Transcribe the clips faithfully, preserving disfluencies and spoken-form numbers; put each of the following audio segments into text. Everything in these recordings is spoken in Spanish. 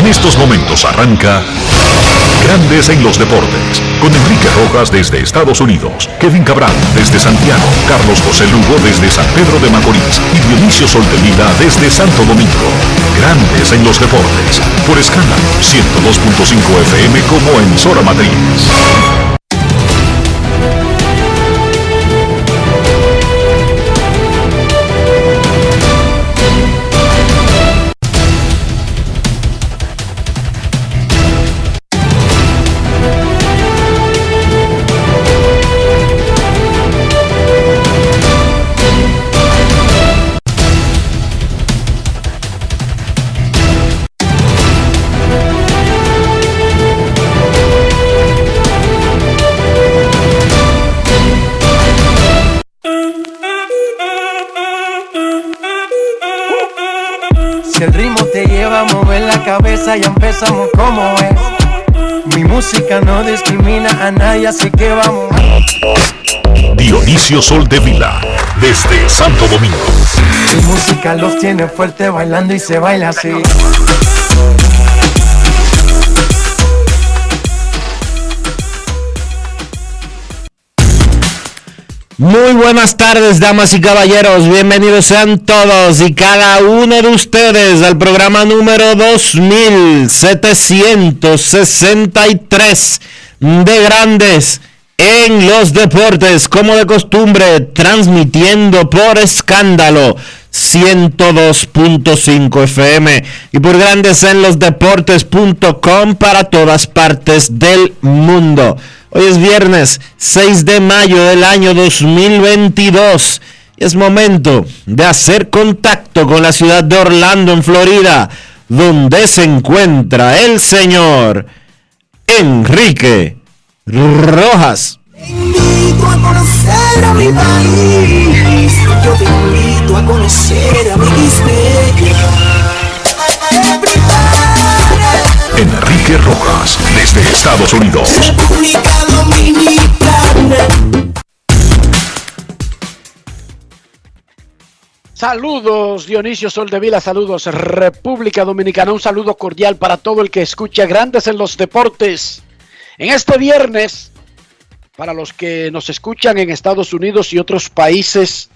estos momentos arranca Grandes en los Deportes, con Enrique Rojas desde Estados Unidos, Kevin Cabral desde Santiago, Carlos José Lugo desde San Pedro de Macorís y Dionisio Solterida desde Santo Domingo. Grandes en los Deportes, por Escala ciento dos punto cinco F M como emisora matriz. Si el ritmo te lleva a mover la cabeza, ya empezamos como es. Mi música no discrimina a nadie, así que vamos. Dionisio Soldevila, desde Santo Domingo. Mi música los tiene fuerte bailando y se baila así. Muy buenas tardes, damas y caballeros. Bienvenidos sean todos y cada uno de ustedes al programa número dos mil setecientos sesenta y tres de Grandes en los Deportes, como de costumbre, transmitiendo por Escándalo ciento dos punto cinco F M y por Grandes en los Deportes punto com para todas partes del mundo. Hoy es viernes seis de mayo del año dos mil veintidós y es momento de hacer contacto con la ciudad de Orlando, en Florida, donde se encuentra el señor Enrique Rojas. Te invito a conocer a mi país, yo te invito a conocer a mi Quisqueya. Enrique Rojas, desde Estados Unidos. República Dominicana. Saludos Dionisio Soldevila, saludos República Dominicana, un saludo cordial para todo el que escucha Grandes en los Deportes. En este viernes, para los que nos escuchan en Estados Unidos y otros países,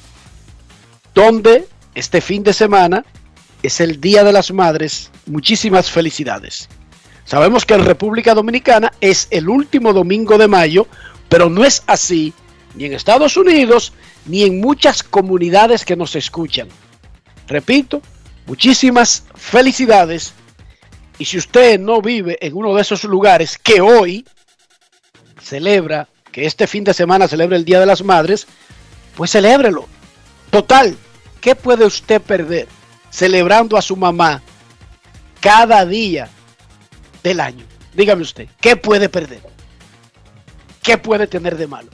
donde este fin de semana es el Día de las Madres, muchísimas felicidades. Sabemos que en República Dominicana es el último domingo de mayo, pero no es así ni en Estados Unidos ni en muchas comunidades que nos escuchan. Repito, muchísimas felicidades. Y si usted no vive en uno de esos lugares que hoy celebra, que este fin de semana celebra el Día de las Madres, pues celébrelo. Total, ¿qué puede usted perder celebrando a su mamá cada día del año? Dígame usted, ¿qué puede perder? ¿Qué puede tener de malo?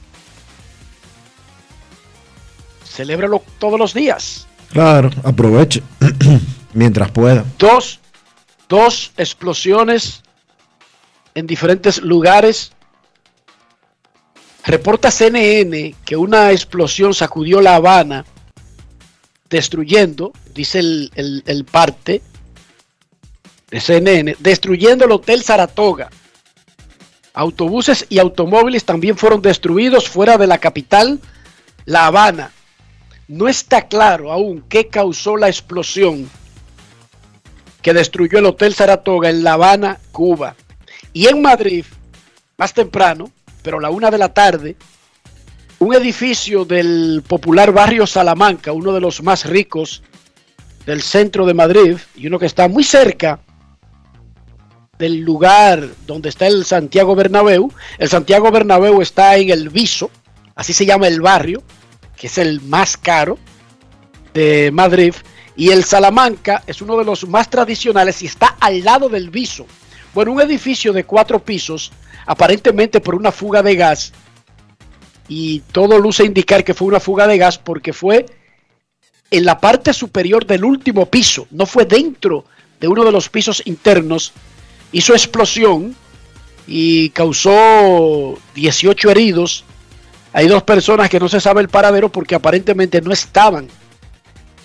Celébralo todos los días. Claro, aproveche mientras pueda. Dos, dos explosiones en diferentes lugares. Reporta C N N que una explosión sacudió La Habana, destruyendo, dice el, el, el parte de C N N, destruyendo el Hotel Saratoga. Autobuses y automóviles también fueron destruidos fuera de la capital, La Habana. No está claro aún qué causó la explosión que destruyó el Hotel Saratoga en La Habana, Cuba. Y en Madrid, más temprano, pero a la una de la tarde, un edificio del popular barrio Salamanca, uno de los más ricos del centro de Madrid y uno que está muy cerca del lugar donde está el Santiago Bernabéu. El Santiago Bernabéu está en el Viso, así se llama el barrio, que es el más caro de Madrid, y el Salamanca es uno de los más tradicionales y está al lado del Viso. Bueno, un edificio de cuatro pisos, aparentemente por una fuga de gas, y todo luce indicar que fue una fuga de gas porque fue en la parte superior del último piso, no fue dentro de uno de los pisos internos. Hizo explosión y causó dieciocho heridos. Hay dos personas que no se sabe el paradero porque aparentemente no estaban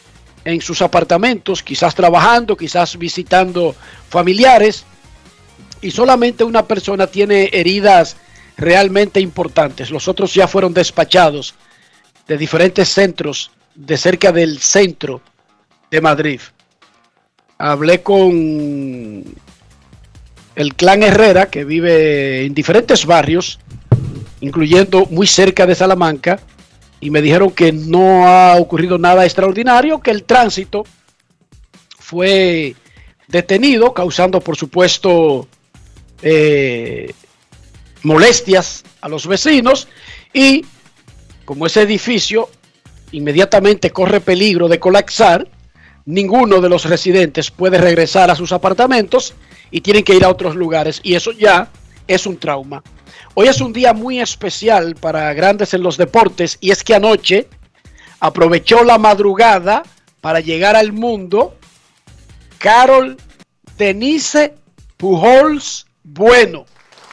en sus apartamentos, quizás trabajando, quizás visitando familiares, y solamente una persona tiene heridas realmente importantes. Los otros ya fueron despachados de diferentes centros de cerca del centro de Madrid. Hablé con el clan Herrera, que vive en diferentes barrios, incluyendo muy cerca de Salamanca, y me dijeron que no ha ocurrido nada extraordinario, que el tránsito fue detenido, causando, por supuesto, eh, molestias a los vecinos, y como ese edificio inmediatamente corre peligro de colapsar, ninguno de los residentes puede regresar a sus apartamentos y tienen que ir a otros lugares, y eso ya es un trauma. Hoy es un día muy especial para Grandes en los Deportes, y es que anoche aprovechó la madrugada para llegar al mundo Carol Denise Pujols Bueno,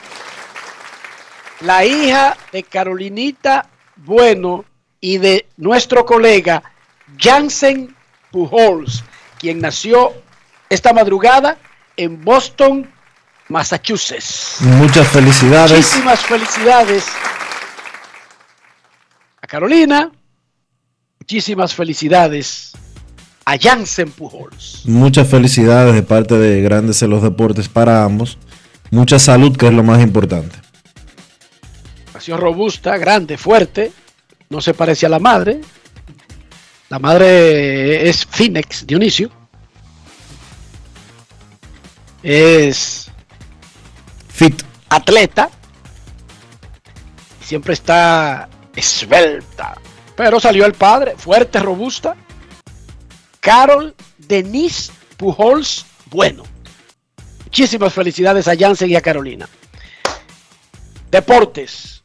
la hija de Carolinita Bueno y de nuestro colega Jansen Pujols, quien nació esta madrugada en Boston, Massachusetts. Muchas felicidades. Muchísimas felicidades a Carolina. Muchísimas felicidades a Jansen Pujols. Muchas felicidades de parte de Grandes en los Deportes para ambos. Mucha salud, que es lo más importante. Nació robusta, grande, fuerte. No se parece a la madre. La madre es Phoenix Dionisio. Es fit, atleta. Siempre está esbelta. Pero salió el padre, fuerte, robusta. Carol Denise Pujols Bueno. Muchísimas felicidades a Jansen y a Carolina. Deportes.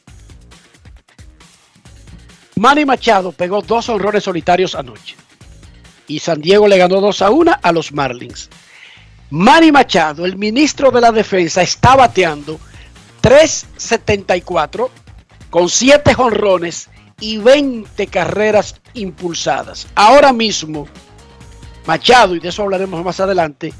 Manny Machado pegó dos honrones solitarios anoche. Y San Diego le ganó dos a uno a los Marlins. Manny Machado, el ministro de la defensa, está bateando tres setenta y cuatro con siete jonrones y veinte carreras impulsadas. Ahora mismo, Machado, y de eso hablaremos más adelante,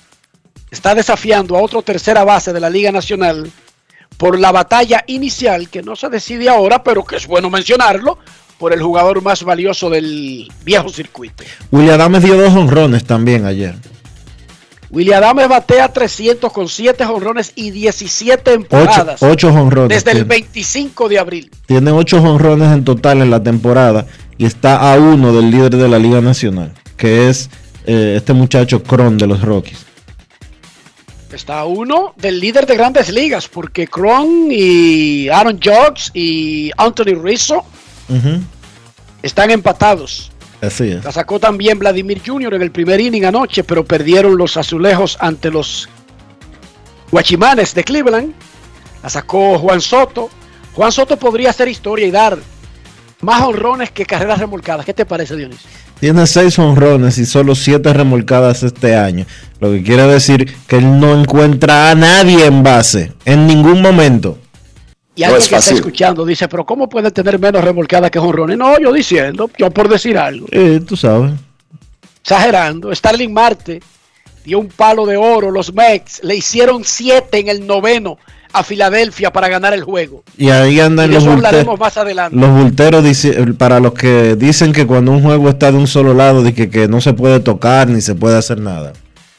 está desafiando a otro tercera base de la Liga Nacional por la batalla inicial, que no se decide ahora, pero que es bueno mencionarlo, por el jugador más valioso del viejo circuito. Willy Adames dio dos jonrones también ayer. Willy Adames batea trescientos con siete jonrones y diecisiete empujadas. ocho jonrones. Desde tiene. el veinticinco de abril. Tiene ocho jonrones en total en la temporada y está a uno del líder de la Liga Nacional, que es eh, este muchacho Cron de los Rockies. Está a uno del líder de Grandes Ligas, porque Cron y Aaron Judge y Anthony Rizzo uh-huh. están empatados. Así es. La sacó también Vladimir junior en el primer inning anoche, pero perdieron los azulejos ante los Guachimanes de Cleveland. La sacó Juan Soto. Juan Soto podría hacer historia y dar más honrones que carreras remolcadas. ¿Qué te parece, Dionisio? Tiene seis honrones y solo siete remolcadas este año. Lo que quiere decir que él no encuentra a nadie en base en ningún momento. Y alguien no que fácil. Está escuchando dice, pero ¿cómo puede tener menos remolcadas que jonrones? No, yo diciendo, yo por decir algo. Eh, tú sabes. Exagerando. Starling Marte dio un palo de oro. Los Mets le hicieron siete en el noveno a Filadelfia para ganar el juego. Y ahí andan y los bulteros. Más adelante. Los bulteros, dice, para los que dicen que cuando un juego está de un solo lado, de que, que no se puede tocar ni se puede hacer nada.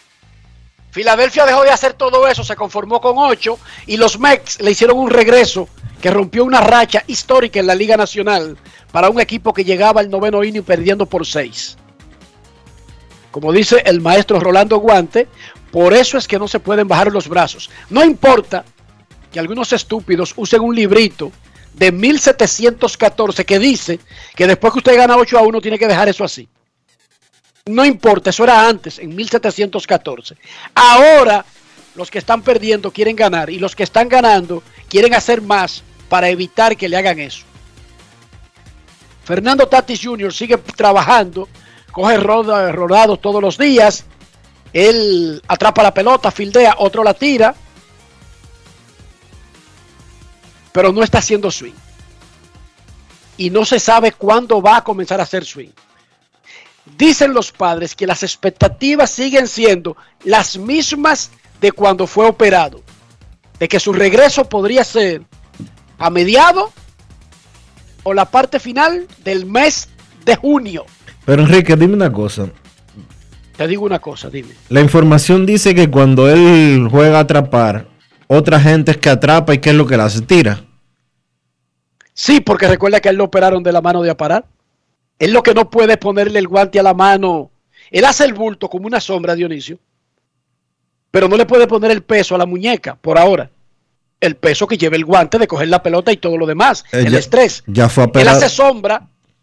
Filadelfia dejó de hacer todo eso, se conformó con ocho y los Mets le hicieron un regreso que rompió una racha histórica en la Liga Nacional para un equipo que llegaba al noveno inning perdiendo por seis. Como dice el maestro Rolando Guante, por eso es que no se pueden bajar los brazos. No importa que algunos estúpidos usen un librito de mil setecientos catorce que dice que después que usted gana ocho a uno tiene que dejar eso así. No importa, eso era antes, en mil setecientos catorce. Ahora los que están perdiendo quieren ganar y los que están ganando quieren hacer más para evitar que le hagan eso. Fernando Tatis junior sigue trabajando, coge rodados todos los días, él atrapa la pelota, fildea, otro la tira, pero no está haciendo swing. Y no se sabe cuándo va a comenzar a hacer swing. dicen los padres que las expectativas siguen siendo las mismas de cuando fue operado, de que su regreso podría ser a mediados o la parte final del mes de junio. Pero Enrique, dime una cosa. Te digo una cosa, dime. La información dice que cuando él juega a atrapar, otra gente es que atrapa y ¿qué es lo que le hace? Tira. Sí, porque recuerda que a él lo operaron de la mano de aparar. Él lo que no puede es ponerle el guante a la mano. Él hace el bulto como una sombra, Dionisio. Pero no le puede poner el peso a la muñeca, por ahora. El peso que lleva el guante de coger la pelota y todo lo demás. Eh, el ya, estrés. Ya fue operado. Él hace sombra.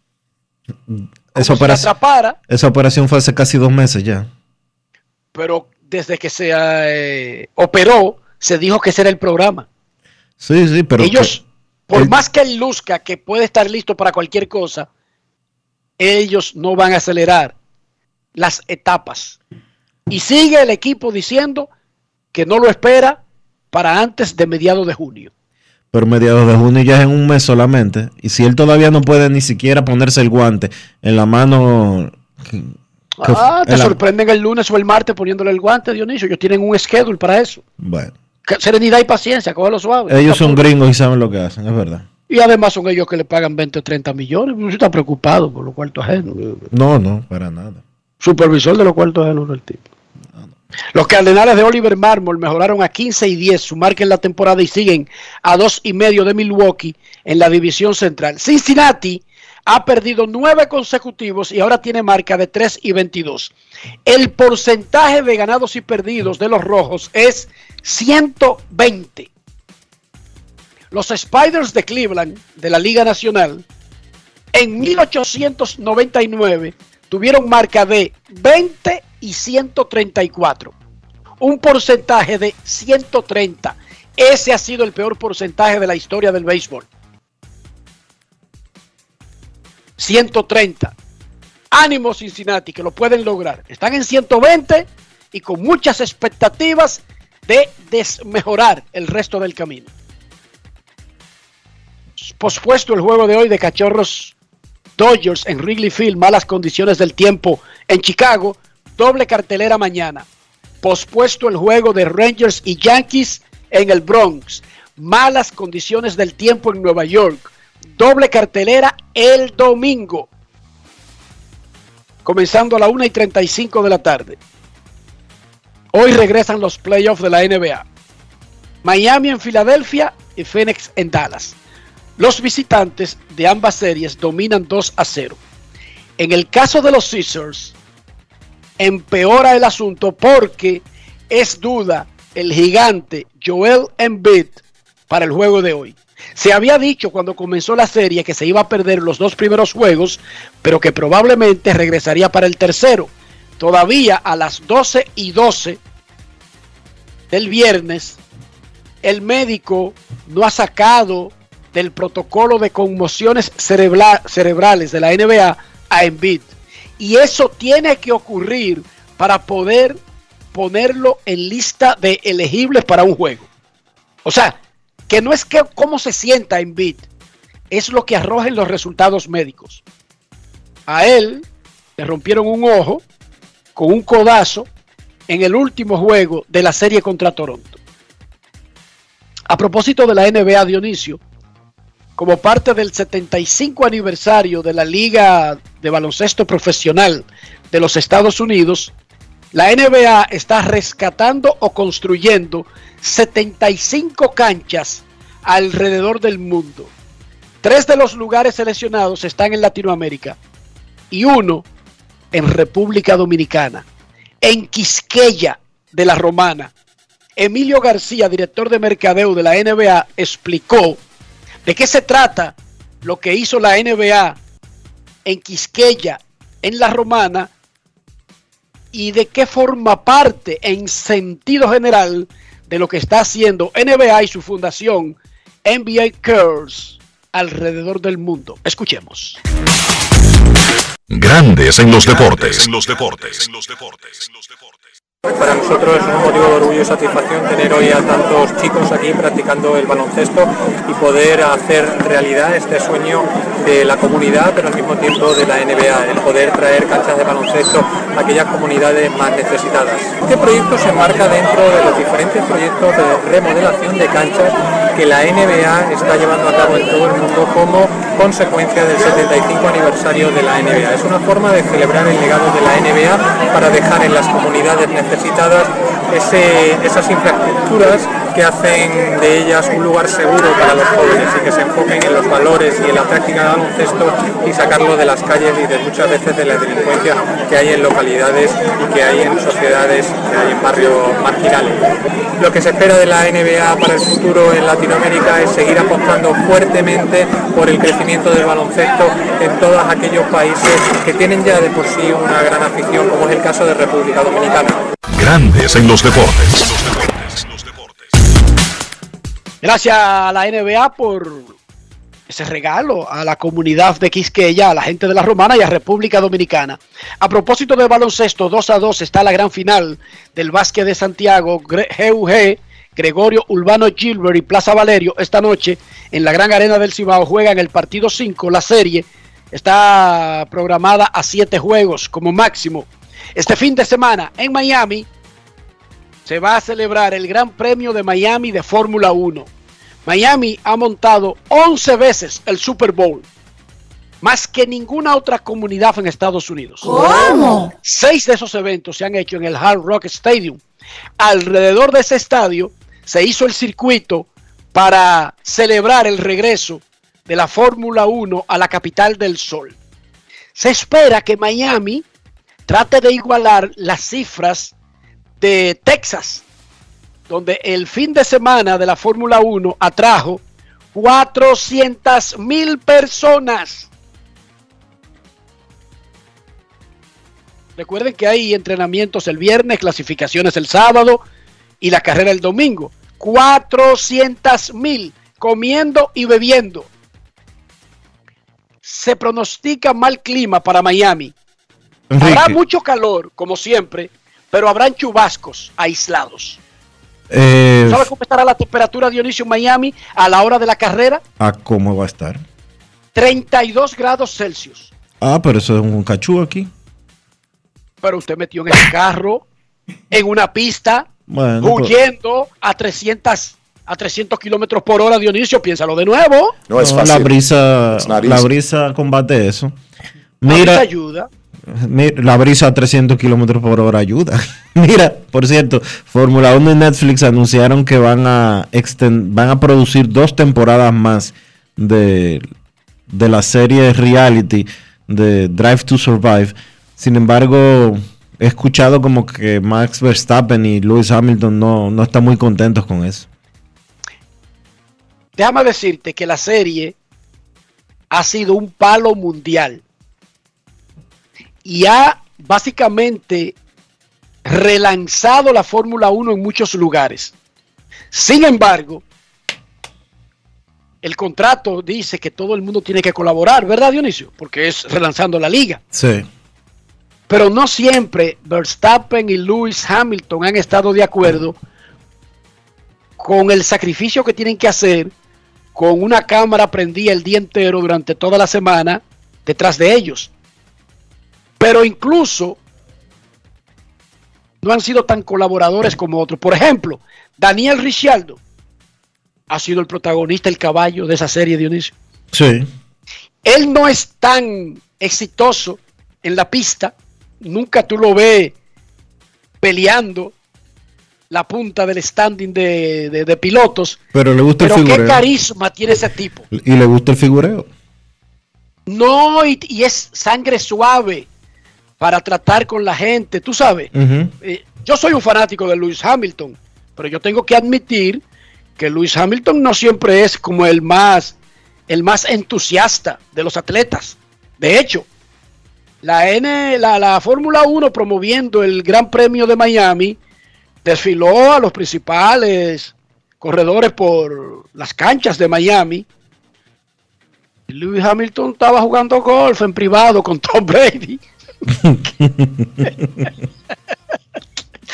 Esa operación, si atrapara, esa operación fue hace casi dos meses ya. Pero desde que se eh, operó, se dijo que ese era el programa. Sí, sí, pero... Ellos, que, por él, más que él luzca que puede estar listo para cualquier cosa, ellos no van a acelerar las etapas. Y sigue el equipo diciendo que no lo espera para antes de mediados de junio. Pero mediados de junio ya es en un mes solamente. Y si él todavía no puede ni siquiera ponerse el guante en la mano... Que, ah, te sorprenden la... el lunes o el martes poniéndole el guante, Dionisio. Ellos tienen un schedule para eso. Bueno. Serenidad y paciencia, cógelo suave. Ellos son gringos y saben lo que hacen, es verdad. Y además son ellos que le pagan veinte o treinta millones. Usted está preocupado por los cuartos ajenos. No, no, para nada. Supervisor de los cuartos ajenos del tipo. No, no. Los Cardenales de Oliver Marmol mejoraron a quince y diez su marca en la temporada y siguen a dos y medio de Milwaukee en la división central. Cincinnati ha perdido nueve consecutivos y ahora tiene marca de tres y veintidós. El porcentaje de ganados y perdidos de los rojos es ciento veinte. Los Spiders de Cleveland, de la Liga Nacional, en mil ochocientos noventa y nueve tuvieron marca de veinte y ciento treinta y cuatro. Un porcentaje de ciento treinta. Ese ha sido el peor porcentaje de la historia del béisbol. ciento treinta. Ánimo Cincinnati, que lo pueden lograr. Están en ciento veinte y con muchas expectativas de desmejorar el resto del camino. Pospuesto el juego de hoy de Cachorros Dodgers en Wrigley Field, malas condiciones del tiempo en Chicago, doble cartelera mañana. Pospuesto el juego de Rangers y Yankees en el Bronx, malas condiciones del tiempo en Nueva York, doble cartelera el domingo, comenzando a la una y treinta y cinco de la tarde. Hoy regresan los playoffs de la N B A. Miami en Filadelfia y Phoenix en Dallas. Los visitantes de ambas series dominan dos a cero. En el caso de los Sixers, empeora el asunto porque es duda el gigante Joel Embiid para el juego de hoy. Se había dicho cuando comenzó la serie que se iba a perder los dos primeros juegos, pero que probablemente regresaría para el tercero. Todavía a las doce y doce del viernes, el médico no ha sacado del protocolo de conmociones cerebra- cerebrales de la N B A a Embiid. Y eso tiene que ocurrir para poder ponerlo en lista de elegibles para un juego. O sea, que no es que cómo se sienta Embiid, es lo que arrojen los resultados médicos. A él le rompieron un ojo con un codazo en el último juego de la serie contra Toronto. A propósito de la N B A, Dionisio, como parte del setenta y cinco aniversario de la Liga de Baloncesto Profesional de los Estados Unidos, la N B A está rescatando o construyendo setenta y cinco canchas alrededor del mundo. Tres de los lugares seleccionados están en Latinoamérica y uno en República Dominicana, en Quisqueya de la Romana. Emilio García, director de mercadeo de la N B A, explicó de qué se trata lo que hizo la N B A en Quisqueya, en la Romana, y de qué forma parte en sentido general de lo que está haciendo N B A y su fundación N B A Cares alrededor del mundo. Escuchemos. Grandes en los deportes. En los deportes. En los deportes. Para nosotros es un motivo de orgullo y satisfacción tener hoy a tantos chicos aquí practicando el baloncesto y poder hacer realidad este sueño de la comunidad, pero al mismo tiempo de la N B A, el poder traer canchas de baloncesto a aquellas comunidades más necesitadas. Este proyecto se enmarca dentro de los diferentes proyectos de remodelación de canchas que la N B A está llevando a cabo en todo el mundo como consecuencia del setenta y cinco aniversario de la N B A. Es una forma de celebrar el legado de la N B A para dejar en las comunidades necesitadas ese, esas infraestructuras que hacen de ellas un lugar seguro para los jóvenes y que se enfoquen en los valores y en la práctica de baloncesto y sacarlo de las calles y de muchas veces de la delincuencia que hay en localidades y que hay en sociedades, que hay en barrios marginales. Lo que se espera de la N B A para el futuro en Latinoamérica es seguir apostando fuertemente por el crecimiento del baloncesto en todos aquellos países que tienen ya de por sí una gran afición, como es el caso de República Dominicana. Grandes en los deportes. Gracias a la N B A por ese regalo a la comunidad de Quisqueya, a la gente de la Romana y a República Dominicana. A propósito del baloncesto, dos a dos está la gran final del básquet de Santiago. G U G, Gregorio Urbano Gilbert y Plaza Valerio esta noche en la Gran Arena del Cibao juegan el partido cinco. La serie está programada a siete juegos como máximo. Este fin de semana en Miami se va a celebrar el Gran Premio de Miami de Fórmula uno. Miami ha montado once veces el Super Bowl, más que ninguna otra comunidad en Estados Unidos. ¿Cómo? Seis de esos eventos se han hecho en el Hard Rock Stadium. Alrededor de ese estadio se hizo el circuito para celebrar el regreso de la Fórmula uno a la capital del sol. Se espera que Miami trate de igualar las cifras de Texas, donde el fin de semana de la Fórmula uno atrajo cuatrocientas mil personas. Recuerden que hay entrenamientos el viernes, clasificaciones el sábado y la carrera el domingo. cuatrocientas mil comiendo y bebiendo. Se pronostica mal clima para Miami. Enrique. Habrá mucho calor, como siempre, pero habrán chubascos aislados. Eh, ¿Sabes cómo estará la temperatura, Dionisio, en Miami a la hora de la carrera? ¿A cómo va a estar? treinta y dos grados Celsius. Ah, pero eso es un cachú aquí. Pero usted metió en el carro, en una pista, bueno, huyendo pues, a trescientos a trescientos kilómetros por hora, Dionisio, piénsalo de nuevo. No es fácil. La brisa, la brisa combate eso. Mira, la brisa ayuda. La brisa a trescientos kilómetros por hora ayuda. Mira, por cierto, Fórmula uno y Netflix anunciaron que van a extend, van a producir dos temporadas más de, de la serie reality de Drive to Survive. Sin embargo, he escuchado como que Max Verstappen y Lewis Hamilton no, no están muy contentos con eso. Déjame decirte que la serie ha sido un palo mundial y ha básicamente relanzado la Fórmula uno en muchos lugares. Sin embargo, el contrato dice que todo el mundo tiene que colaborar, ¿verdad, Dionisio? Porque es relanzando la liga. Sí. Pero no siempre Verstappen y Lewis Hamilton han estado de acuerdo con el sacrificio que tienen que hacer con una cámara prendida el día entero durante toda la semana detrás de ellos. Pero incluso no han sido tan colaboradores como otros. Por ejemplo, Daniel Ricciardo ha sido el protagonista, el caballo de esa serie, Dionisio. Sí. Él no es tan exitoso en la pista. Nunca tú lo ves peleando la punta del standing de, de, de pilotos. Pero le gusta Pero el figureo. ¿Qué carisma tiene ese tipo? Y le gusta el figureo. No, y, y es sangre suave para tratar con la gente, tú sabes. Uh-huh. Eh, yo soy un fanático de Lewis Hamilton, pero yo tengo que admitir que Lewis Hamilton no siempre es como el más, el más entusiasta de los atletas. De hecho, la, N, la, la Fórmula uno promoviendo el Gran Premio de Miami desfiló a los principales corredores por las canchas de Miami. Lewis Hamilton estaba jugando golf en privado con Tom Brady.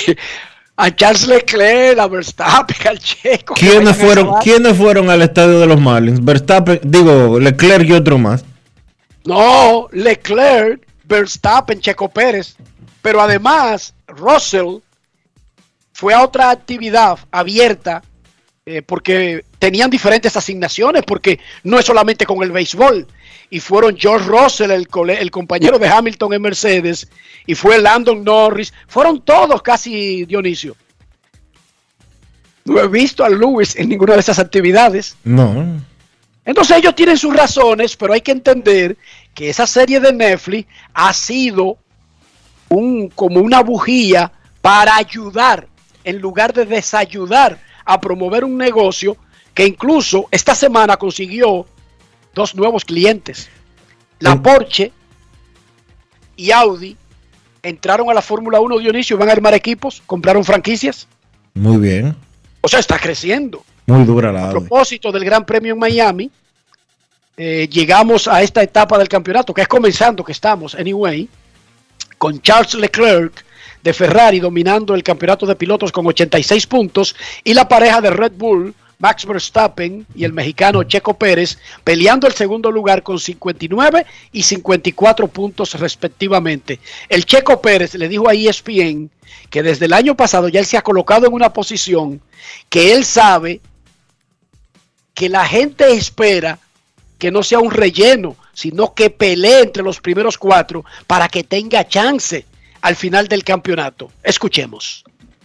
a Charles Leclerc, a Verstappen, al Checo. ¿Quiénes fueron, ¿Quiénes fueron al estadio de los Marlins? Verstappen, digo, Leclerc y otro más. No, Leclerc, Verstappen, Checo Pérez. Pero además, Russell fue a otra actividad abierta eh, porque tenían diferentes asignaciones, porque no es solamente con el béisbol. Y fueron George Russell, el, el compañero de Hamilton en Mercedes, y fue Landon Norris. Fueron todos casi, Dionisio. No he visto a Lewis en ninguna de esas actividades. No. Entonces ellos tienen sus razones, pero hay que entender que esa serie de Netflix ha sido un, como una bujía para ayudar, en lugar de desayudar, a promover un negocio que incluso esta semana consiguió dos nuevos clientes. La sí. Porsche y Audi entraron a la Fórmula uno, Dionisio, van a armar equipos, compraron franquicias. Muy bien. O sea, está creciendo. Muy dura la A propósito del Gran Premio en Miami, eh, llegamos a esta etapa del campeonato, que es comenzando, que estamos, anyway, con Charles Leclerc de Ferrari dominando el campeonato de pilotos con ochenta y seis puntos, y la pareja de Red Bull, Max Verstappen y el mexicano Checo Pérez, peleando el segundo lugar con cincuenta y nueve y cincuenta y cuatro puntos respectivamente. El Checo Pérez le dijo a E S P N que desde el año pasado ya él se ha colocado en una posición que él sabe que la gente espera que no sea un relleno, sino que pelee entre los primeros cuatro para que tenga chance al final del campeonato. Escuchemos.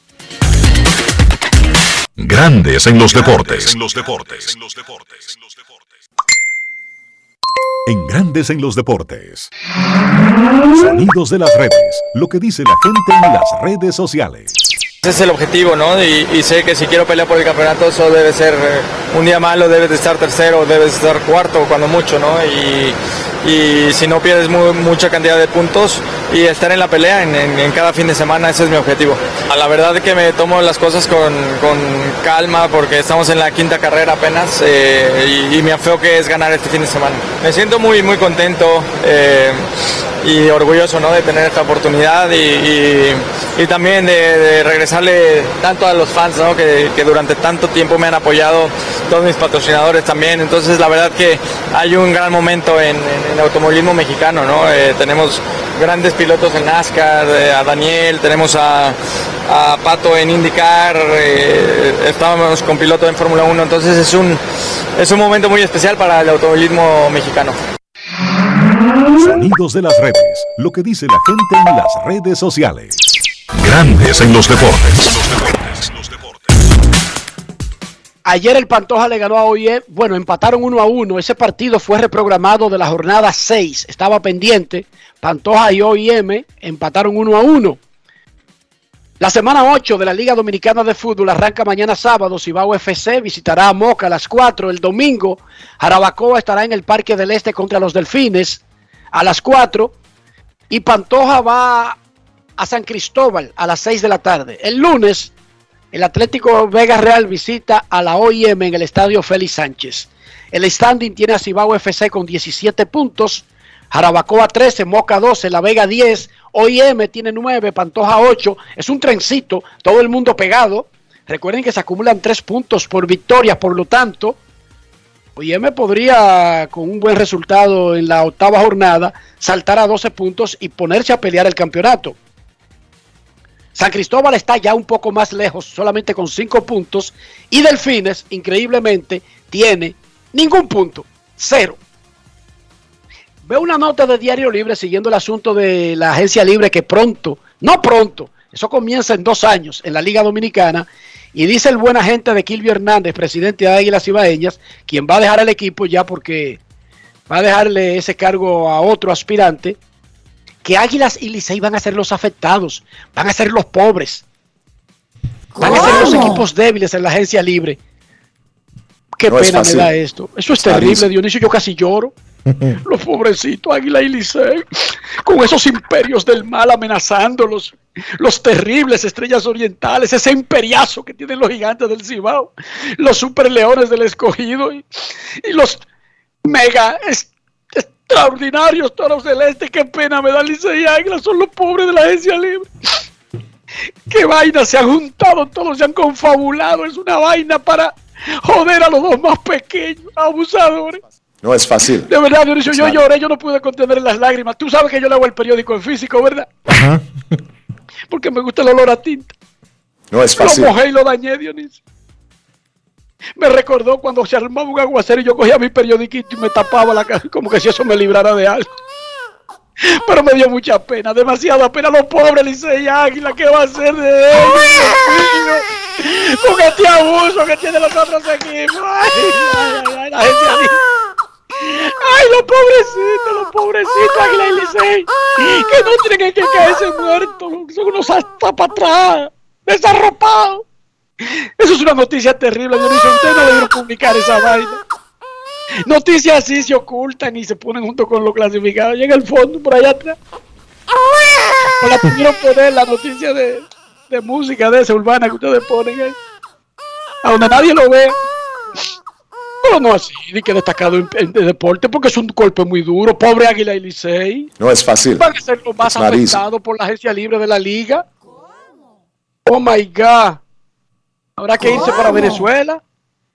Grandes en los deportes. En los deportes. En los deportes. En Grandes en los deportes. Sonidos de las redes. Lo que dice la gente en las redes sociales. Ese es el objetivo, ¿no? Y, y sé que si quiero pelear por el campeonato, eso debe ser eh, un día malo, debes de estar tercero, debes de estar cuarto, cuando mucho, ¿no? Y, y si no pierdes muy, mucha cantidad de puntos y estar en la pelea en, en, en cada fin de semana, ese es mi objetivo. A la verdad es que me tomo las cosas con, con calma porque estamos en la quinta carrera apenas eh, y, y mi enfoque es ganar este fin de semana. Me siento muy, muy contento eh, y orgulloso, ¿no? De tener esta oportunidad y, y, y también de, de regresarle tanto a los fans, ¿no? Que, que durante tanto tiempo me han apoyado, todos mis patrocinadores también. Entonces la verdad que hay un gran momento en, en el automovilismo mexicano, ¿no? Eh, tenemos grandes pilotos en NASCAR, eh, a Daniel, tenemos a, a Pato en IndyCar, eh, estábamos con piloto en Fórmula uno, entonces es un, es un momento muy especial para el automovilismo mexicano. Sonidos de las redes, lo que dice la gente en las redes sociales. Grandes en los deportes. En los deportes, en los deportes. Ayer el Pantoja le ganó a O I M, bueno, empataron uno a uno, ese partido fue reprogramado de la jornada seis, estaba pendiente, Pantoja y O I M empataron uno a uno. La semana ocho de la Liga Dominicana de Fútbol arranca mañana sábado. Cibao F C visitará a Moca a las cuatro. El domingo, Jarabacoa estará en el Parque del Este contra los Delfines a las cuatro. Y Pantoja va a San Cristóbal a las seis de la tarde. El lunes, el Atlético Vega Real visita a la O I M en el Estadio Félix Sánchez. El standing tiene a Cibao F C con diecisiete puntos, Jarabacoa trece, Moca doce, La Vega diez, O I M tiene nueve, Pantoja ocho. Es un trencito, todo el mundo pegado. Recuerden que se acumulan tres puntos por victoria, por lo tanto, O I M podría, con un buen resultado en la octava jornada, saltar a doce puntos y ponerse a pelear el campeonato. San Cristóbal está ya un poco más lejos, solamente con cinco puntos. Y Delfines, increíblemente, tiene ningún punto, cero. Veo una nota de Diario Libre siguiendo el asunto de la agencia libre que pronto, no pronto, eso comienza en dos años en la Liga Dominicana. Y dice el buen agente de Kilvio Hernández, presidente de Águilas Ibaeñas, quien va a dejar el equipo ya porque va a dejarle ese cargo a otro aspirante, que Águilas y Licey van a ser los afectados, van a ser los pobres, van ¿Cómo? a ser los equipos débiles en la agencia libre. Qué no pena me da esto. Eso es terrible, Dionisio, yo casi lloro. Los pobrecitos Águila y Licey, con esos imperios del mal amenazándolos, los terribles Estrellas Orientales, ese imperiazo que tienen los Gigantes del Cibao, los Superleones del Escogido y, y los mega est- extraordinarios Toros del Este. Qué pena me da Licey y Águila, son los pobres de la agencia libre. Qué qué vaina, se han juntado, todos se han confabulado, es una vaina para joder a los dos más pequeños, abusadores. No es fácil. De verdad, Dionisio, yo lloré, yo no pude contener las lágrimas. Tú sabes que yo leo el periódico en físico, ¿verdad? Ajá. Porque me gusta el olor a tinta. No es fácil. Lo mojé y lo dañé, Dionisio. Me recordó cuando se armaba un aguacero y yo cogía mi periodiquito y me tapaba la cara, como que si eso me librara de algo. Pero me dio mucha pena, demasiada pena. Los pobres Licey Águila, ¿qué va a hacer de ellos? Con este abuso que tienen los otros equipos. Ay, ay, ay, la gente ahí. Ay, los pobrecitos, los pobrecitos Águila y Licey, que no tienen que caerse muertos, son unos hasta para atrás, desarropados. Eso es una noticia terrible, Dionisio. Ustedes no debieron publicar esa vaina. Noticias así se ocultan y se ponen junto con lo clasificado. Llega el fondo por allá atrás. O la pudieron poner la noticia de, de música de esa urbana que ustedes ponen ahí, a donde nadie lo ve. Pero no así, ni que destacado en, en, en deporte, porque es un golpe muy duro. Pobre Águila y Licey. No es fácil. Van a ser los más afectados por la agencia libre de la liga. Oh my God. Habrá que irse para Venezuela.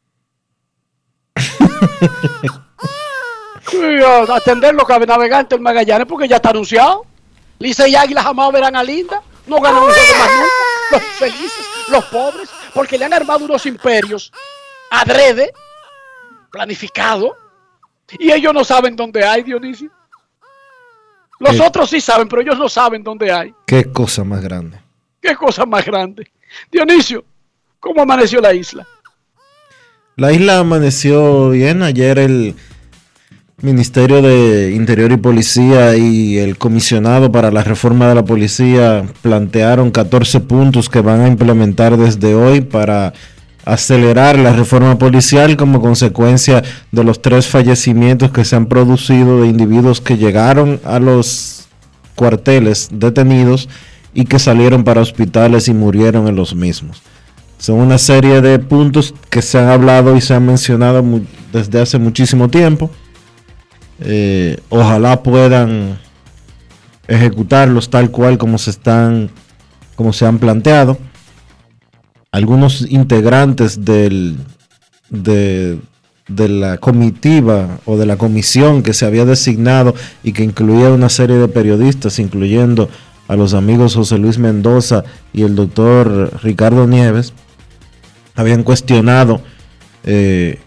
Atender los navegantes del Magallanes, porque ya está anunciado. Licey y Águila jamás verán a Linda. No ganan un juego más nunca. Los felices, los pobres, porque le han armado unos imperios adrede, planificado, y ellos no saben dónde hay, Dionisio. Los ¿Qué? otros sí saben, pero ellos no saben dónde hay. Qué cosa más grande. Qué cosa más grande. Dionisio, ¿cómo amaneció la isla? La isla amaneció bien. Ayer el Ministerio de Interior y Policía y el comisionado para la reforma de la policía plantearon catorce puntos que van a implementar desde hoy para acelerar la reforma policial como consecuencia de los tres fallecimientos que se han producido de individuos que llegaron a los cuarteles detenidos y que salieron para hospitales y murieron en los mismos. Son una serie de puntos que se han hablado y se han mencionado mu- desde hace muchísimo tiempo. Eh, ojalá puedan ejecutarlos tal cual como se están, como se han planteado. Algunos integrantes del, de, de la comitiva o de la comisión que se había designado y que incluía una serie de periodistas, incluyendo a los amigos José Luis Mendoza y el doctor Ricardo Nieves, habían cuestionado eh,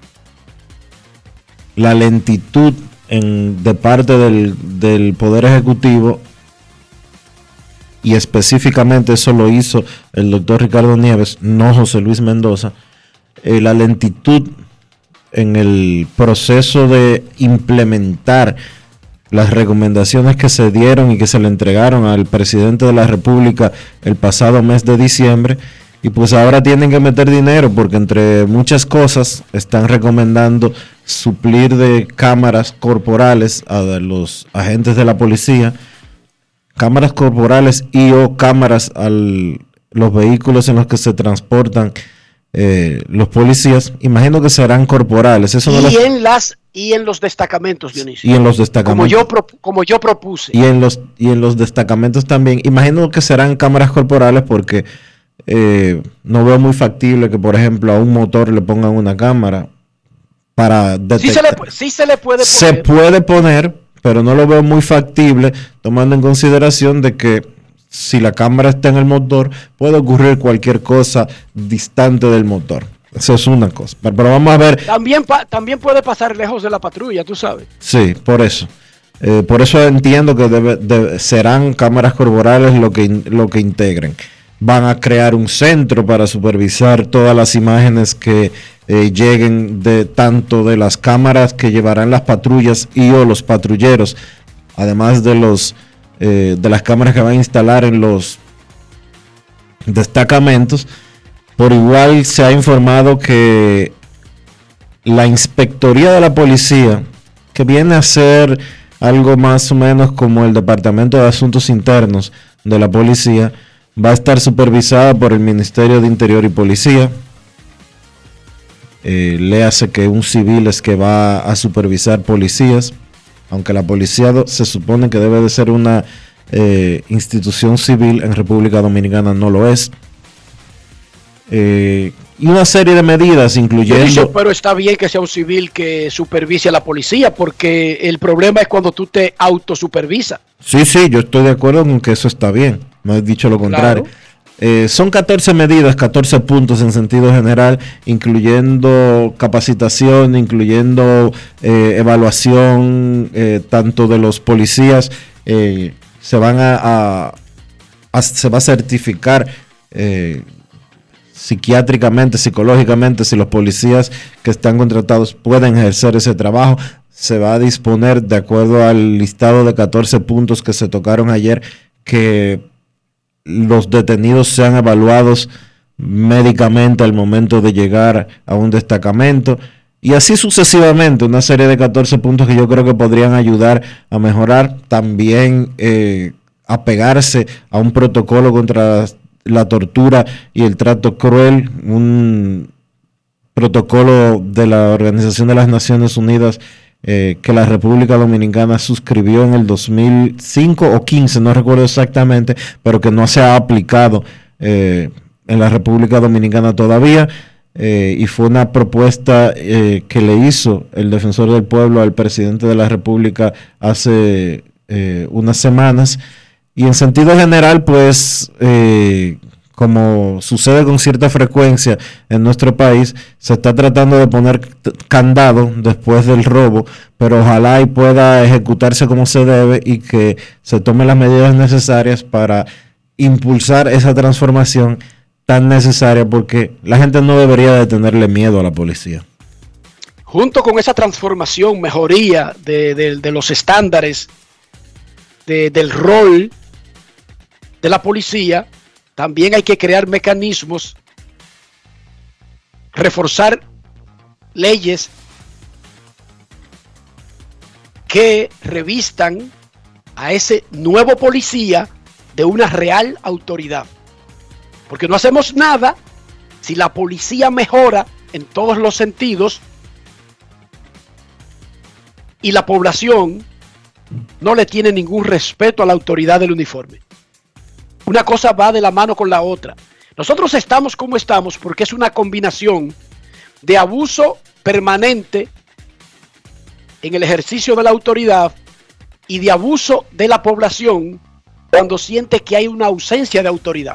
la lentitud en, de parte del, del Poder Ejecutivo, y específicamente eso lo hizo el doctor Ricardo Nieves, no José Luis Mendoza, eh, la lentitud en el proceso de implementar las recomendaciones que se dieron y que se le entregaron al presidente de la República el pasado mes de diciembre. Y pues ahora tienen que meter dinero porque entre muchas cosas están recomendando suplir de cámaras corporales a los agentes de la policía, cámaras corporales y o cámaras a los vehículos en los que se transportan eh, los policías. Imagino que serán corporales. Eso y, no las... en las, y en los destacamentos, Dionisio. Y en los destacamentos. Como yo, pro, como yo propuse. Y en, los, y en los destacamentos también. Imagino que serán cámaras corporales porque eh, no veo muy factible que, por ejemplo, a un motor le pongan una cámara para detectar. Sí se le, sí se le puede poner. Se puede poner, pero no lo veo muy factible, tomando en consideración de que si la cámara está en el motor, puede ocurrir cualquier cosa distante del motor. Eso es una cosa. Pero, pero vamos a ver. También, pa, también puede pasar lejos de la patrulla, tú sabes. Sí, por eso. Eh, por eso entiendo que debe, debe, serán cámaras corporales lo que, lo que integren. Van a crear un centro para supervisar todas las imágenes que eh, lleguen de tanto de las cámaras que llevarán las patrullas y o los patrulleros, además de los eh, de las cámaras que van a instalar en los destacamentos. Por igual se ha informado que la inspectoría de la policía, que viene a ser algo más o menos como el Departamento de Asuntos Internos de la policía, va a estar supervisada por el Ministerio de Interior y Policía. Eh, le hace que un civil es que va a supervisar policías, aunque la policía do, se supone que debe de ser una eh, institución civil, en República Dominicana no lo es. eh, y una serie de medidas, incluyendo... Dionisio, pero está bien que sea un civil que supervise a la policía, porque el problema es cuando tú te autosupervisas. Sí, sí, yo estoy de acuerdo con que eso está bien, no he dicho lo contrario. Claro. Eh, son catorce medidas, catorce puntos en sentido general, incluyendo capacitación, incluyendo eh, evaluación eh, tanto de los policías, eh, se van a, a, a se va a certificar eh, psiquiátricamente, psicológicamente, si los policías que están contratados pueden ejercer ese trabajo. Se va a disponer, de acuerdo al listado de catorce puntos que se tocaron ayer, que los detenidos sean evaluados médicamente al momento de llegar a un destacamento, y así sucesivamente, una serie de catorce puntos que yo creo que podrían ayudar a mejorar. También eh, apegarse a un protocolo contra la tortura y el trato cruel, un protocolo de la Organización de las Naciones Unidas eh, que la República Dominicana suscribió en el dos mil cinco o quince, no recuerdo exactamente, pero que no se ha aplicado eh, en la República Dominicana todavía, eh, y fue una propuesta eh, que le hizo el Defensor del Pueblo al presidente de la República hace eh, unas semanas. Y en sentido general, pues, eh, como sucede con cierta frecuencia en nuestro país, se está tratando de poner candado después del robo, pero ojalá y pueda ejecutarse como se debe y que se tomen las medidas necesarias para impulsar esa transformación tan necesaria, porque la gente no debería de tenerle miedo a la policía. Junto con esa transformación, mejoría de, de, de los estándares de, del rol de la policía, también hay que crear mecanismos, reforzar leyes que revistan a ese nuevo policía de una real autoridad. Porque no hacemos nada si la policía mejora en todos los sentidos y la población no le tiene ningún respeto a la autoridad del uniforme. Una cosa va de la mano con la otra. Nosotros estamos como estamos porque es una combinación de abuso permanente en el ejercicio de la autoridad y de abuso de la población cuando siente que hay una ausencia de autoridad.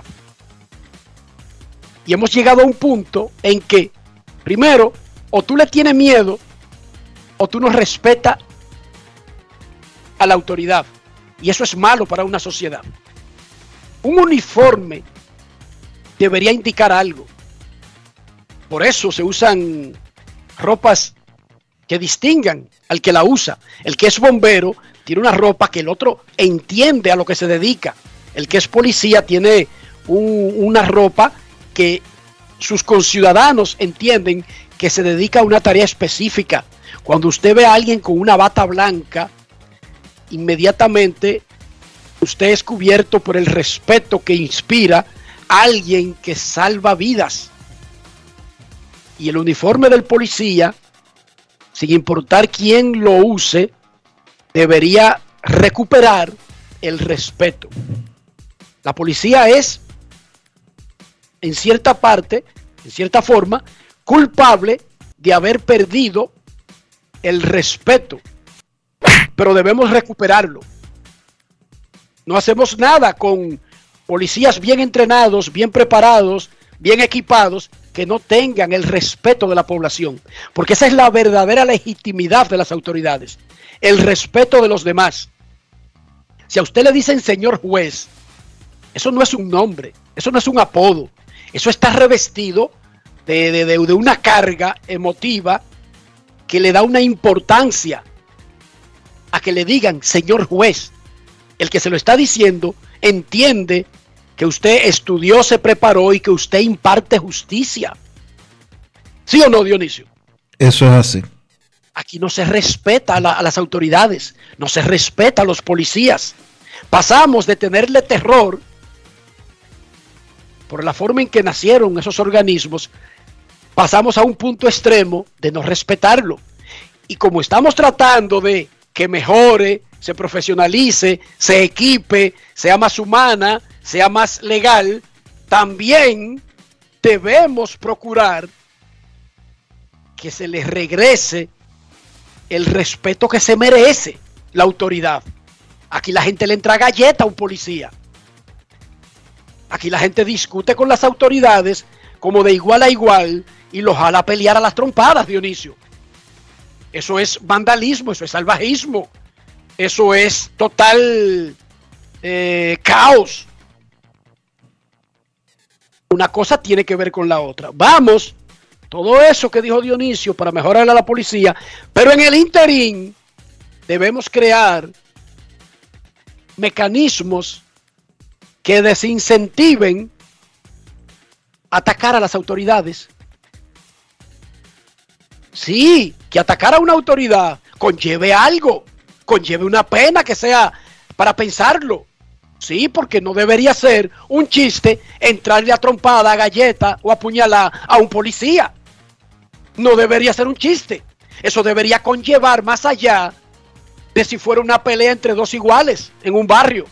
Y hemos llegado a un punto en que, primero, o tú le tienes miedo o tú no respetas a la autoridad. Y eso es malo para una sociedad. Un uniforme debería indicar algo. Por eso se usan ropas que distingan al que la usa. El que es bombero tiene una ropa que el otro entiende a lo que se dedica. El que es policía tiene un, una ropa que sus conciudadanos entienden que se dedica a una tarea específica. Cuando usted ve a alguien con una bata blanca, inmediatamente usted es cubierto por el respeto que inspira a alguien que salva vidas. Y el uniforme del policía, sin importar quién lo use, debería recuperar el respeto. La policía es, en cierta parte, en cierta forma, culpable de haber perdido el respeto, pero debemos recuperarlo. No hacemos nada con policías bien entrenados, bien preparados, bien equipados, que no tengan el respeto de la población, porque esa es la verdadera legitimidad de las autoridades, el respeto de los demás. Si a usted le dicen señor juez, eso no es un nombre, eso no es un apodo, eso está revestido de, de, de, de una carga emotiva que le da una importancia a que le digan señor juez. El que se lo está diciendo entiende que usted estudió, se preparó y que usted imparte justicia. ¿Sí o no, Dionisio? Eso es así. Aquí no se respeta a, la, a las autoridades, no se respeta a los policías. Pasamos de tenerle terror por la forma en que nacieron esos organismos, pasamos a un punto extremo de no respetarlo. Y como estamos tratando de que mejore, se profesionalice, se equipe, sea más humana, sea más legal, también debemos procurar que se les regrese el respeto que se merece la autoridad. Aquí la gente le entra galleta a un policía. Aquí la gente discute con las autoridades como de igual a igual y los jala a pelear a las trompadas, Dionisio. Eso es vandalismo, eso es salvajismo, eso es total eh, caos. Una cosa tiene que ver con la otra. Vamos, todo eso que dijo Dionisio para mejorar a la policía, pero en el interín debemos crear mecanismos que desincentiven atacar a las autoridades. Sí, que atacar a una autoridad conlleve algo, conlleve una pena que sea para pensarlo. Sí, porque no debería ser un chiste entrarle a trompada, a galleta o apuñalar a un policía. No debería ser un chiste. Eso debería conllevar más allá de si fuera una pelea entre dos iguales en un barrio.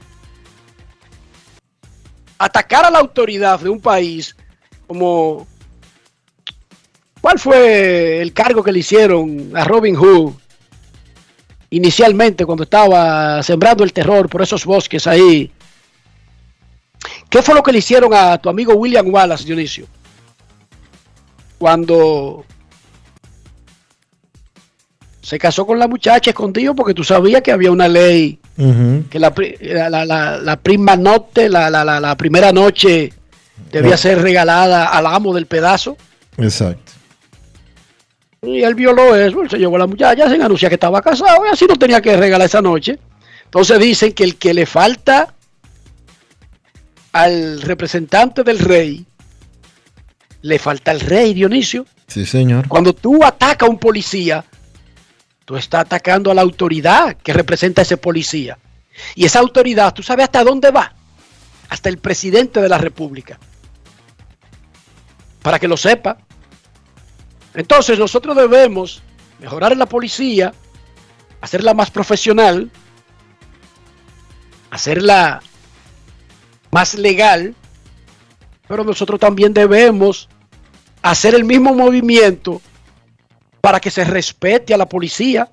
Atacar a la autoridad de un país como... ¿Cuál fue el cargo que le hicieron a Robin Hood inicialmente cuando estaba sembrando el terror por esos bosques ahí? ¿Qué fue lo que le hicieron a tu amigo William Wallace, Dionisio? Cuando se casó con la muchacha escondido porque tú sabías que había una ley uh-huh. que la, la, la, la prima noche, la, la, la, la primera noche debía no. ser regalada al amo del pedazo. Exacto. Y él violó eso, él se llevó a la muchacha, se anuncia que estaba casado y así no tenía que regalar esa noche. Entonces dicen que el que le falta al representante del rey, le falta al rey, Dionisio. Sí, señor. Cuando tú atacas a un policía, tú estás atacando a la autoridad que representa a ese policía. Y esa autoridad, ¿tú sabes hasta dónde va? Hasta el presidente de la República. Para que lo sepa. Entonces nosotros debemos mejorar la policía, hacerla más profesional, hacerla más legal, pero nosotros también debemos hacer el mismo movimiento para que se respete a la policía.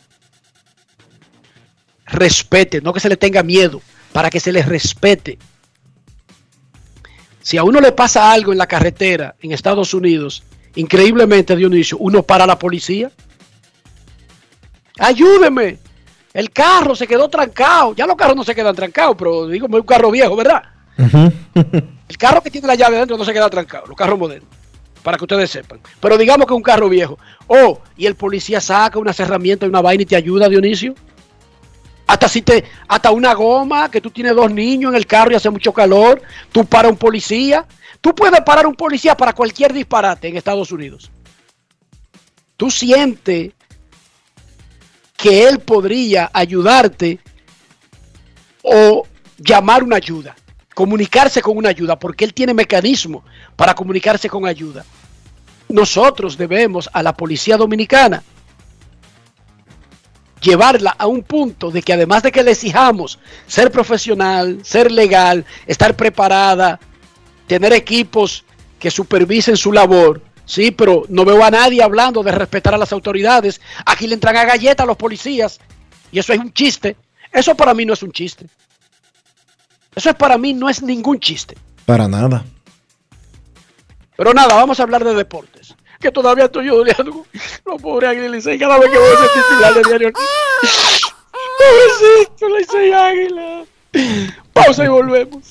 Respete, no que se le tenga miedo, para que se les respete. Si a uno le pasa algo en la carretera en Estados Unidos, increíblemente, Dionisio, uno para a la policía. Ayúdeme, el carro se quedó trancado. Ya los carros no se quedan trancados, pero digo, es un carro viejo, ¿verdad? Uh-huh. El carro que tiene la llave dentro no se queda trancado, los carros modernos, para que ustedes sepan. Pero digamos que es un carro viejo. Oh, y el policía saca unas herramientas y una vaina y te ayuda, Dionisio. Hasta si te, hasta una goma, que tú tienes dos niños en el carro y hace mucho calor, tú paras un policía. Tú puedes parar un policía para cualquier disparate en Estados Unidos. Tú sientes que él podría ayudarte o llamar una ayuda, comunicarse con una ayuda, porque él tiene mecanismos para comunicarse con ayuda. Nosotros debemos a la policía dominicana llevarla a un punto de que además de que le exijamos ser profesional, ser legal, estar preparada, tener equipos que supervisen su labor, sí, pero no veo a nadie hablando de respetar a las autoridades. Aquí le entran a galletas a los policías y eso es un chiste. Eso para mí no es un chiste. Eso es para mí no es ningún chiste. Para nada. Pero nada, vamos a hablar de deportes. Que todavía estoy odiando. No, pobre Águila Licey, cada vez que voy a ser titular de diario. Pobrecito Licey Águila. Pausa y volvemos.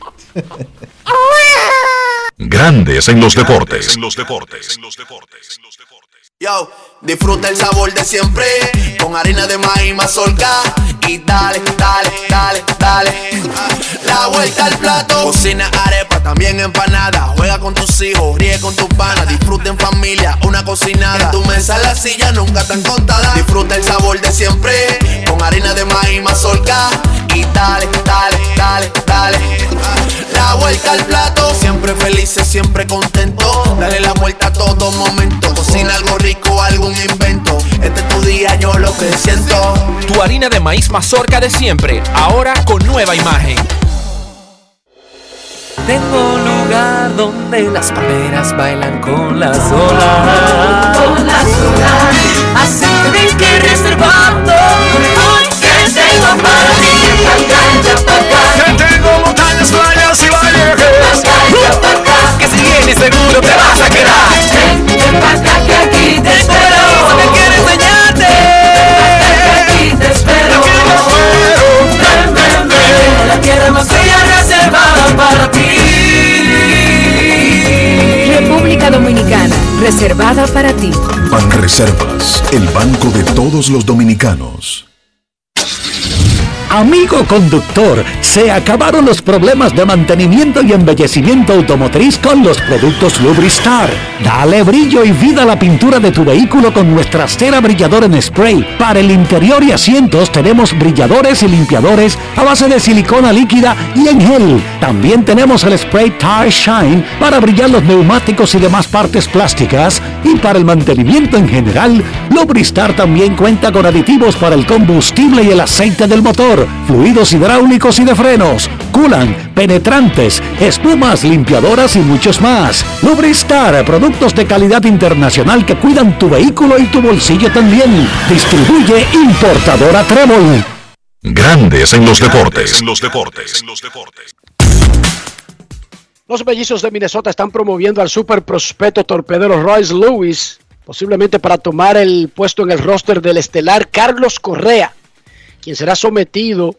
Grandes en los deportes. En los deportes. En los deportes. Yo, disfruta el sabor de siempre con harina de maíz mazorca y dale, dale, dale, dale. La vuelta al plato. Cocina arepa, también empanada. Juega con tus hijos, ríe con tus panas. Disfruta en familia, una cocinada. En tu mesa la silla nunca tan contada. Disfruta el sabor de siempre con harina de maíz mazorca y dale, dale, dale, dale. La vuelta al plato. Siempre felices, siempre contento. Dale la vuelta a todo momento. Cocina algo rico, algún invento. Este es tu día, yo lo que siento. Tu harina de maíz mazorca de siempre, ahora con nueva imagen. tengo un lugar donde las palmeras bailan con las olas. Con las olas. Así tenéis que reservando. Que tengo para ti. Que tengo montañas, playas y valles. Que si vienes seguro te vas a quedar. Ven, ven para acá que aquí te espero. Que quiero enseñarte. Aquí te espero. Ven, ven, ven. La tierra más bella reservada para ti. República Dominicana, reservada para ti. Banreservas, el banco de todos los dominicanos. Amigo conductor, se acabaron los problemas de mantenimiento y embellecimiento automotriz con los productos Lubristar. Dale brillo y vida a la pintura de tu vehículo con nuestra cera brilladora en spray. Para el interior y asientos tenemos brilladores y limpiadores a base de silicona líquida y en gel. También tenemos el spray Tire Shine para brillar los neumáticos y demás partes plásticas. Y para el mantenimiento en general, Lubristar también cuenta con aditivos para el combustible y el aceite del motor, fluidos hidráulicos y de frenos, culan, penetrantes, espumas, limpiadoras y muchos más. Lubristar, productos de calidad internacional que cuidan tu vehículo y tu bolsillo también. Distribuye importadora Trébol. Grandes en los deportes. En los deportes. Los Mellizos de Minnesota están promoviendo al super prospecto torpedero Royce Lewis, posiblemente para tomar el puesto en el roster del estelar Carlos Correa, quien será sometido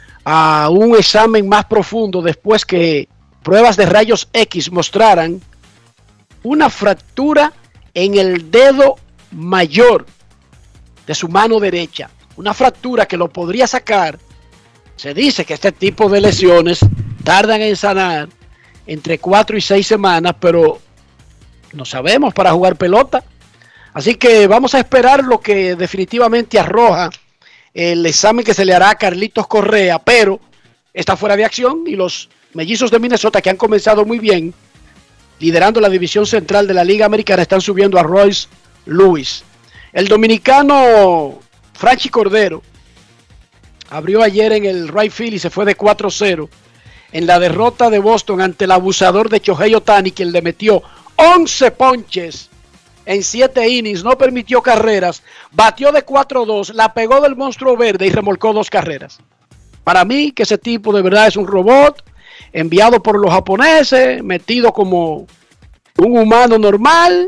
a un examen más profundo después que pruebas de rayos X mostraran una fractura en el dedo mayor de su mano derecha. Una fractura que lo podría sacar. Se dice que este tipo de lesiones tardan en sanar entre cuatro y seis semanas, pero no sabemos para jugar pelota. Así que vamos a esperar lo que definitivamente arroja el examen que se le hará a Carlitos Correa, pero está fuera de acción y los Mellizos de Minnesota, que han comenzado muy bien, liderando la división central de la Liga Americana, están subiendo a Royce Lewis. El dominicano Franchi Cordero abrió ayer en el right field y se fue de cuatro cero en la derrota de Boston ante el abusador de Shohei Ohtani, quien le metió once ponches en siete innings, no permitió carreras, batió de cuatro dos, la pegó del monstruo verde y remolcó dos carreras. Para mí, que ese tipo de verdad es un robot, enviado por los japoneses, metido como un humano normal,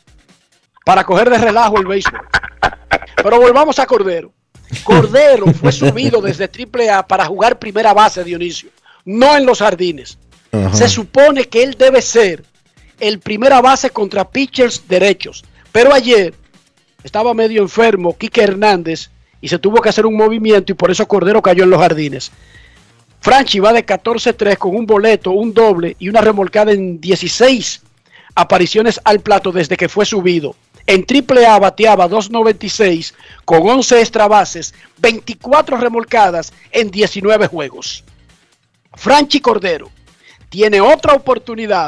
para coger de relajo el béisbol. Pero volvamos a Cordero. Cordero fue subido desde triple A para jugar primera base, Dionisio, no en los Jardines. Ajá. Se supone que él debe ser el primera base contra pitchers derechos, pero ayer estaba medio enfermo Quique Hernández y se tuvo que hacer un movimiento y por eso Cordero cayó en los Jardines. Franchi va de catorce tres con un boleto, un doble y una remolcada en dieciséis apariciones al plato desde que fue subido. En triple A bateaba dos noventa y seis con once extra bases, veinticuatro remolcadas en diecinueve juegos. Franchi Cordero tiene otra oportunidad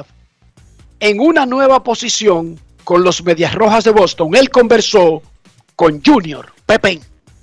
en una nueva posición con los Medias Rojas de Boston. Él conversó con Junior Pepín.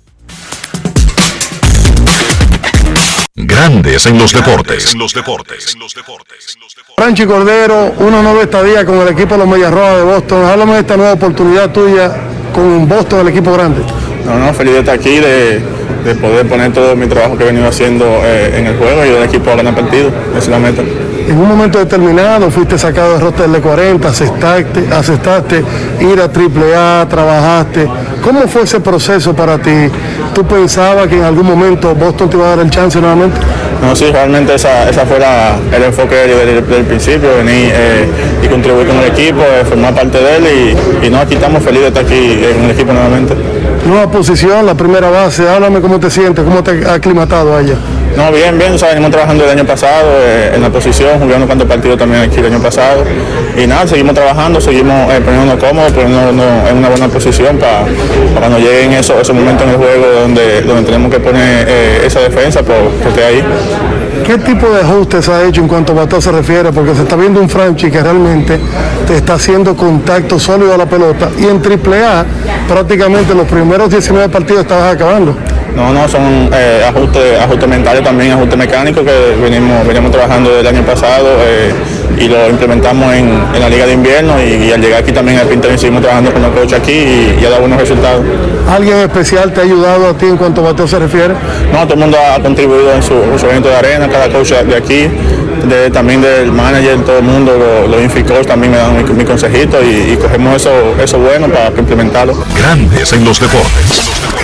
Grandes en los deportes. En los deportes. Franchi Cordero, una nueva estadía con el equipo de los Medias Rojas de Boston. Háblame de esta nueva oportunidad tuya con Boston, el equipo grande. No, no, feliz de estar aquí, de, de poder poner todo mi trabajo que he venido haciendo eh, en el juego y del equipo a ganar partido. Esa es la meta. En un momento determinado fuiste sacado del roster de cuarenta, aceptaste, aceptaste ir a triple A, trabajaste. ¿Cómo fue ese proceso para ti? ¿Tú pensabas que en algún momento Boston te iba a dar el chance nuevamente? No, sí, realmente esa, esa fue la, el enfoque desde el principio, venir eh, y contribuir con el equipo, eh, formar parte de él y, y no, aquí estamos felices de estar aquí en el equipo nuevamente. Nueva posición, la primera base, háblame cómo te sientes, cómo te has aclimatado allá. No, bien, bien, o sea, venimos trabajando el año pasado eh, en la posición, jugando cuantos partidos también aquí el año pasado y nada, seguimos trabajando, seguimos eh, poniéndonos cómodos, poniéndonos en una buena posición para pa cuando lleguen esos, esos momentos en el juego donde, donde tenemos que poner eh, esa defensa, pues que esté ahí. ¿Qué tipo de ajustes ha hecho en cuanto a bateo se refiere? Porque se está viendo un Franchi que realmente te está haciendo contacto sólido a la pelota y en triple A prácticamente los primeros diecinueve partidos estabas acabando. No, no, son eh, ajustes, ajustes mentales también, ajustes mecánicos que venimos, venimos trabajando desde el año pasado eh, y lo implementamos en, en la Liga de Invierno y, y al llegar aquí también al Pinter seguimos trabajando con los coaches aquí y, y ha dado buenos resultados. ¿Alguien especial te ha ayudado a ti en cuanto a bateo se refiere? No, todo el mundo ha contribuido en su, en su evento de arena, cada coach de aquí, de, también del manager, todo el mundo, los, los inficos también me dan mi, mi consejito y, y cogemos eso, eso bueno para implementarlo. Grandes en los deportes.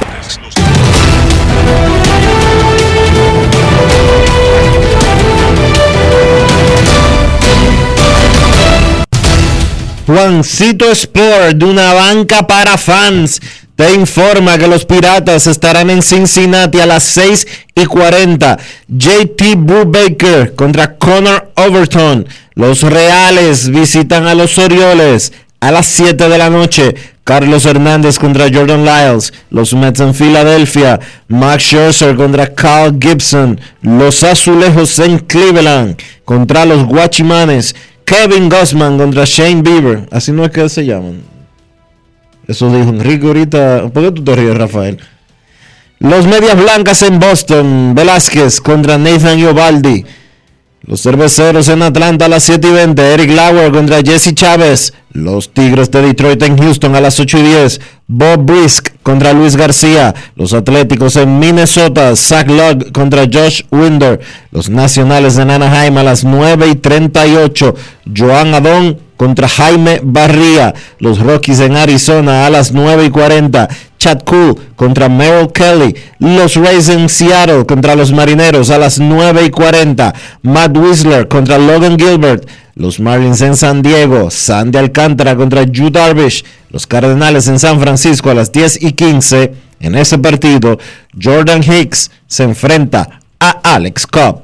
Juancito Sport, de una banca para fans, te informa que los Piratas estarán en Cincinnati a las seis y cuarenta. J T Brubaker contra Connor Overton. Los Reales visitan a los Orioles a las siete de la noche. Carlos Hernández contra Jordan Lyles. Los Mets en Filadelfia. Max Scherzer contra Kyle Gibson. Los Azulejos en Cleveland contra los Guachimanes. Kevin Gausman contra Shane Bieber. Así no es que se llaman. Eso dijo Enrique ahorita. ¿Por qué tú te ríes, Rafael? Los Medias Blancas en Boston. Velázquez contra Nathan Eovaldi. Los Cerveceros en Atlanta a las siete y veinte. Eric Lauer contra Jesse Chávez. Los Tigres de Detroit en Houston a las ocho y diez. Bob Brisk contra Luis García. Los Atléticos en Minnesota. Zach Lugg contra Josh Winder. Los Nacionales en Anaheim a las nueve y treinta y ocho. Joan Adón contra Jaime Barría. Los Rockies en Arizona a las nueve y cuarenta. Chad Kuhl contra Merrill Kelly. Los Rays en Seattle contra los Marineros a las nueve y cuarenta. Matt Whistler contra Logan Gilbert. Los Marlins en San Diego. Sandy Alcántara contra Yu Darvish. Los Cardenales en San Francisco a las diez y quince. En ese partido, Jordan Hicks se enfrenta a Alex Cobb.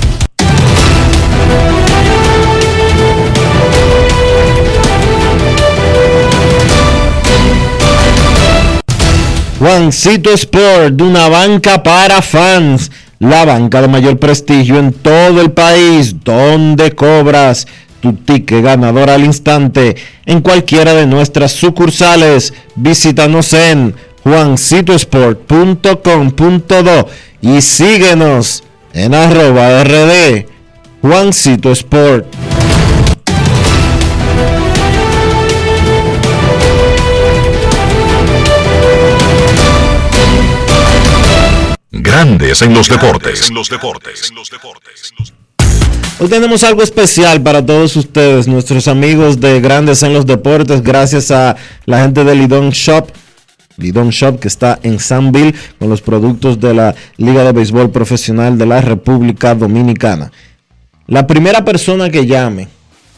Juancito Sport, de una banca para fans, la banca de mayor prestigio en todo el país, donde cobras tu ticket ganador al instante en cualquiera de nuestras sucursales. Visítanos en juancito sport punto com punto do y síguenos en arroba rd Juancito Sport. Grandes en los deportes. Hoy tenemos algo especial para todos ustedes, nuestros amigos de Grandes en los Deportes, gracias a la gente de Lidón Shop. Lidón Shop, que está en Sanville con los productos de la Liga de Béisbol Profesional de la República Dominicana. La primera persona que llame,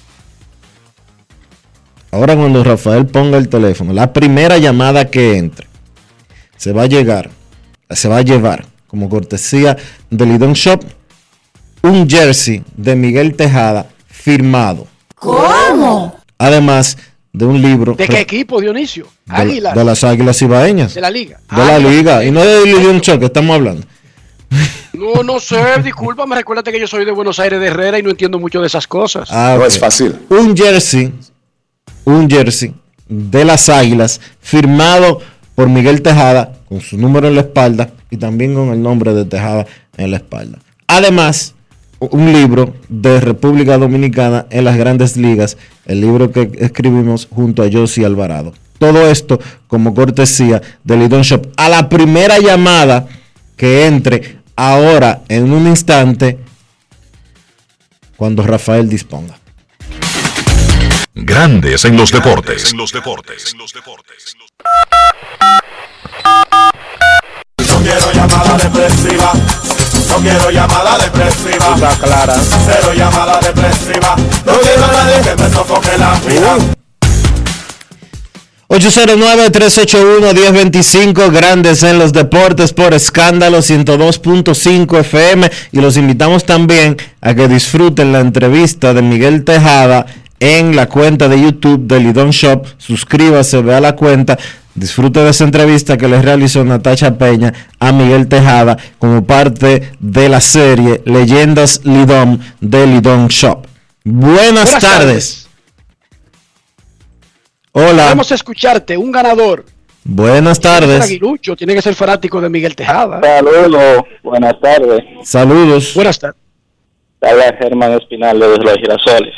ahora cuando Rafael ponga el teléfono, la primera llamada que entre, se va a llegar, se va a llevar como cortesía de Lidón Shop un jersey de Miguel Tejada firmado. ¿Cómo? Además de un libro. ¿De qué equipo, Dionisio? Águilas. De, de las Águilas Ibaeñas. De la liga. De ah, la liga. Y no de Lidón Shop que estamos hablando. No, no sé, discúlpame, recuérdate que yo soy de Buenos Aires de Herrera y no entiendo mucho de esas cosas. Ah, okay. No es fácil. Un jersey, un jersey de las Águilas firmado por Miguel Tejada con su número en la espalda y también con el nombre de Tejada en la espalda. Además, un libro de República Dominicana en las Grandes Ligas, el libro que escribimos junto a Josie Alvarado. Todo esto como cortesía de Lidón Shop. A la primera llamada que entre ahora en un instante, cuando Rafael disponga. Grandes en los deportes. En los deportes. No quiero llamada depresiva. No quiero llamada depresiva. Está clara. Cero llamada depresiva. No quiero a nadie que me sofoque la vida. ocho cero nueve, tres ocho uno, uno cero dos cinco, Grandes en los Deportes por Escándalo ciento dos punto cinco F M, y los invitamos también a que disfruten la entrevista de Miguel Tejada en la cuenta de YouTube de Lidón Shop. Suscríbase, vea la cuenta, disfrute de esa entrevista que les realizó Natacha Peña a Miguel Tejada como parte de la serie Leyendas Lidón de Lidón Shop. Buenas, Buenas tardes. tardes. Hola. Queremos escucharte, un ganador. Buenas tardes. Aguilucho, tiene que ser fanático de Miguel Tejada. Saludos, buenas tardes. Saludos. Buenas tardes. Habla Germán Espinal desde Los Girasoles.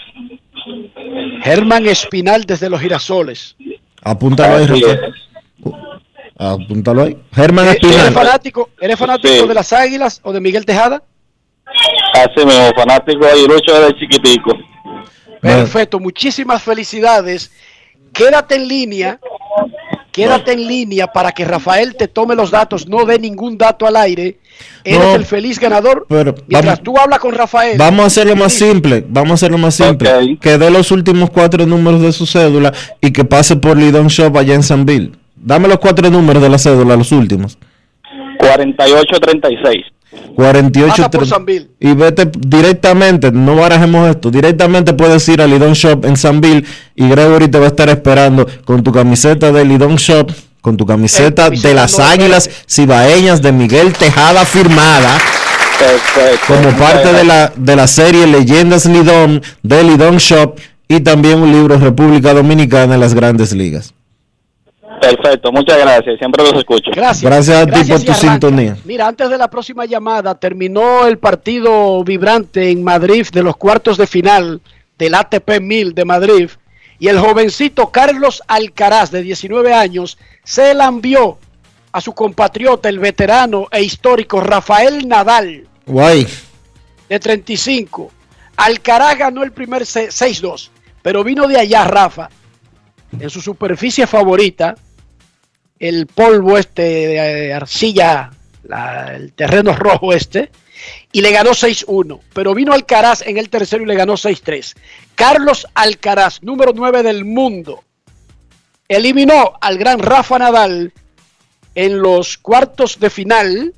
Germán Espinal desde Los Girasoles. Apúntalo ahí, Rafael. Apúntalo ahí. Germán ¿E- Espinal. ¿Eres fanático, eres fanático Sí. de las Águilas o de Miguel Tejada? Así mismo, fanático de Aguilucho desde chiquitico. Perfecto, muchísimas felicidades. Quédate en línea, quédate en línea para que Rafael te tome los datos, no dé ningún dato al aire. Eres No, el feliz ganador. pero Mientras vamos- tú hablas con Rafael. Vamos a hacerlo más simple, vamos a hacerlo más simple. Que dé los últimos cuatro números de su cédula y que pase por Lidon Shop allá en Sanville. Dame los cuatro números de la cédula, los últimos. cuarenta y ocho treinta y seis. cuarenta y ocho Pasa por treinta. Sanville. Y vete directamente, no barajemos esto, directamente puedes ir a Lidon Shop en Sanville y Gregory te va a estar esperando con tu camiseta de Lidon Shop, con tu camiseta camiseta de las no, Águilas Cibaeñas de Miguel Tejada firmada. Perfecto. Como parte de la, de la serie Leyendas Lidón de Lidón Shop y también un libro República Dominicana en las Grandes Ligas. Perfecto, muchas gracias, siempre los escucho. Gracias. Gracias a ti Gracias por y tu arranca. sintonía. Mira, antes de la próxima llamada, terminó el partido vibrante en Madrid de los cuartos de final del A T P mil de Madrid y el jovencito Carlos Alcaraz, de diecinueve años, se la envió a su compatriota, el veterano e histórico Rafael Nadal, Guay. de treinta y cinco. Alcaraz ganó el primer se- seis dos, pero vino de allá Rafa, en su superficie favorita, el polvo este de arcilla, la- el terreno rojo este, y le ganó seis uno, pero vino Alcaraz en el tercero y le ganó seis tres. Carlos Alcaraz, número nueve del mundo, eliminó al gran Rafa Nadal en los cuartos de final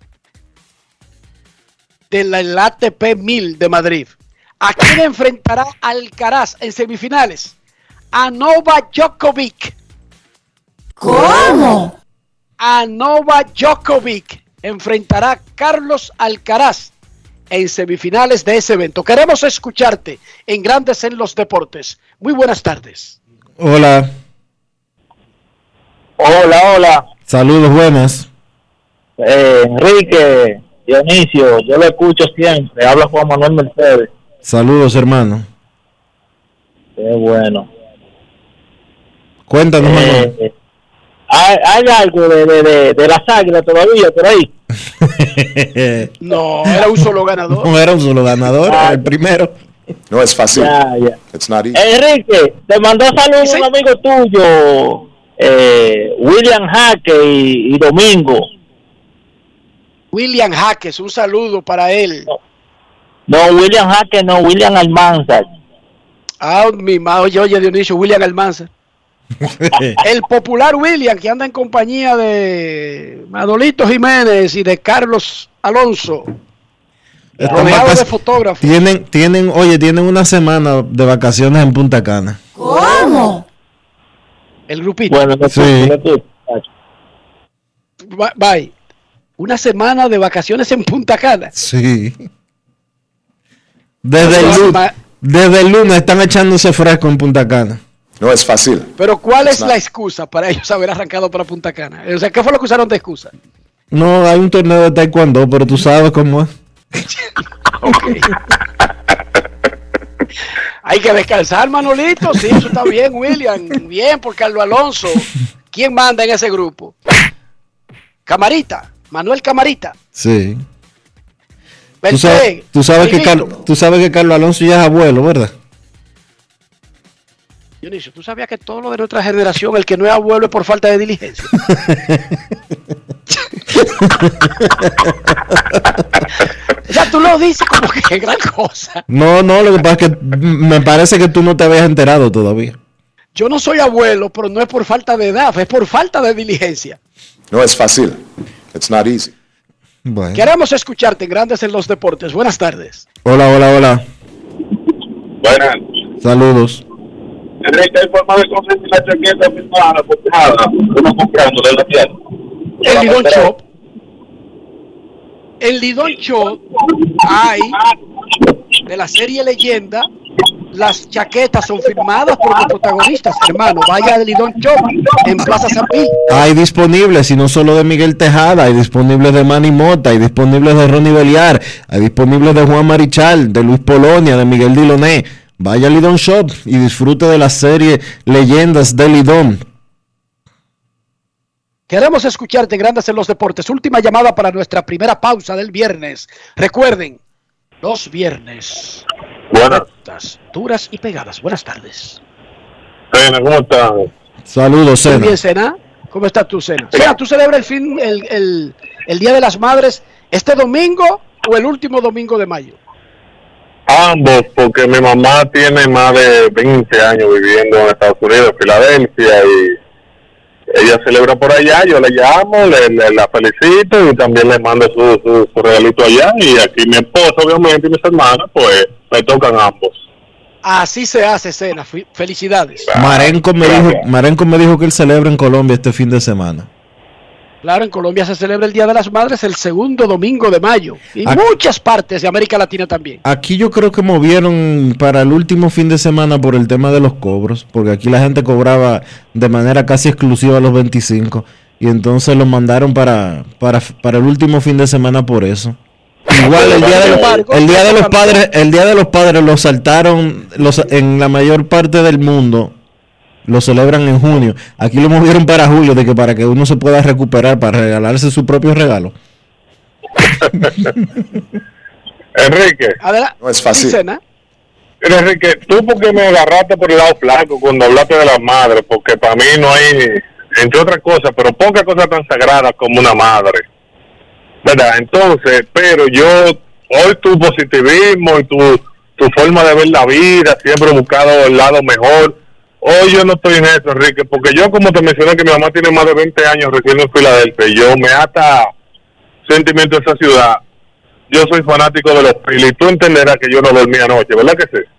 del A T P mil de Madrid. ¿A quién enfrentará Alcaraz en semifinales? A Novak Djokovic. ¿Cómo? A Novak Djokovic enfrentará a Carlos Alcaraz en semifinales de ese evento. Queremos escucharte en Grandes en los Deportes. Muy buenas tardes. Hola. Hola, hola. Saludos, buenas. Eh, Enrique, Dionisio, yo lo escucho siempre. Habla Juan Manuel Mercedes. Saludos, hermano. Qué bueno. Cuéntanos, Manuel. Eh, ¿hay, hay algo de, de, de, de las Águilas todavía por ahí? No, era un solo ganador. No era un solo ganador, era el primero. No es fácil. Ya, ya. It's not easy. Enrique, te mandó saludos un amigo tuyo, eh, William Jaque y, y Domingo. William Jaques, un saludo para él. No, William Jaque, no, William Almanzar. Ah, mi madre, oye, oye, Dionisio, William Almanzar. El popular William, que anda en compañía de Manolito Jiménez y de Carlos Alonso. Estos Rodeado mapas de fotógrafos. Tienen, tienen, oye, tienen una semana de vacaciones en Punta Cana. ¿Cómo? El grupito. Bueno, no Sí. Ba- Bye. Una semana de vacaciones en Punta Cana. Sí. Desde el, Una lu- sema- desde el lunes están echándose fresco en Punta Cana. No es fácil. Pero ¿cuál es It's not- la excusa para ellos haber arrancado para Punta Cana? O sea, ¿qué fue lo que usaron de excusa? No, hay un torneo de taekwondo, pero tú sabes cómo es. Hay que descansar, Manolito. Sí, eso está bien, William. Bien por Carlos Alonso. ¿Quién manda en ese grupo? Camarita. Manuel Camarita. Sí. Tú Vente, sabes, tú sabes que primito. Car- tú sabes que Carlos Alonso ya es abuelo, ¿verdad? Dionisio, ¿tú sabías que todo lo de nuestra generación, el que no es abuelo es por falta de diligencia? O sea, tú lo dices como que es gran cosa. No, no, lo que pasa es que me parece que tú no te habías enterado todavía. Yo no soy abuelo, pero no es por falta de edad, es por falta de diligencia. No es fácil. It's not easy. Bueno. Queremos escucharte en Grandes en los Deportes. Buenas tardes. Hola, hola, hola. Buenas. Saludos. Enrique, hay forma de conseguir la chaqueta firmada, fojada, uno comprando de la tienda. El Lidón Shop. El Lidón Shop hay de la serie Leyenda las chaquetas son firmadas por los protagonistas, hermano. Vaya al Lidón Shop en Plaza San Pil. Hay disponibles, y no solo de Miguel Tejada, hay disponibles de Manny Mota, hay disponibles de Ronnie Beliar, hay disponibles de Juan Marichal, de Luis Polonia, de Miguel Diloné. Vaya al Lidón Shop y disfrute de la serie Leyendas del Lidón. Queremos escucharte, Grandes en los Deportes. Última llamada para nuestra primera pausa del viernes. Recuerden, los viernes. Buenas. Duras y pegadas. Buenas tardes. Sena, ¿cómo estás? Saludos, Sena. Muy bien, Sena. ¿Cómo estás tú, Sena? Sena, ¿tú celebras el fin, el, el, el Día de las Madres este domingo o el último domingo de mayo? Ambos, porque mi mamá tiene más de veinte años viviendo en Estados Unidos, en Filadelfia, y ella celebra por allá. Yo le llamo, le, le la felicito y también le mando su, su, su regalito allá. Y aquí mi esposo, obviamente, y mis hermanas, pues me tocan ambos. Así se hace, Sena. Felicidades. Marenco me dijo, Marenco me dijo que él celebra en Colombia este fin de semana. Claro, en Colombia se celebra el Día de las Madres el segundo domingo de mayo. Y aquí, muchas partes de América Latina también. Aquí yo creo que movieron para el último fin de semana por el tema de los cobros, porque aquí la gente cobraba de manera casi exclusiva los veinticinco, y entonces lo mandaron para, para, para el último fin de semana por eso. Igual el día de los, el día de los padres, el día de los padres lo saltaron los, en la mayor parte del mundo. Lo celebran en junio. Aquí lo movieron para julio, de que para que uno se pueda recuperar para regalarse su propio regalo. Enrique, Adelante. No es fácil. Cena. Enrique, tú porque me agarraste por el lado flaco cuando hablaste de las madres, porque para mí no hay, entre otras cosas, pero pocas cosas tan sagradas como una madre, ¿verdad? Entonces, pero yo, hoy tu positivismo y tu, tu forma de ver la vida, siempre he buscado el lado mejor. Hoy yo no estoy en eso, Enrique, porque yo, como te mencioné, que mi mamá tiene más de veinte años residiendo en Filadelfia, y yo me ata sentimiento de esa ciudad. Yo soy fanático de los Phillies, y tú entenderás que yo no dormí anoche, ¿verdad que sí?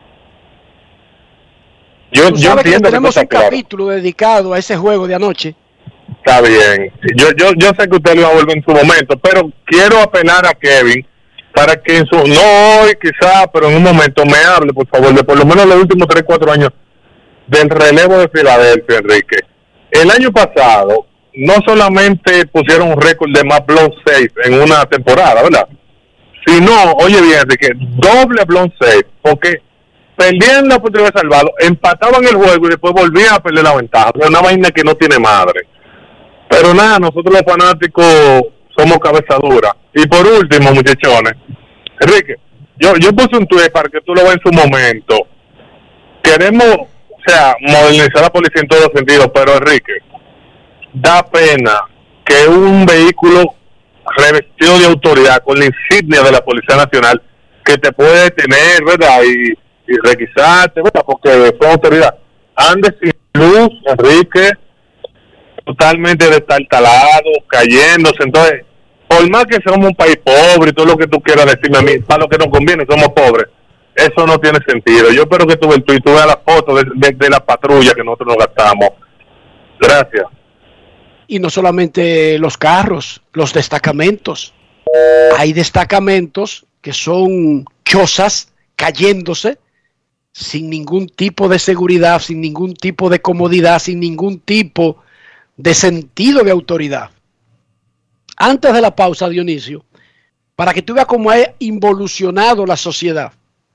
Yo, yo entiendo que tenemos que un claro. capítulo dedicado a ese juego de anoche. Está bien. Yo, yo, yo sé que usted lo va a volver en su momento, pero quiero apelar a Kevin para que en su, no hoy quizá, pero en un momento me hable, por favor, de por lo menos los últimos tres, cuatro años del relevo de Filadelfia, Enrique. El año pasado no solamente pusieron un récord de más blown safe en una temporada, ¿verdad? Sino, oye bien, Enrique, doble blown safe, porque perdían la oportunidad de salvarlo, empataban el juego y después volvían a perder la ventaja. Es una vaina que no tiene madre. Pero nada, nosotros los fanáticos somos cabeza dura. Y por último, muchachones, Enrique, yo, yo puse un tweet para que tú lo veas en su momento. Queremos, o sea, modernizar la policía en todos los sentidos, pero Enrique, da pena que un vehículo revestido de autoridad con la insignia de la Policía Nacional, que te puede detener, ¿verdad? Y, y requisarte, ¿verdad? Porque fue autoridad, ande sin luz, Enrique, totalmente destartalado, cayéndose. Entonces, por más que somos un país pobre y todo lo que tú quieras decirme a mí, para lo que nos conviene, somos pobres. Eso no tiene sentido. Yo espero que tú, tú, tú veas la foto de, de, de la patrulla que nosotros nos gastamos. Gracias. Y no solamente los carros, los destacamentos. Hay destacamentos que son chozas cayéndose sin ningún tipo de seguridad, sin ningún tipo de comodidad, sin ningún tipo de sentido de autoridad. Antes de la pausa, Dionisio, para que tú veas cómo ha involucionado la sociedad.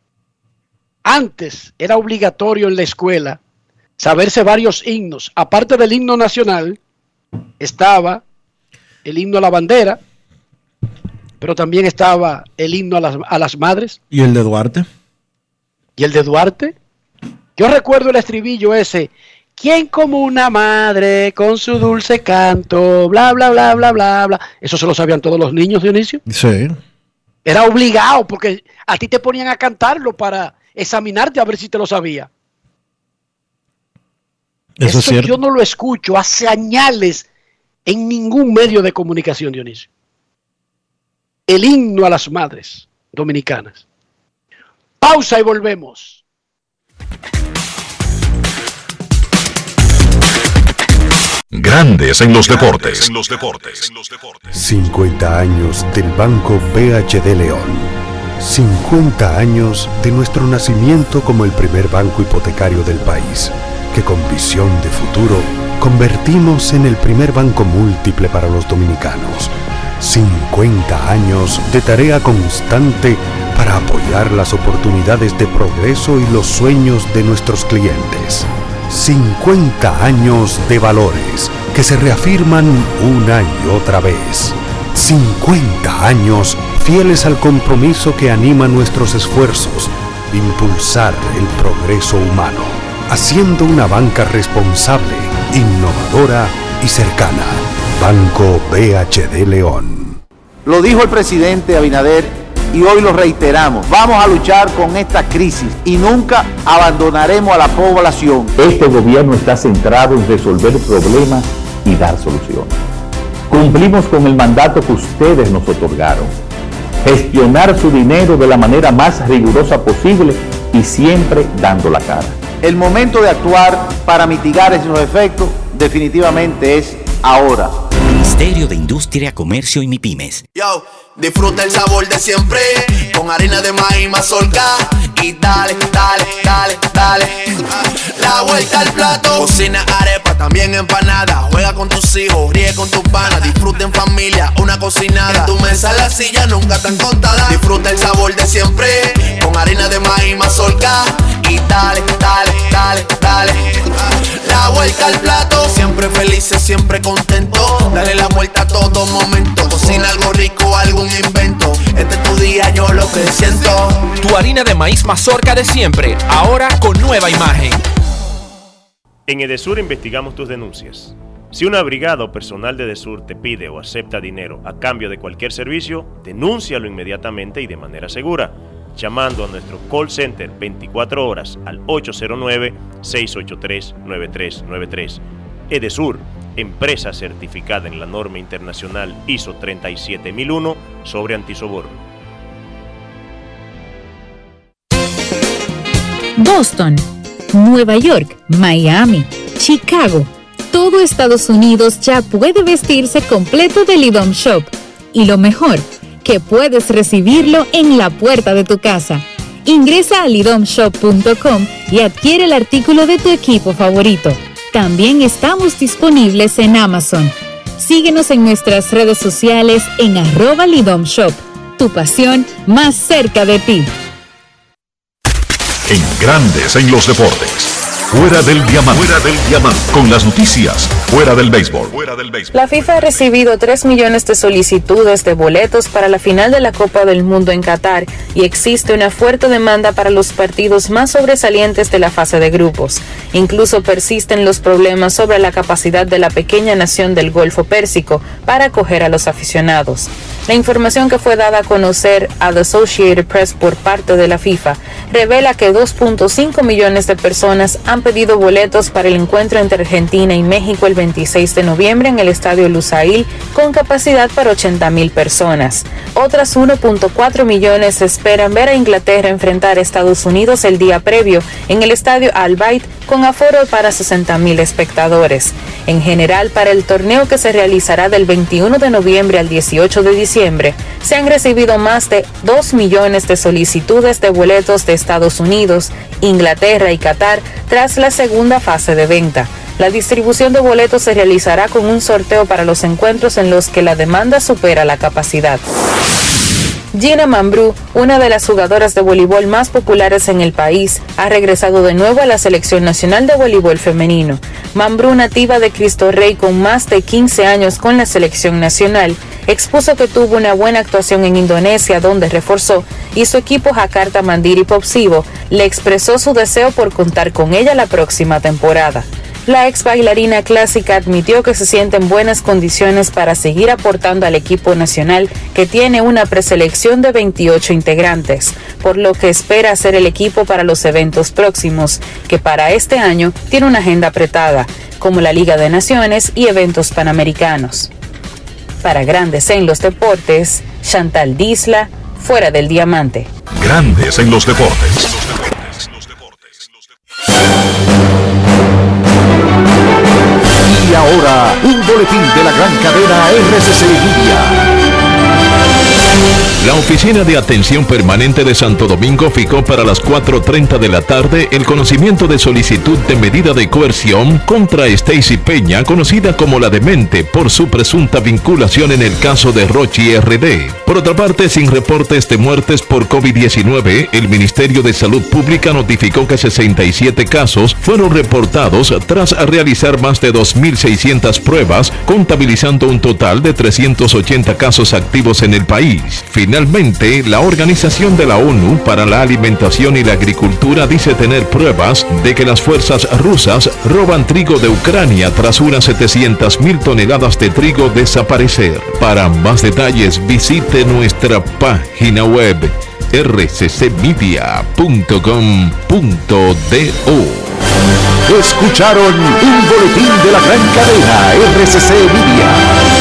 Antes era obligatorio en la escuela saberse varios himnos. Aparte del himno nacional, estaba el himno a la bandera, pero también estaba el himno a las, a las madres. ¿Y el de Duarte? ¿Y el de Duarte? Yo recuerdo el estribillo ese: ¿quién como una madre con su dulce canto? Bla, bla, bla, bla, bla, bla. Eso se lo sabían todos los niños, Dionisio. Sí. Era obligado, porque a ti te ponían a cantarlo para examinarte a ver si te lo sabía. Eso, Eso yo no lo escucho a señales en ningún medio de comunicación, Dionisio. El himno a las madres dominicanas. Pausa y volvemos. Grandes en los deportes. En los deportes. cincuenta años del Banco B H D León. cincuenta años de nuestro nacimiento como el primer banco hipotecario del país, que con visión de futuro convertimos en el primer banco múltiple para los dominicanos. cincuenta años de tarea constante para apoyar las oportunidades de progreso y los sueños de nuestros clientes. cincuenta años de valores que se reafirman una y otra vez. cincuenta años fieles al compromiso que anima nuestros esfuerzos, impulsar el progreso humano, haciendo una banca responsable, innovadora y cercana. Banco B H D León. Lo dijo el presidente Abinader y hoy lo reiteramos. Vamos a luchar con esta crisis y nunca abandonaremos a la población. Este gobierno está centrado en resolver problemas y dar soluciones. Cumplimos con el mandato que ustedes nos otorgaron. Gestionar su dinero de la manera más rigurosa posible y siempre dando la cara. El momento de actuar para mitigar esos efectos definitivamente es ahora. Ministerio de Industria, Comercio y MIPYMES. Yo, disfruta el sabor de siempre con harina de maíz mazorca y dale, dale, dale, dale. La vuelta al plato, cocina arepa, también empanada. Juega con tus hijos, ríe con tus panas, disfruta en familia, una cocinada. En tu mesa las sillas nunca tan contadas. Disfruta el sabor de siempre con harina de maíz mazorca y dale, dale, dale, dale. La vuelta al plato, siempre felices, siempre contentos. Dale la vuelta a todo momento. Cocina algo rico, algún invento. Este es tu día, yo lo que siento. Tu harina de maíz mazorca de siempre, ahora con nueva imagen. En Edesur investigamos tus denuncias. Si una brigada o personal de Edesur te pide o acepta dinero a cambio de cualquier servicio, denúncialo inmediatamente y de manera segura, llamando a nuestro call center veinticuatro horas al ocho cero nueve, seis ocho tres, nueve tres nueve tres. Edesur, empresa certificada en la norma internacional I S O treinta y siete mil uno sobre antisoborno. Boston, Nueva York, Miami, Chicago. Todo Estados Unidos ya puede vestirse completo del IDOM Shop. Y lo mejor, que puedes recibirlo en la puerta de tu casa. Ingresa a lidom shop punto com y adquiere el artículo de tu equipo favorito. También estamos disponibles en Amazon. Síguenos en nuestras redes sociales en arroba Lidom Shop. Tu pasión más cerca de ti. En Grandes en los Deportes. Fuera del diamante. Fuera del diamante. Con las noticias. Fuera del béisbol. Fuera del béisbol. La FIFA ha recibido tres millones de solicitudes de boletos para la final de la Copa del Mundo en Qatar y existe una fuerte demanda para los partidos más sobresalientes de la fase de grupos. Incluso persisten los problemas sobre la capacidad de la pequeña nación del Golfo Pérsico para acoger a los aficionados. La información que fue dada a conocer a The Associated Press por parte de la FIFA revela que dos punto cinco millones de personas han pedido boletos para el encuentro entre Argentina y México el veintiséis de noviembre en el Estadio Lusail con capacidad para ochenta mil personas. Otras uno punto cuatro millones esperan ver a Inglaterra enfrentar a Estados Unidos el día previo en el Estadio Al Bayt con aforo para sesenta mil espectadores. En general, para el torneo que se realizará del veintiuno de noviembre al dieciocho de diciembre, se han recibido más de dos millones de solicitudes de boletos de Estados Unidos, Inglaterra y Qatar tras la segunda fase de venta. La distribución de boletos se realizará con un sorteo para los encuentros en los que la demanda supera la capacidad. Gina Mambrú, una de las jugadoras de voleibol más populares en el país, ha regresado de nuevo a la Selección Nacional de Voleibol Femenino. Mambrú, nativa de Cristo Rey con más de quince años con la Selección Nacional, expuso que tuvo una buena actuación en Indonesia, donde reforzó, y su equipo Jakarta Mandiri Popsibo le expresó su deseo por contar con ella la próxima temporada. La ex bailarina clásica admitió que se siente en buenas condiciones para seguir aportando al equipo nacional, que tiene una preselección de veintiocho integrantes, por lo que espera hacer el equipo para los eventos próximos, que para este año tiene una agenda apretada, como la Liga de Naciones y eventos panamericanos. Para Grandes en los Deportes, Chantal Disla, Fuera del Diamante. Grandes en los Deportes. Y ahora, un boletín de la gran cadena R C C Media. La Oficina de Atención Permanente de Santo Domingo fijó para las cuatro treinta de la tarde el conocimiento de solicitud de medida de coerción contra Stacy Peña, conocida como la Demente, por su presunta vinculación en el caso de Rochi R D. Por otra parte, sin reportes de muertes por COVID diecinueve, el Ministerio de Salud Pública notificó que sesenta y siete casos fueron reportados tras realizar más de dos mil seiscientas pruebas, contabilizando un total de trescientos ochenta casos activos en el país. Finalmente, la Organización de la ONU para la Alimentación y la Agricultura dice tener pruebas de que las fuerzas rusas roban trigo de Ucrania tras unas setecientas mil toneladas de trigo desaparecer. Para más detalles, visite nuestra página web r c c media punto com punto do. Escucharon un boletín de la gran cadena R C C Media.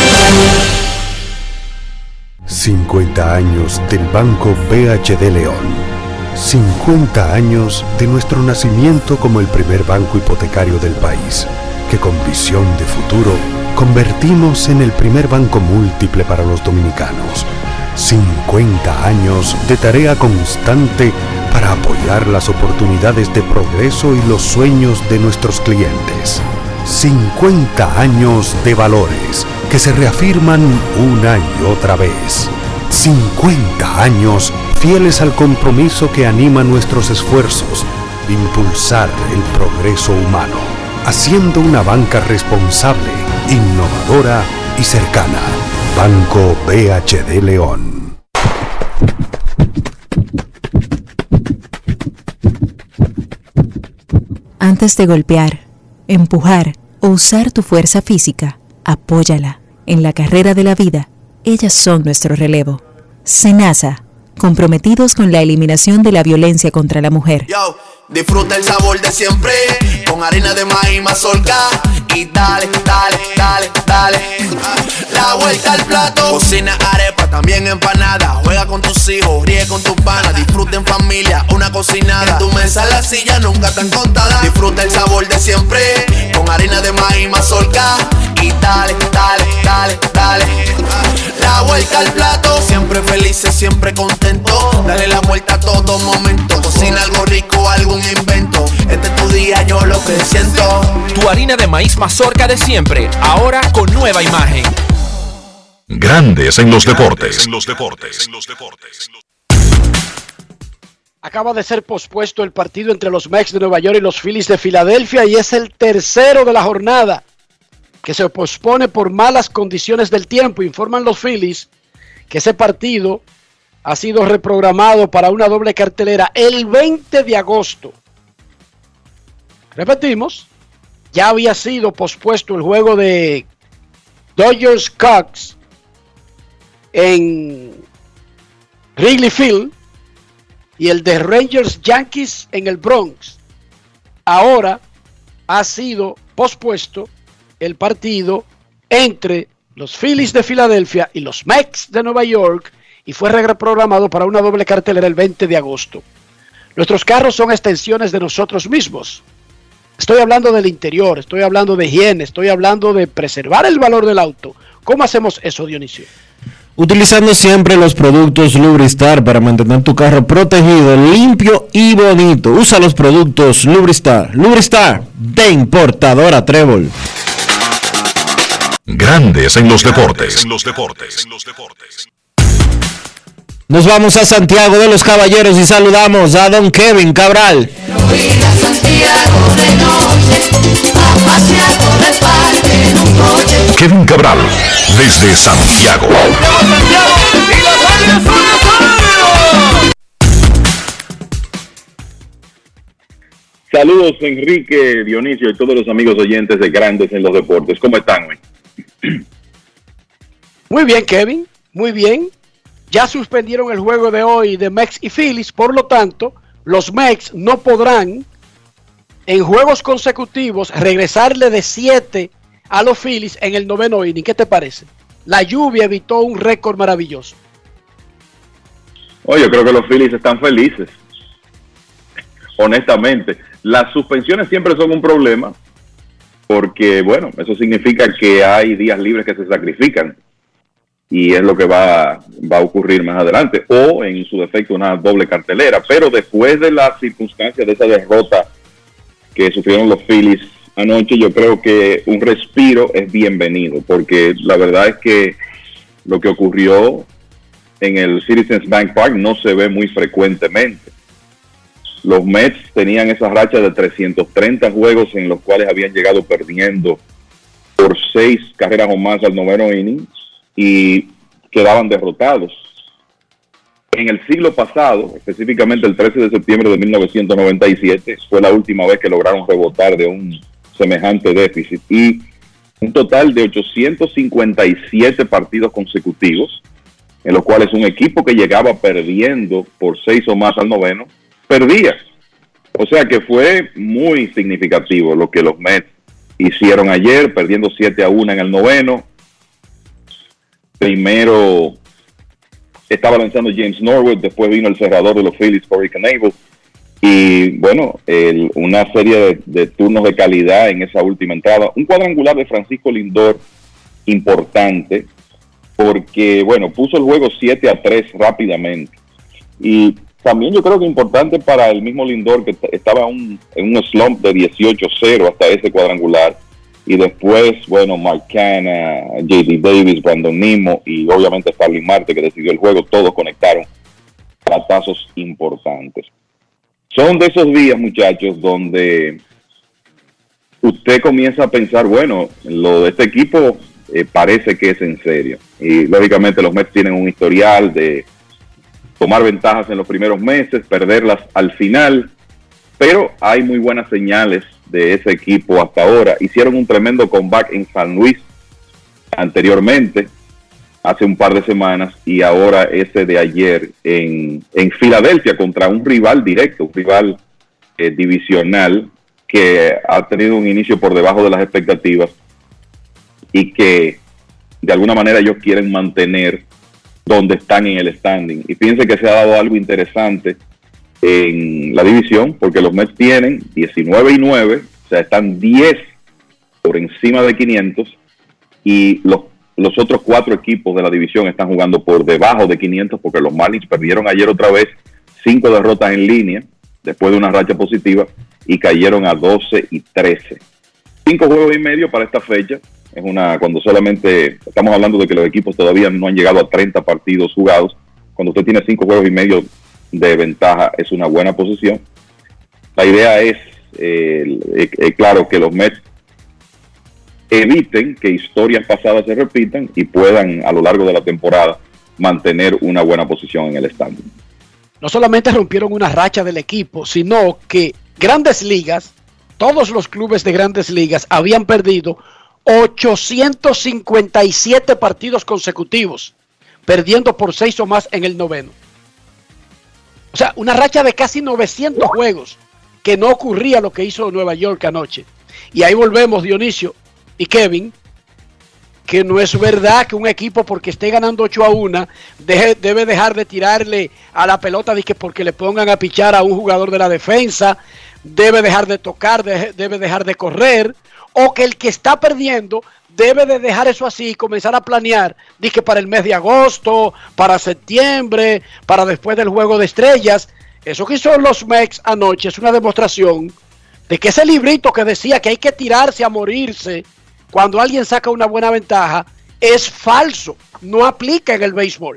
cincuenta años del Banco B H D León. cincuenta años de nuestro nacimiento como el primer banco hipotecario del país, que con visión de futuro convertimos en el primer banco múltiple para los dominicanos. cincuenta años de tarea constante para apoyar las oportunidades de progreso y los sueños de nuestros clientes. cincuenta años de valores que se reafirman una y otra vez. cincuenta años fieles al compromiso que anima nuestros esfuerzos, impulsar el progreso humano, haciendo una banca responsable, innovadora y cercana. Banco B H D León. Antes de golpear, empujar o usar tu fuerza física, apóyala. En la carrera de la vida, ellas son nuestro relevo. SENASA, comprometidos con la eliminación de la violencia contra la mujer. Yo, disfruta el sabor de siempre, con harina de maíz mazorca, y dale, dale, dale, dale, la vuelta al plato. Cocina arepa, también empanada, juega con tus hijos, ríe con tus panas, disfruta en familia, una cocinada. En tu mesa la silla nunca tan contada. Disfruta el sabor de siempre, con harina de maíz mazorca, y dale, dale, dale, dale, la vuelta al plato. Siempre felices, siempre contento, dale la vuelta a todo momento. Cocina algo rico, algún invento, este es tu día, yo lo que siento. Tu harina de maíz mazorca de siempre, ahora con nueva imagen. Grandes en los deportes. Acaba de ser pospuesto el partido entre los Mets de Nueva York y los Phillies de Filadelfia y es el tercero de la jornada que se pospone por malas condiciones del tiempo. Informan los Phillies que ese partido ha sido reprogramado para una doble cartelera el veinte de agosto. Repetimos, ya había sido pospuesto el juego de Dodgers Cubs en Wrigley Field y el de Rangers Yankees en el Bronx. Ahora ha sido pospuesto el partido entre los Phillies de Filadelfia y los Mets de Nueva York y fue reprogramado para una doble cartelera el veinte de agosto. Nuestros carros son extensiones de nosotros mismos. Estoy hablando del interior, estoy hablando de higiene, estoy hablando de preservar el valor del auto. ¿Cómo hacemos eso, Dionisio? Utilizando siempre los productos Lubristar para mantener tu carro protegido, limpio y bonito. Usa los productos Lubristar. Lubristar de importadora Trébol. Grandes en los deportes. Nos vamos a Santiago de los Caballeros y saludamos a don Kevin Cabral. Kevin Cabral, desde Santiago. Saludos Enrique, Dionisio y todos los amigos oyentes de Grandes en los Deportes. ¿Cómo están hoy? Muy bien, Kevin, muy bien. Ya suspendieron el juego de hoy de Mets y Phillies, por lo tanto, los Mets no podrán en juegos consecutivos regresarle de siete a los Phillies en el noveno inning. ¿Qué te parece? La lluvia evitó un récord maravilloso. Oye, yo creo que los Phillies están felices. Honestamente, las suspensiones siempre son un problema porque, bueno, eso significa que hay días libres que se sacrifican. y es lo que va, va a ocurrir más adelante, o en su defecto una doble cartelera. Pero después de las circunstancias de esa derrota que sufrieron los Phillies anoche, yo creo que un respiro es bienvenido, porque la verdad es que lo que ocurrió en el Citizens Bank Park no se ve muy frecuentemente. Los Mets tenían esa racha de trescientos treinta juegos en los cuales habían llegado perdiendo por seis carreras o más al noveno inning y quedaban derrotados. En el siglo pasado, específicamente el trece de septiembre de mil novecientos noventa y siete, fue la última vez que lograron rebotar de un semejante déficit, y un total de ochocientos cincuenta y siete partidos consecutivos en los cuales un equipo que llegaba perdiendo por seis o más al noveno, perdía. O sea que fue muy significativo lo que los Mets hicieron ayer, perdiendo siete a uno en el noveno. Primero estaba lanzando James Norwood, después vino el cerrador de los Phillies, Corey Knebel, y bueno, el, una serie de, de turnos de calidad en esa última entrada. Un cuadrangular de Francisco Lindor importante, porque bueno, puso el juego siete a tres rápidamente, y también yo creo que importante para el mismo Lindor, que estaba un, en un slump de dieciocho cero hasta ese cuadrangular. Y después, bueno, Mark Canha, J D Davis, Brandon Nimmo y obviamente Starling Marte, que decidió el juego, todos conectaron batazos importantes. Son de esos días, muchachos, donde usted comienza a pensar, bueno, lo de este equipo eh, parece que es en serio. Y lógicamente los Mets tienen un historial de tomar ventajas en los primeros meses, perderlas al final, pero hay muy buenas señales de ese equipo hasta ahora. Hicieron un tremendo comeback en San Luis anteriormente, hace un par de semanas, y ahora ese de ayer en, en Filadelfia contra un rival directo, un rival eh, divisional que ha tenido un inicio por debajo de las expectativas y que de alguna manera ellos quieren mantener donde están en el standing. Y fíjense que se ha dado algo interesante en la división, porque los Mets tienen diecinueve y nueve, o sea, están diez por encima de quinientos, y los, los otros cuatro equipos de la división están jugando por debajo de quinientos, porque los Marlins perdieron ayer otra vez cinco derrotas en línea, después de una racha positiva, y cayeron a doce y trece. Cinco juegos y medio para esta fecha, es una, cuando solamente estamos hablando de que los equipos todavía no han llegado a treinta partidos jugados. Cuando usted tiene cinco juegos y medio de ventaja, es una buena posición. La idea es, eh, eh, eh, claro, que los Mets eviten que historias pasadas se repitan y puedan a lo largo de la temporada mantener una buena posición en el standing. No solamente rompieron una racha del equipo, sino que Grandes Ligas, todos los clubes de Grandes Ligas habían perdido ochocientos cincuenta y siete partidos consecutivos, perdiendo por seis o más en el noveno. O sea, una racha de casi novecientos juegos, que no ocurría lo que hizo Nueva York anoche. Y ahí volvemos, Dionisio y Kevin, que no es verdad que un equipo porque esté ganando ocho a uno deje, debe dejar de tirarle a la pelota de que porque le pongan a pichar a un jugador de la defensa, debe dejar de tocar, de, debe dejar de correr, o que el que está perdiendo debe de dejar eso así y comenzar a planear, de que para el mes de agosto, para septiembre, para después del Juego de Estrellas. Eso que hizo los Mets anoche es una demostración de que ese librito que decía que hay que tirarse a morirse cuando alguien saca una buena ventaja es falso, no aplica en el béisbol.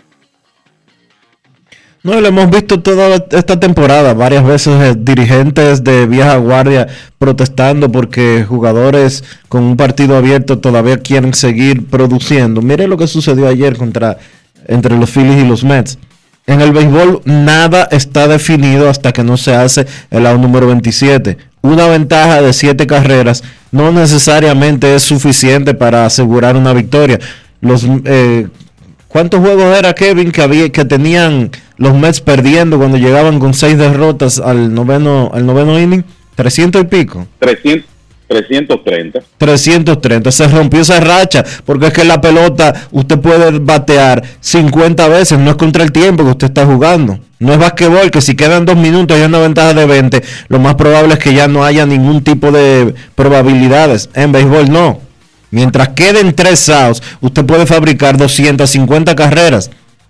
No, lo hemos visto toda esta temporada, varias veces eh, dirigentes de vieja guardia protestando porque jugadores con un partido abierto todavía quieren seguir produciendo. Mire lo que sucedió ayer contra entre los Phillies y los Mets. En el béisbol nada está definido hasta que no se hace el out número veintisiete. Una ventaja de siete carreras no necesariamente es suficiente para asegurar una victoria. Los eh, ¿Cuántos juegos era, Kevin, que había que tenían los Mets perdiendo cuando llegaban con seis derrotas al noveno al noveno inning? trescientos y pico. trescientos, trescientos treinta. trescientos treinta. Se rompió esa racha, porque es que la pelota usted puede batear cincuenta veces, no es contra el tiempo que usted está jugando. No es basquetbol, que si quedan dos minutos y hay una ventaja de veinte, lo más probable es que ya no haya ningún tipo de probabilidades. En béisbol no. Mientras queden tres outs, usted puede fabricar doscientas cincuenta carreras.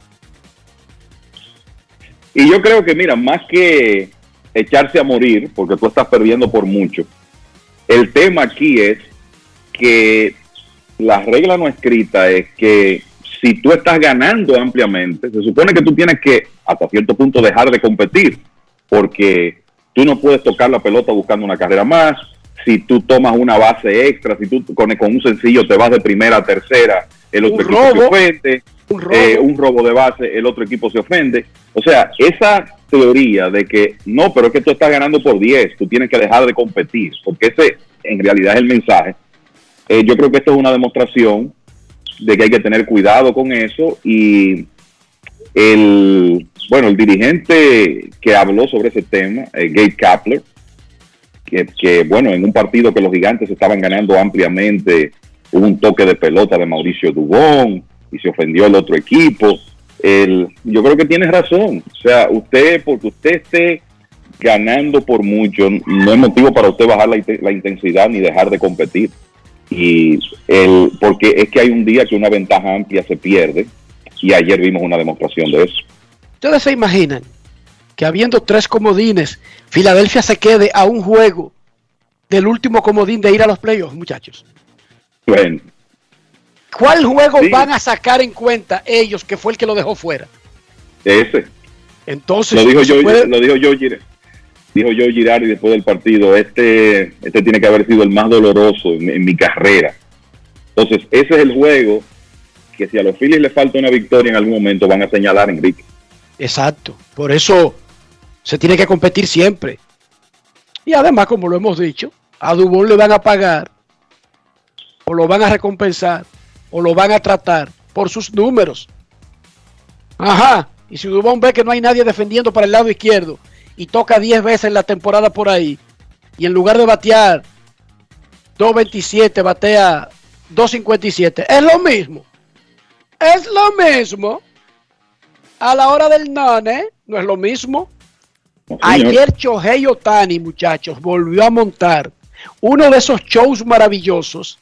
Y yo creo que, mira, más que echarse a morir, porque tú estás perdiendo por mucho, el tema aquí es que la regla no escrita es que si tú estás ganando ampliamente, se supone que tú tienes que, hasta cierto punto, dejar de competir, porque tú no puedes tocar la pelota buscando una carrera más. Si tú tomas una base extra, si tú con, con un sencillo te vas de primera a tercera, el otro equipo se ofende, un robo. Eh, un robo de base, el otro equipo se ofende. O sea, esa teoría de que no, pero es que tú estás ganando por diez, tú tienes que dejar de competir, porque ese en realidad es el mensaje. Eh, yo creo que esto es una demostración de que hay que tener cuidado con eso, y el bueno el dirigente que habló sobre ese tema, eh, Gabe Kapler, que, que bueno, en un partido que los Gigantes estaban ganando ampliamente, hubo un toque de pelota de Mauricio Dubón y se ofendió el otro equipo. El, yo creo que tienes razón, o sea, usted, porque usted esté ganando por mucho, no es motivo para usted bajar la, la intensidad ni dejar de competir. Y el porque es que hay un día que una ventaja amplia se pierde, y ayer vimos una demostración de eso. ¿Ustedes se imaginan que habiendo tres comodines, Filadelfia se quede a un juego del último comodín de ir a los playoffs, muchachos? Bueno, ¿cuál juego sí. van a sacar en cuenta ellos que fue el que lo dejó fuera? Ese. Entonces, lo dijo yo, puede... lo dijo yo, dijo yo Girardi después del partido, este, este tiene que haber sido el más doloroso en, en mi carrera. Entonces, ese es el juego que si a los Phillies les falta una victoria en algún momento van a señalar, Enrique. Exacto, por eso se tiene que competir siempre. Y además, como lo hemos dicho, a Dubón le van a pagar, o lo van a recompensar, o lo van a tratar por sus números. Ajá, y si Dubón ve que no hay nadie defendiendo para el lado izquierdo y toca diez veces en la temporada por ahí, y en lugar de batear dos veintisiete, batea dos cincuenta y siete, es lo mismo. Es lo mismo. A la hora del nane, no es lo mismo. No, ayer Shohei Ohtani, muchachos, volvió a montar uno de esos shows maravillosos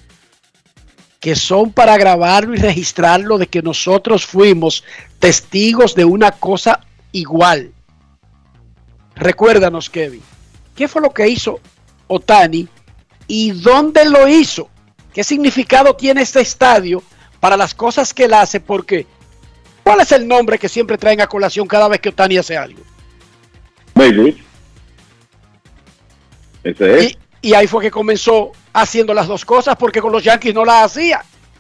que son para grabarlo y registrarlo, de que nosotros fuimos testigos de una cosa igual. Recuérdanos, Kevin, ¿qué fue lo que hizo Ohtani y dónde lo hizo? ¿Qué significado tiene este estadio para las cosas que él hace? Porque ¿cuál es el nombre que siempre traen a colación cada vez que Ohtani hace algo? Babe Ruth. Ese es. Y, y ahí fue que comenzó haciendo las dos cosas, porque con los Yankees no las hacía.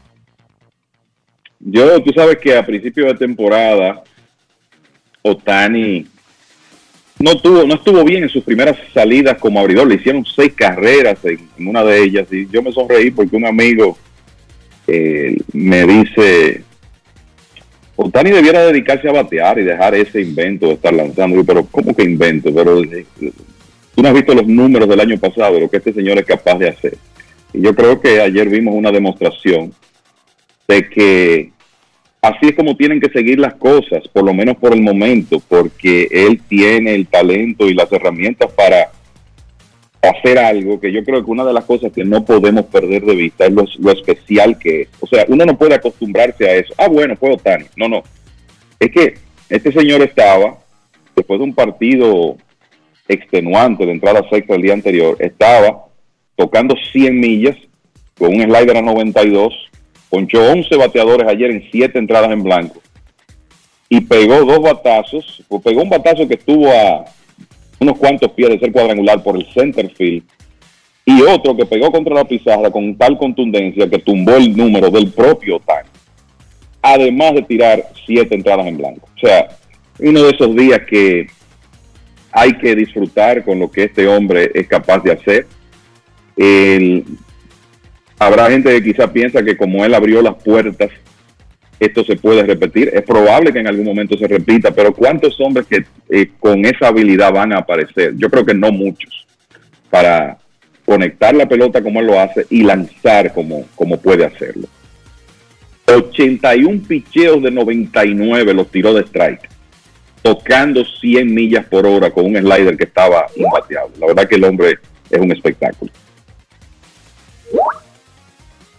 Yo, tú sabes que a principio de temporada Ohtani no tuvo, no estuvo bien en sus primeras salidas como abridor. Le hicieron seis carreras en, en una de ellas, y yo me sonreí porque un amigo eh, me dice: Ohtani debiera dedicarse a batear y dejar ese invento de estar lanzando. Y, pero ¿cómo que invento? Pero eh, tú no has visto los números del año pasado, lo que este señor es capaz de hacer. Y yo creo que ayer vimos una demostración de que así es como tienen que seguir las cosas, por lo menos por el momento, porque él tiene el talento y las herramientas para hacer algo que yo creo que una de las cosas que no podemos perder de vista es lo, lo especial que es. O sea, uno no puede acostumbrarse a eso. Ah, bueno, fue Ohtani. No, no. Es que este señor estaba, después de un partido extenuante de entrada sexta el día anterior, estaba tocando cien millas con un slider a noventa y dos, ponchó once bateadores ayer en siete entradas en blanco y pegó dos batazos, pues pegó un batazo que estuvo a unos cuantos pies de ser cuadrangular por el center field, y otro que pegó contra la pizarra con tal contundencia que tumbó el número del propio Ohtani, además de tirar siete entradas en blanco. O sea, uno de esos días que hay que disfrutar con lo que este hombre es capaz de hacer. El, habrá gente que quizá piensa que como él abrió las puertas, esto se puede repetir. Es probable que en algún momento se repita, pero ¿cuántos hombres que eh, con esa habilidad van a aparecer? Yo creo que no muchos, para conectar la pelota como él lo hace y lanzar como, como puede hacerlo. ochenta y uno picheos de noventa y nueve los tiró de strike, tocando cien millas por hora con un slider que estaba imbateable. La verdad que el hombre es un espectáculo.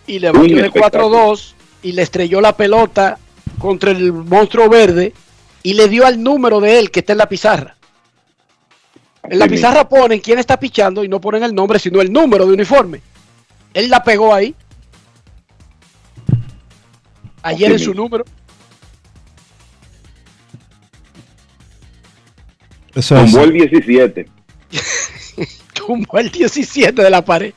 Y le batió de cuatro dos y le estrelló la pelota contra el monstruo verde y le dio al número de él que está en la pizarra. En la pizarra ponen quién está pichando y no ponen el nombre, sino el número de uniforme. Él la pegó ahí. Ayer en su número. Eso es. Tumbó el diecisiete. Tumbó el diecisiete de la pared.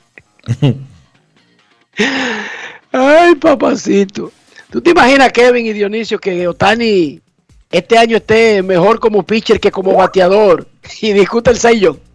Ay, papacito. ¿Tú te imaginas, Kevin y Dionisio, que Ohtani este año esté mejor como pitcher que como bateador y discuta el Cy Young?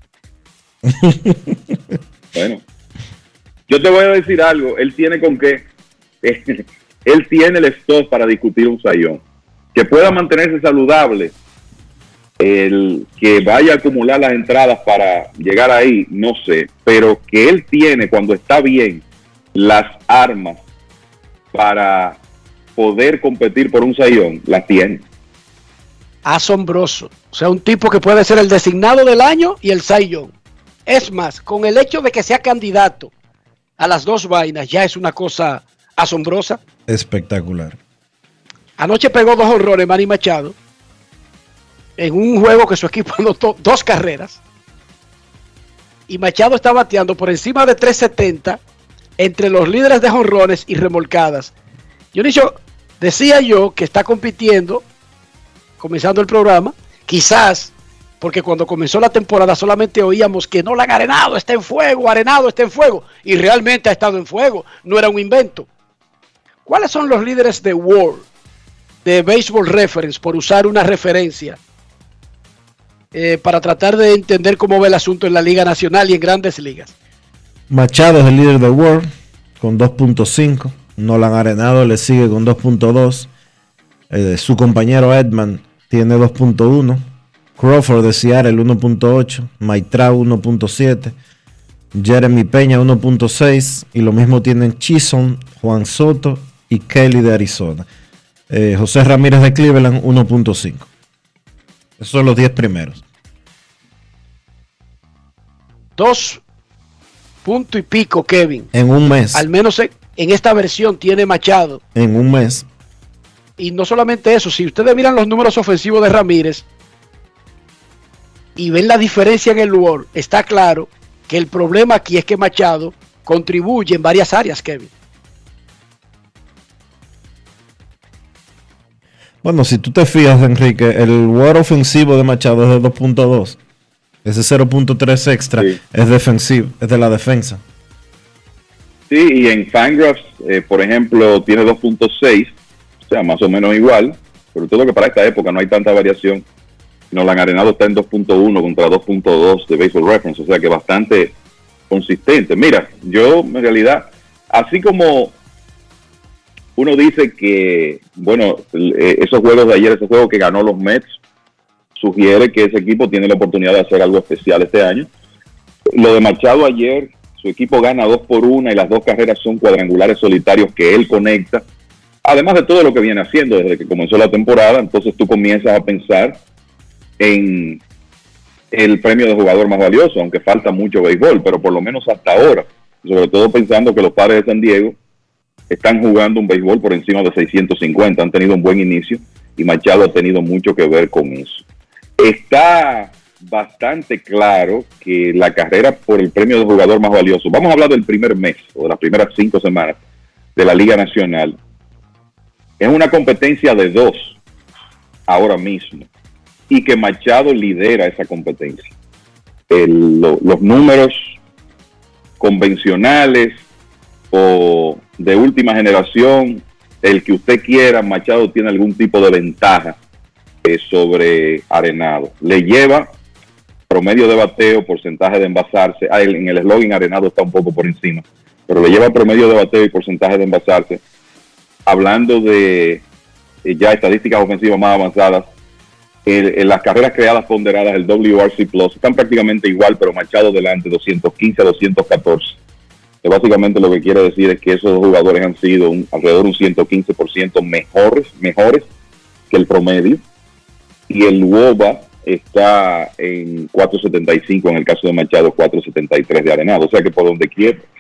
Bueno, yo te voy a decir algo. Él tiene con qué. Él tiene el stock para discutir un Cy Young. Que pueda mantenerse saludable. El que vaya a acumular las entradas para llegar ahí, no sé. Pero que él tiene, cuando está bien, las armas para poder competir por un Cy Young, las tiene. Asombroso. O sea, un tipo que puede ser el designado del año y el Cy Young. Es más, con el hecho de que sea candidato a las dos vainas, ya es una cosa asombrosa. Espectacular. Anoche pegó dos honrones Manny Machado en un juego que su equipo anotó dos carreras. Y Machado está bateando por encima de tres setenta entre los líderes de jonrones y remolcadas. Dionisio, decía yo que está compitiendo, comenzando el programa, quizás porque cuando comenzó la temporada solamente oíamos que Nolan Arenado está en fuego, Arenado está en fuego, y realmente ha estado en fuego, no era un invento. ¿Cuáles son los líderes de W A R, de Baseball Reference, por usar una referencia, eh, para tratar de entender cómo ve el asunto en la Liga Nacional y en Grandes Ligas? Machado es el líder de W A R con dos punto cinco. Nolan Arenado le sigue con dos punto dos. Eh, su compañero Edman tiene dos punto uno. Crawford de Seattle uno punto ocho. Mike Trout uno punto siete. Jeremy Peña uno punto seis. Y lo mismo tienen Chisholm, Juan Soto y Kelly de Arizona. Eh, José Ramírez de Cleveland uno punto cinco. Esos son los diez primeros. Dos punto y pico, Kevin. En un mes. Al menos en, en esta versión tiene Machado. En un mes. Y no solamente eso, si ustedes miran los números ofensivos de Ramírez y ven la diferencia en el W A R, está claro que el problema aquí es que Machado contribuye en varias áreas, Kevin. Bueno, si tú te fijas, Enrique, el W A R ofensivo de Machado es de dos punto dos. Ese cero punto tres extra sí. es defensivo, es de la defensa. Sí, y en Fangraphs, eh, por ejemplo, tiene dos punto seis, o sea, más o menos igual, pero todo que para esta época no hay tanta variación. Nolan Arenado está en dos punto uno contra dos punto dos de Baseball Reference, o sea que bastante consistente. Mira, yo en realidad, así como uno dice que, bueno, esos juegos de ayer, ese juego que ganó los Mets, sugiere que ese equipo tiene la oportunidad de hacer algo especial este año. Lo de Machado ayer, su equipo gana dos por una y las dos carreras son cuadrangulares solitarios que él conecta. Además de todo lo que viene haciendo desde que comenzó la temporada, entonces tú comienzas a pensar en el premio de jugador más valioso, aunque falta mucho béisbol, pero por lo menos hasta ahora, sobre todo pensando que los Padres de San Diego están jugando un béisbol por encima de seiscientos cincuenta, han tenido un buen inicio y Machado ha tenido mucho que ver con eso. Está bastante claro que la carrera por el premio de jugador más valioso, vamos a hablar del primer mes o de las primeras cinco semanas de la Liga Nacional, es una competencia de dos ahora mismo y que Machado lidera esa competencia. El, lo, los números convencionales o de última generación, el que usted quiera, Machado tiene algún tipo de ventaja eh, sobre Arenado. Le lleva promedio de bateo, porcentaje de envasarse. Ah, en el eslogan Arenado está un poco por encima, pero le lleva promedio de bateo y porcentaje de envasarse. Hablando de eh, ya estadísticas ofensivas más avanzadas, el, en las carreras creadas ponderadas, el W R C Plus, están prácticamente igual, pero Machado delante, doscientos quince a doscientos catorce. Que básicamente lo que quiere decir es que esos jugadores han sido un, alrededor de un ciento quince por ciento mejores, mejores que el promedio. Y el W O B A está en cuatro setenta y cinco en el caso de Machado, cuatro setenta y tres de Arenado. O sea que por donde quiera,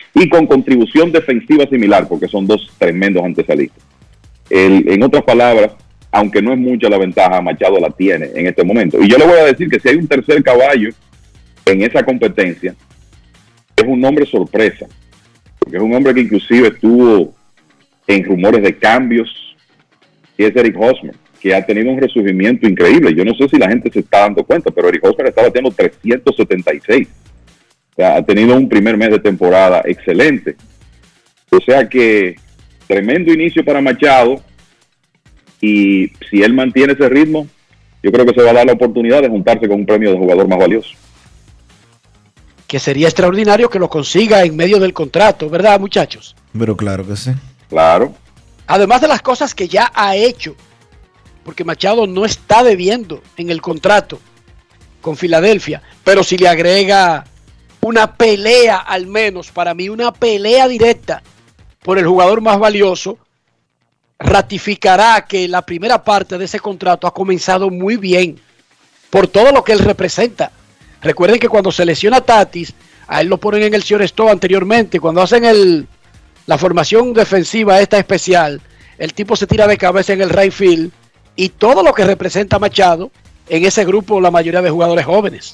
y con contribución defensiva similar, porque son dos tremendos antesalistas. El, en otras palabras, aunque no es mucha la ventaja, Machado la tiene en este momento. Y yo le voy a decir que si hay un tercer caballo en esa competencia, es un nombre sorpresa, porque es un hombre que inclusive estuvo en rumores de cambios, y es Eric Hosmer, que ha tenido un resurgimiento increíble. Yo no sé si la gente se está dando cuenta, pero Eric Hosmer está bateando trescientos setenta y seis. O sea, ha tenido un primer mes de temporada excelente. O sea que tremendo inicio para Machado, y si él mantiene ese ritmo, yo creo que se va a dar la oportunidad de juntarse con un premio de jugador más valioso. Que sería extraordinario que lo consiga en medio del contrato, ¿verdad, muchachos? Pero claro que sí. Claro. Además de las cosas que ya ha hecho, porque Machado no está debiendo en el contrato con Filadelfia, pero si le agrega una pelea, al menos para mí una pelea directa por el jugador más valioso, ratificará que la primera parte de ese contrato ha comenzado muy bien por todo lo que él representa. Recuerden que cuando se lesiona Tatis, a él lo ponen en el shortstop anteriormente, cuando hacen el, la formación defensiva esta especial, el tipo se tira de cabeza en el right field, y todo lo que representa Machado en ese grupo, la mayoría de jugadores jóvenes.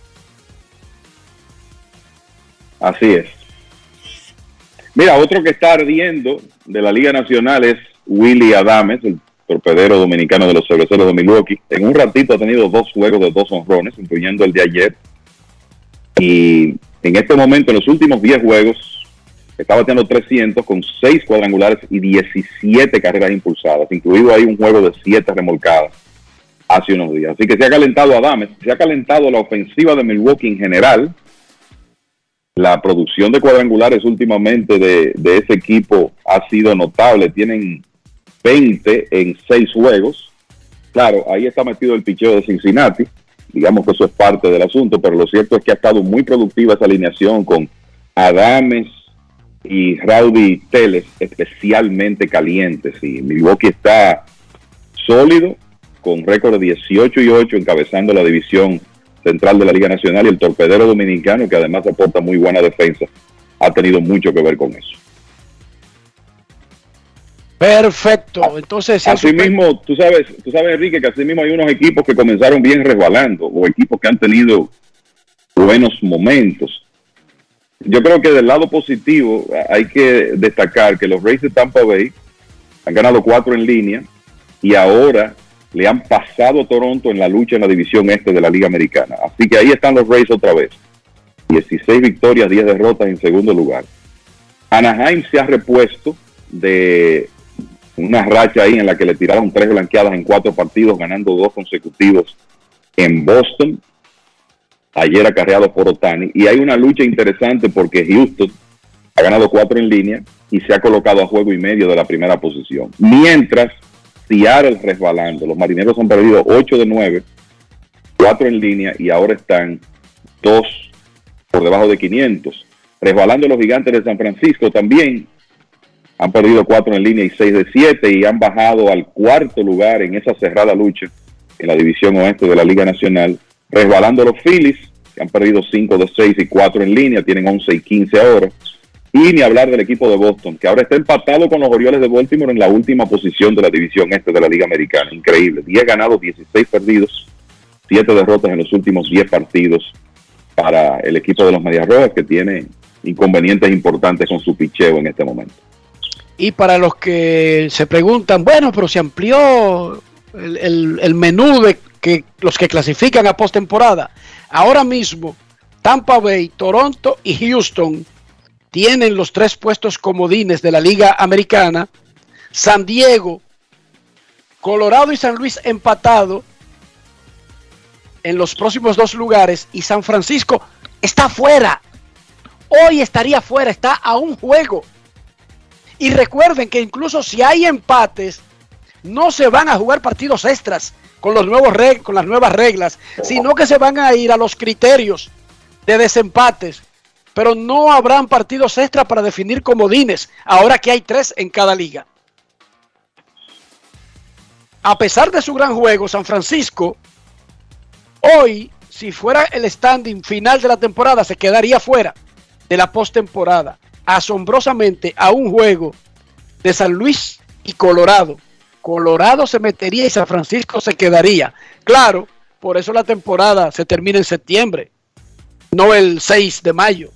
Así es. Mira, otro que está ardiendo de la Liga Nacional es Willy Adames, el torpedero dominicano de los Cerveceros de Milwaukee. En un ratito ha tenido dos juegos de dos honrones, incluyendo el de ayer. Y en este momento, en los últimos diez juegos, está bateando trescientos con seis cuadrangulares y diecisiete carreras impulsadas, incluido ahí un juego de siete remolcadas hace unos días. Así que se ha calentado Adames, se ha calentado la ofensiva de Milwaukee en general. La producción de cuadrangulares últimamente de, de ese equipo ha sido notable. Tienen veinte en seis juegos. Claro, ahí está metido el picheo de Cincinnati. Digamos que eso es parte del asunto, pero lo cierto es que ha estado muy productiva esa alineación con Adames y Rowdy Tellez especialmente calientes. Y Milwaukee está sólido, con récord de dieciocho y ocho, encabezando la división central de la Liga Nacional, y el torpedero dominicano, que además aporta muy buena defensa, ha tenido mucho que ver con eso. Perfecto. Entonces, así super... mismo, tú sabes, tú sabes, Enrique, que así mismo hay unos equipos que comenzaron bien resbalando, o equipos que han tenido buenos momentos. Yo creo que del lado positivo hay que destacar que los Rays de Tampa Bay han ganado cuatro en línea y ahora le han pasado a Toronto en la lucha en la división este de la Liga Americana. Así que ahí están los Rays otra vez. dieciséis victorias, diez derrotas en segundo lugar. Anaheim se ha repuesto de una racha ahí en la que le tiraron tres blanqueadas en cuatro partidos, ganando dos consecutivos en Boston. Ayer acarreado por Ohtani. Y hay una lucha interesante porque Houston ha ganado cuatro en línea y se ha colocado a juego y medio de la primera posición. Mientras Seattle resbalando. Los Marineros han perdido ocho de nueve, cuatro en línea y ahora están dos por debajo de quinientos. Resbalando los Gigantes de San Francisco también han perdido cuatro en línea y seis de siete y han bajado al cuarto lugar en esa cerrada lucha en la división oeste de la Liga Nacional. Resbalando los Phillies, que han perdido cinco de seis y cuatro en línea, tienen once y quince ahora. Y ni hablar del equipo de Boston, que ahora está empatado con los Orioles de Baltimore en la última posición de la división este de la Liga Americana. Increíble. diez ganados, dieciséis perdidos, siete derrotas en los últimos diez partidos para el equipo de los Medias Rojas, que tiene inconvenientes importantes con su picheo en este momento. Y para los que se preguntan, bueno, pero se amplió el, el, el menú de que los que clasifican a postemporada. Ahora mismo, Tampa Bay, Toronto y Houston tienen los tres puestos comodines de la Liga Americana. San Diego, Colorado y San Luis empatado en los próximos dos lugares, y San Francisco está fuera. Hoy estaría fuera, está a un juego. Y recuerden que incluso si hay empates, no se van a jugar partidos extras con los nuevos reg- con las nuevas reglas, sino que se van a ir a los criterios de desempates. Pero no habrán partidos extra para definir comodines, ahora que hay tres en cada liga. A pesar de su gran juego, San Francisco, hoy, si fuera el standing final de la temporada, se quedaría fuera de la postemporada. asombrosamente a un juego de San Luis y Colorado. Colorado se metería y San Francisco se quedaría. Claro, por eso la temporada se termina en septiembre, no el seis de mayo.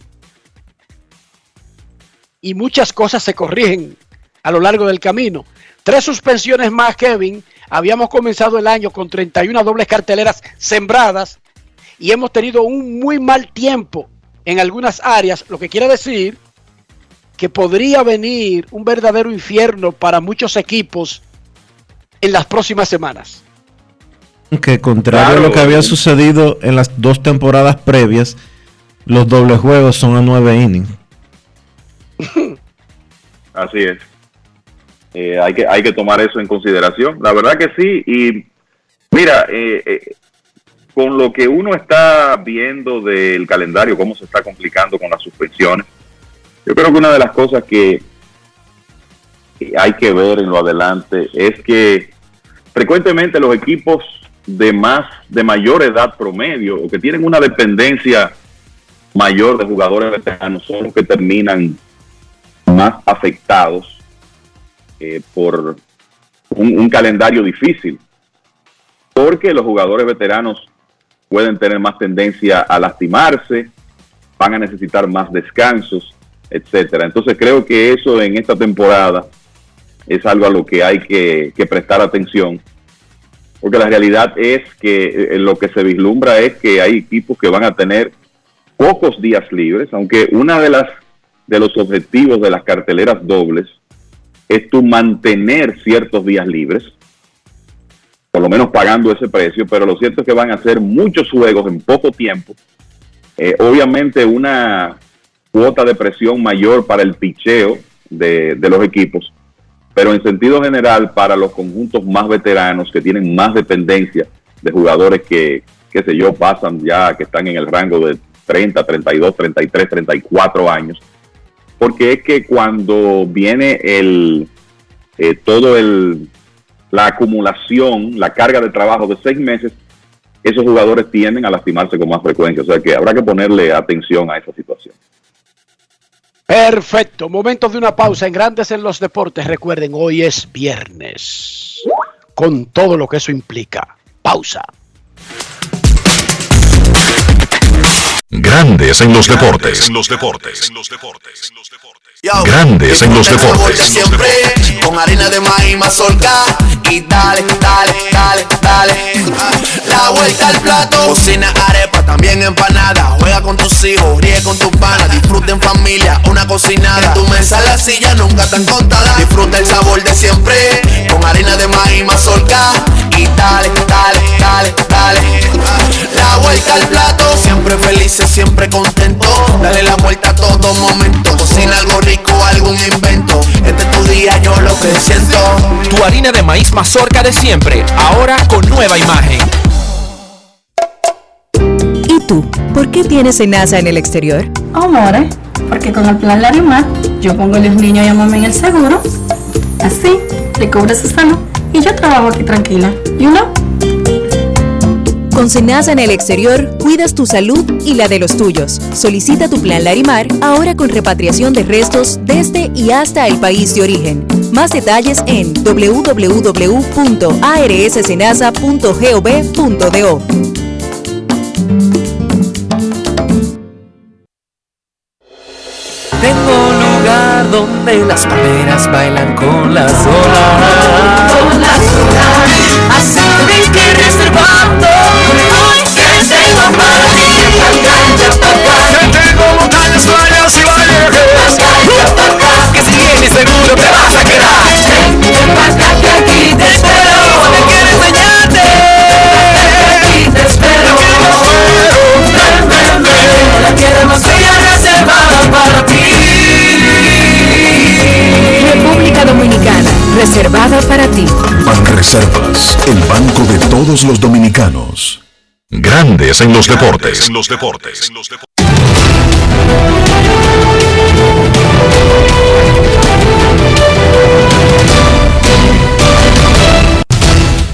Y muchas cosas se corrigen a lo largo del camino. Tres suspensiones más, Kevin. Habíamos comenzado el año con treinta y una dobles carteleras sembradas y hemos tenido un muy mal tiempo en algunas áreas, lo que quiere decir que podría venir un verdadero infierno para muchos equipos en las próximas semanas. Que contrario claro, a lo que había sucedido en las dos temporadas previas, los dobles juegos son a nueve innings. Así es. Eh, hay que hay que tomar eso en consideración. La verdad que sí. Y mira, eh, eh, con lo que uno está viendo del calendario, cómo se está complicando con las suspensiones, yo creo que una de las cosas que, que hay que ver en lo adelante es que frecuentemente los equipos de más de mayor edad promedio o que tienen una dependencia mayor de jugadores veteranos son los que terminan más afectados eh, por un, un calendario difícil, porque los jugadores veteranos pueden tener más tendencia a lastimarse, van a necesitar más descansos, etcétera. Entonces creo que eso en esta temporada es algo a lo que hay que, que prestar atención, porque la realidad es que eh, lo que se vislumbra es que hay equipos que van a tener pocos días libres, aunque una de las de los objetivos de las carteleras dobles es tu mantener ciertos días libres, por lo menos pagando ese precio, pero lo cierto es que van a ser muchos juegos en poco tiempo. Eh, obviamente una cuota de presión mayor para el picheo de, de los equipos, pero en sentido general para los conjuntos más veteranos que tienen más dependencia de jugadores que, qué sé yo, pasan ya, que están en el rango de treinta, treinta y dos, treinta y tres, treinta y cuatro años, porque es que cuando viene el eh, todo el la acumulación, la carga de trabajo de seis meses, esos jugadores tienden a lastimarse con más frecuencia, o sea que habrá que ponerle atención a esa situación. Perfecto, momento de una pausa en Grandes en los Deportes. Recuerden, hoy es viernes, con todo lo que eso implica. Pausa. Grandes en los deportes. En los deportes. En los deportes. Grandes en los deportes. Siempre con harina de maíz mazorca y dale, dale, dale, dale. La vuelta al plato. Cocina arepa, también empanada. Juega con tus hijos, ríe con tus panas. Disfruta en familia, una cocinada. En tu mesa la silla nunca tan contada. Disfruta el sabor de siempre con harina de maíz mazorca y dale, dale, dale, dale. La vuelta al plato. Siempre felices, siempre contento. Dale la vuelta a todo momento. Cocina algo rico, algún invento. Este es tu día, yo lo que siento. Tu harina de maíz mazorca de siempre, ahora con nueva imagen. ¿Y tú? ¿Por qué tienes Senasa en el exterior? Amore, porque con el plan Larimar yo pongo a los niños y a mamá en el seguro. Así, le cubre su salud y yo trabajo aquí tranquila. ¿You know? Con Senasa en el exterior, cuidas tu salud y la de los tuyos. Solicita tu plan Larimar ahora con repatriación de restos desde y hasta el país de origen. Más detalles en doble u doble u doble u punto a r s senasa punto gov punto do. Tengo un lugar donde las palmeras bailan con las olas. Con las olas. Así que que reservando. Hoy que tengo para ti. Que tengo montañas, playas y valles. Que si vienes seguro te vas a quedar. Ven para acá que aquí te espero. Quiero enseñarte. Aquí te espero. Ven, ven, ven. La tierra más bella reservada para ti. República Dominicana, reservada para ti. Banreservas, el banco de todos los dominicanos. Grandes en los deportes. En los deportes.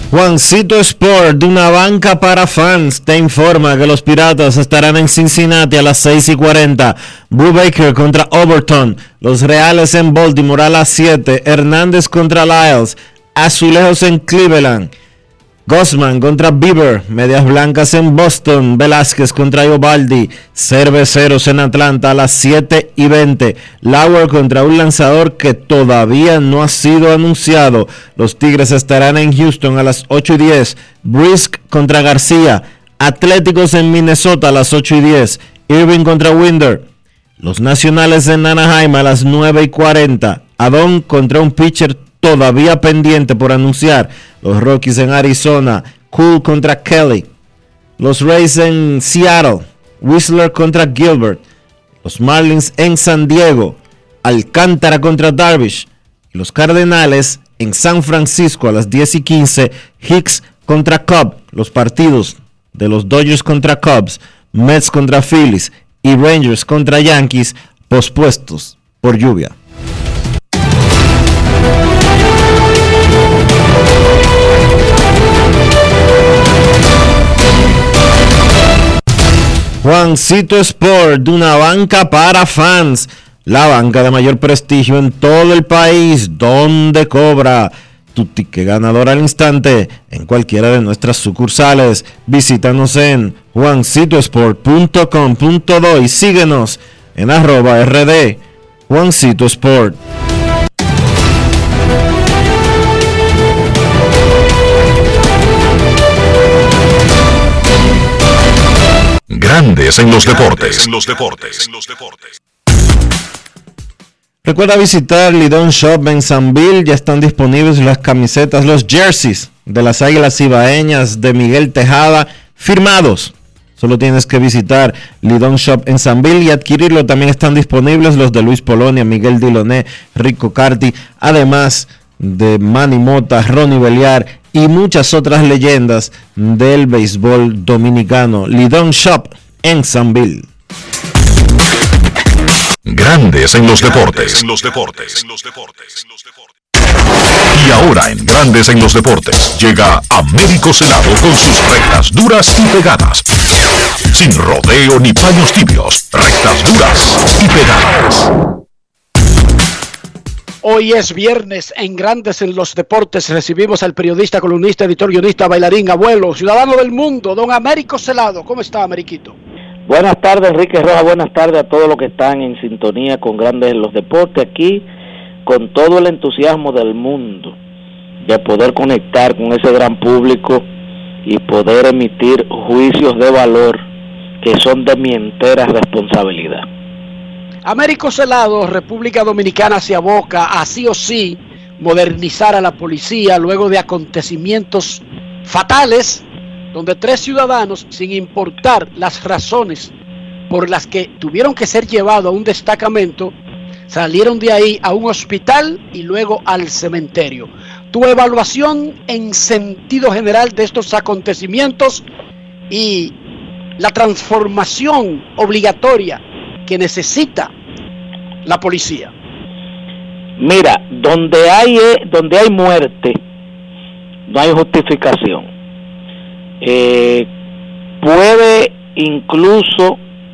Juancito Sport, de una banca para fans, te informa que los Piratas estarán en Cincinnati a las seis y cuarenta. Brubaker contra Overton. Los Reales en Baltimore a las siete. Hernández contra Lyles. Azulejos en Cleveland. Gossman contra Bieber. Medias Blancas en Boston. Velázquez contra Iovaldi. Cerveceros en Atlanta a las siete y veinte. Lauer contra un lanzador que todavía no ha sido anunciado. Los Tigres estarán en Houston a las ocho y diez. Brisk contra García. Atléticos en Minnesota a las ocho y diez. Irving contra Winder. Los Nacionales en Anaheim a las nueve y cuarenta. Adón contra un pitcher todavía pendiente por anunciar. Los Rockies en Arizona. Cool contra Kelly. Los Rays en Seattle. Whistler contra Gilbert. Los Marlins en San Diego. Alcántara contra Darvish. Los Cardenales en San Francisco a las diez y quince. Hicks contra Cobb. Los partidos de los Dodgers contra Cubs, Mets contra Phillies y Rangers contra Yankees pospuestos por lluvia. Juancito Sport, de una banca para fans, la banca de mayor prestigio en todo el país, donde cobra tu ticket ganador al instante en cualquiera de nuestras sucursales. Visítanos en juancito sport punto com punto do y síguenos en arroba rd Juancito Sport. Grandes en los deportes. En los deportes. En los deportes. Recuerda visitar Lidón Shop en Sanville. Ya están disponibles las camisetas, los jerseys de las Águilas Cibaeñas de Miguel Tejada firmados. Solo tienes que visitar Lidón Shop en Sanville y adquirirlo. También están disponibles los de Luis Polonia, Miguel Diloné, Rico Carti, además de Manny Mota, Ronnie Beliar y muchas otras leyendas del béisbol dominicano. Lidón Shop en Sanville. Grandes en los deportes. En los deportes. En los deportes. Y ahora en Grandes en los deportes llega Américo Celado con sus rectas duras y pegadas. Sin rodeo ni paños tibios, rectas duras y pegadas. Hoy es viernes en Grandes en los Deportes. Recibimos al periodista, columnista, editor, guionista, bailarín, abuelo, ciudadano del mundo, don Américo Celado. ¿Cómo está, Ameriquito? Buenas tardes, Enrique Rojas. Buenas tardes a todos los que están en sintonía con Grandes en los Deportes. Aquí, con todo el entusiasmo del mundo de poder conectar con ese gran público y poder emitir juicios de valor que son de mi entera responsabilidad. Américo Celado, República Dominicana se aboca a sí o sí modernizar a la policía luego de acontecimientos fatales donde tres ciudadanos, sin importar las razones por las que tuvieron que ser llevados a un destacamento, salieron de ahí a un hospital y luego al cementerio. Tu evaluación en sentido general de estos acontecimientos y la transformación obligatoria que necesita la policía. Mira, donde hay donde hay muerte, no hay justificación. Eh, puede incluso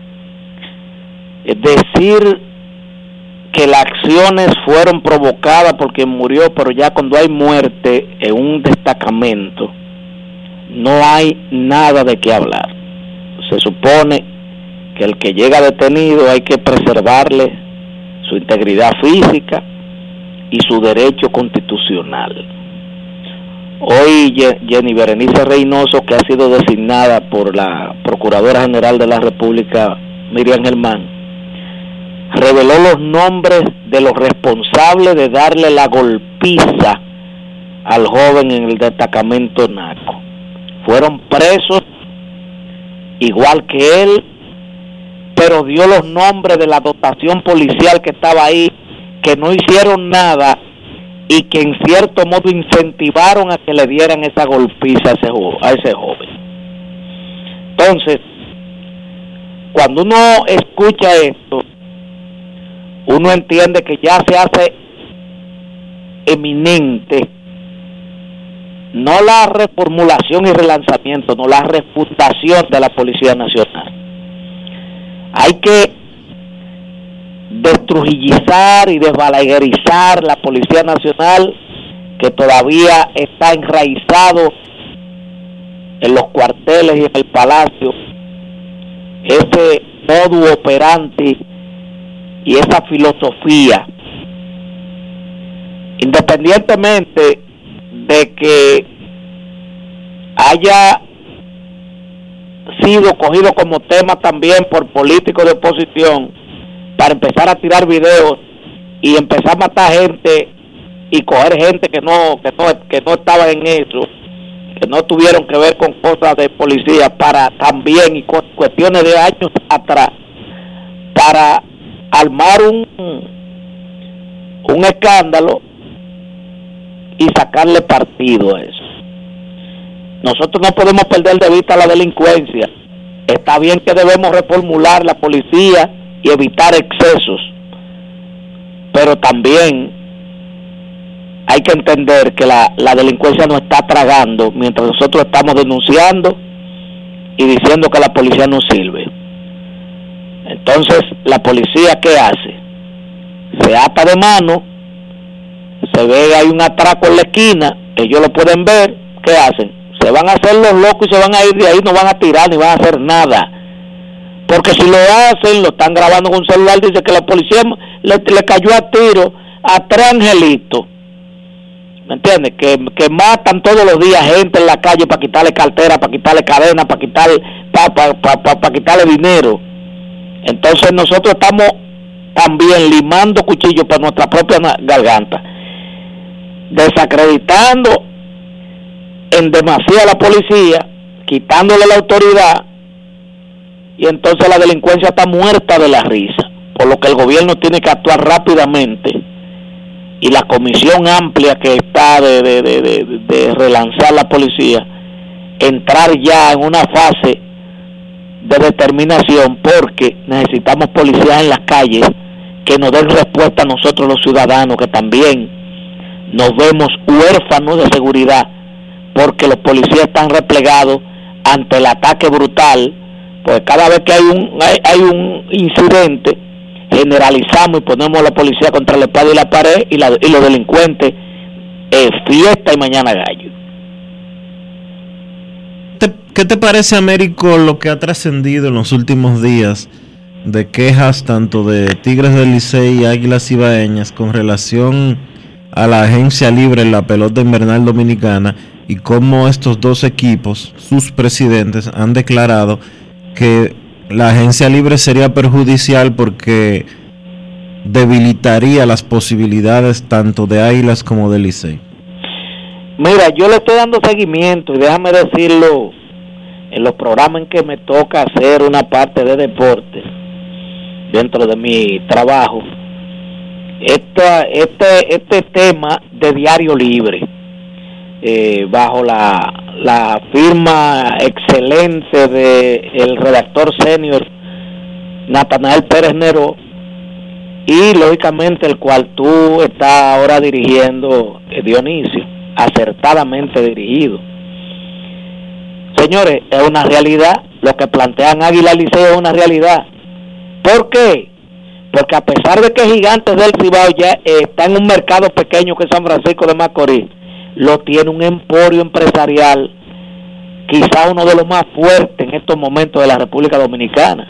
decir que las acciones fueron provocadas porque murió, pero ya cuando hay muerte en un destacamento no hay nada de qué hablar. Se supone que el que llega detenido hay que preservarle su integridad física y su derecho constitucional. Hoy Jenny Berenice Reynoso, que ha sido designada por la Procuradora General de la República, Miriam Germán, reveló los nombres de los responsables de darle la golpiza al joven en el destacamento Naco. Fueron presos igual que él, pero dio los nombres de la dotación policial que estaba ahí, que no hicieron nada y que en cierto modo incentivaron a que le dieran esa golpiza a ese, jo- a ese joven. Entonces, cuando uno escucha esto, uno entiende que ya se hace eminente no la reformulación y relanzamiento, no la refundación de la Policía Nacional. Hay que destrujillizar y desbalaguerizar la Policía Nacional, que todavía está enraizado en los cuarteles y en el palacio, ese modo operandi y esa filosofía, independientemente de que haya sido cogido como tema también por políticos de oposición para empezar a tirar videos y empezar a matar gente y coger gente que no que no que no estaba en eso, que no tuvieron que ver con cosas de policía, para también y con cuestiones de años atrás, para armar un un escándalo y sacarle partido a eso. Nosotros no podemos perder de vista la delincuencia. Está bien que debemos reformular la policía y evitar excesos, pero también hay que entender que la, la delincuencia nos está tragando mientras nosotros estamos denunciando y diciendo que la policía no sirve. Entonces, ¿la policía qué hace? Se ata de mano, se ve hay un atraco en la esquina, ellos lo pueden ver, ¿qué hacen? Se van a hacer los locos y se van a ir de ahí, no van a tirar ni van a hacer nada. Porque si lo hacen, lo están grabando con un celular, dice que la policía le, le cayó a tiro a tres angelitos. ¿Me entiendes? Que, que matan todos los días gente en la calle para quitarle cartera, para quitarle cadena, para quitarle, para, para, para, para, para quitarle dinero. Entonces nosotros estamos también limando cuchillos para nuestra propia garganta, desacreditando en demasía a la policía, quitándole la autoridad, y entonces la delincuencia está muerta de la risa, por lo que el gobierno tiene que actuar rápidamente, y la comisión amplia que está de, de, de, de, de relanzar la policía, entrar ya en una fase de determinación, porque necesitamos policías en las calles que nos den respuesta a nosotros los ciudadanos, que también nos vemos huérfanos de seguridad, porque los policías están replegados ante el ataque brutal, pues cada vez que hay un hay, hay un incidente, generalizamos y ponemos a la policía contra la espada y la pared, y, la, y los delincuentes eh, fiesta y mañana gallo. ¿Qué te parece, Américo, lo que ha trascendido en los últimos días de quejas tanto de Tigres del Licey y Águilas Ibaeñas con relación a la agencia libre en la pelota invernal dominicana, y cómo estos dos equipos, sus presidentes, han declarado que la agencia libre sería perjudicial porque debilitaría las posibilidades tanto de Águilas como de Licey? Mira, yo le estoy dando seguimiento, y déjame decirlo, en los programas en que me toca hacer una parte de deporte dentro de mi trabajo, esta, este, este tema de Diario Libre, eh, bajo la, la firma excelente de el redactor senior Natanael Pérez Neró, y lógicamente el cual tú estás ahora dirigiendo, eh, Dionisio, acertadamente dirigido. Señores, es una realidad, lo que plantean Águila Liceo es una realidad. ¿Por qué? Porque a pesar de que Gigantes del Cibao ya eh, está en un mercado pequeño que es San Francisco de Macorís, lo tiene un emporio empresarial, quizá uno de los más fuertes en estos momentos de la República Dominicana.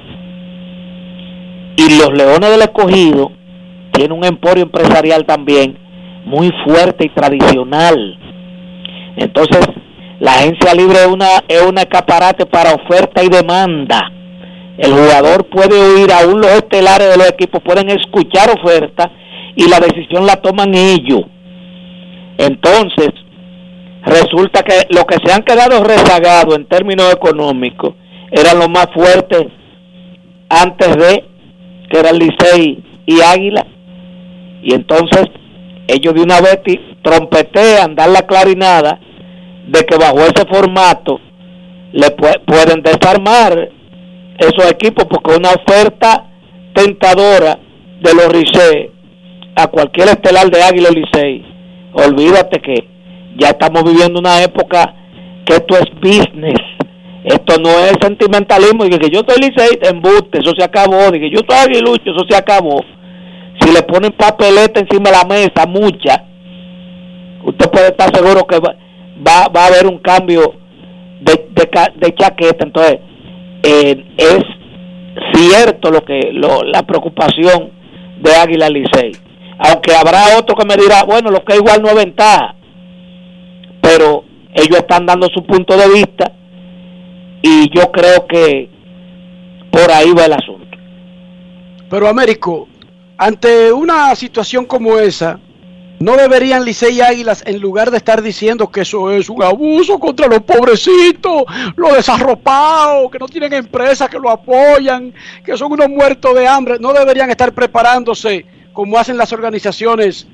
Y los Leones del Escogido tienen un emporio empresarial también muy fuerte y tradicional. Entonces, la agencia libre es una es un escaparate para oferta y demanda. El jugador puede oír, aún los estelares de los equipos pueden escuchar ofertas y la decisión la toman ellos. Entonces, resulta que los que se han quedado rezagados en términos económicos eran los más fuertes antes de, que eran Licey y Águila, y entonces ellos de una vez trompetean, dan la clarinada de que bajo ese formato le pu- pueden desarmar esos equipos, porque una oferta tentadora de los Licey a cualquier estelar de Águila o Licey, olvídate que Ya estamos viviendo una época que esto es business. Esto no es sentimentalismo. Dije que yo estoy liceísta, embuste, eso se acabó. Dije yo estoy aguilucho, eso se acabó. Si le ponen papeleta encima de la mesa, mucha, usted puede estar seguro que va, va, va a haber un cambio de, de, de chaqueta. Entonces, eh, es cierto lo que lo, la preocupación de Águila Licey. Aunque habrá otro que me dirá, bueno, lo que es igual no es ventaja. Pero ellos están dando su punto de vista y yo creo que por ahí va el asunto. Pero Américo, ante una situación como esa, ¿no deberían Licey y Águilas, en lugar de estar diciendo que eso es un abuso contra los pobrecitos, los desarropados, que no tienen empresas que lo apoyan, que son unos muertos de hambre, no deberían estar preparándose como hacen las organizaciones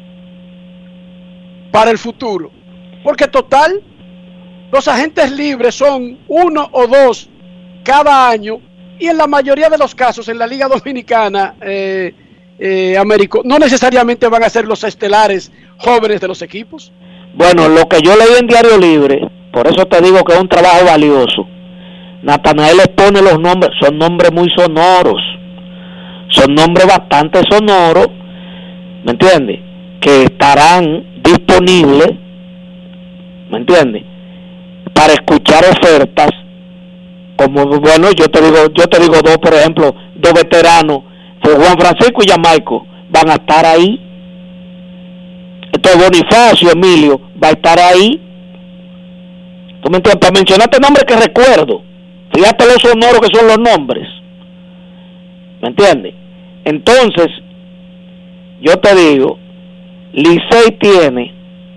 para el futuro? Porque total, los agentes libres son uno o dos cada año, y en la mayoría de los casos en la Liga Dominicana, eh, eh, Américo, no necesariamente van a ser los estelares jóvenes de los equipos. Bueno, lo que yo leí en Diario Libre, por eso te digo que es un trabajo valioso. Natanael les pone los nombres, son nombres muy sonoros, son nombres bastante sonoros, ¿me entiendes? Que estarán disponibles, ¿me entiendes? Para escuchar ofertas, como, bueno, yo te digo, yo te digo dos, por ejemplo, dos veteranos, Juan Francisco y Jamaico, van a estar ahí. Entonces Bonifacio, Emilio, va a estar ahí. ¿Tú me entiendes? Para mencionarte nombres que recuerdo, fíjate los sonoros que son los nombres, ¿me entiendes? Entonces, yo te digo, Licey tiene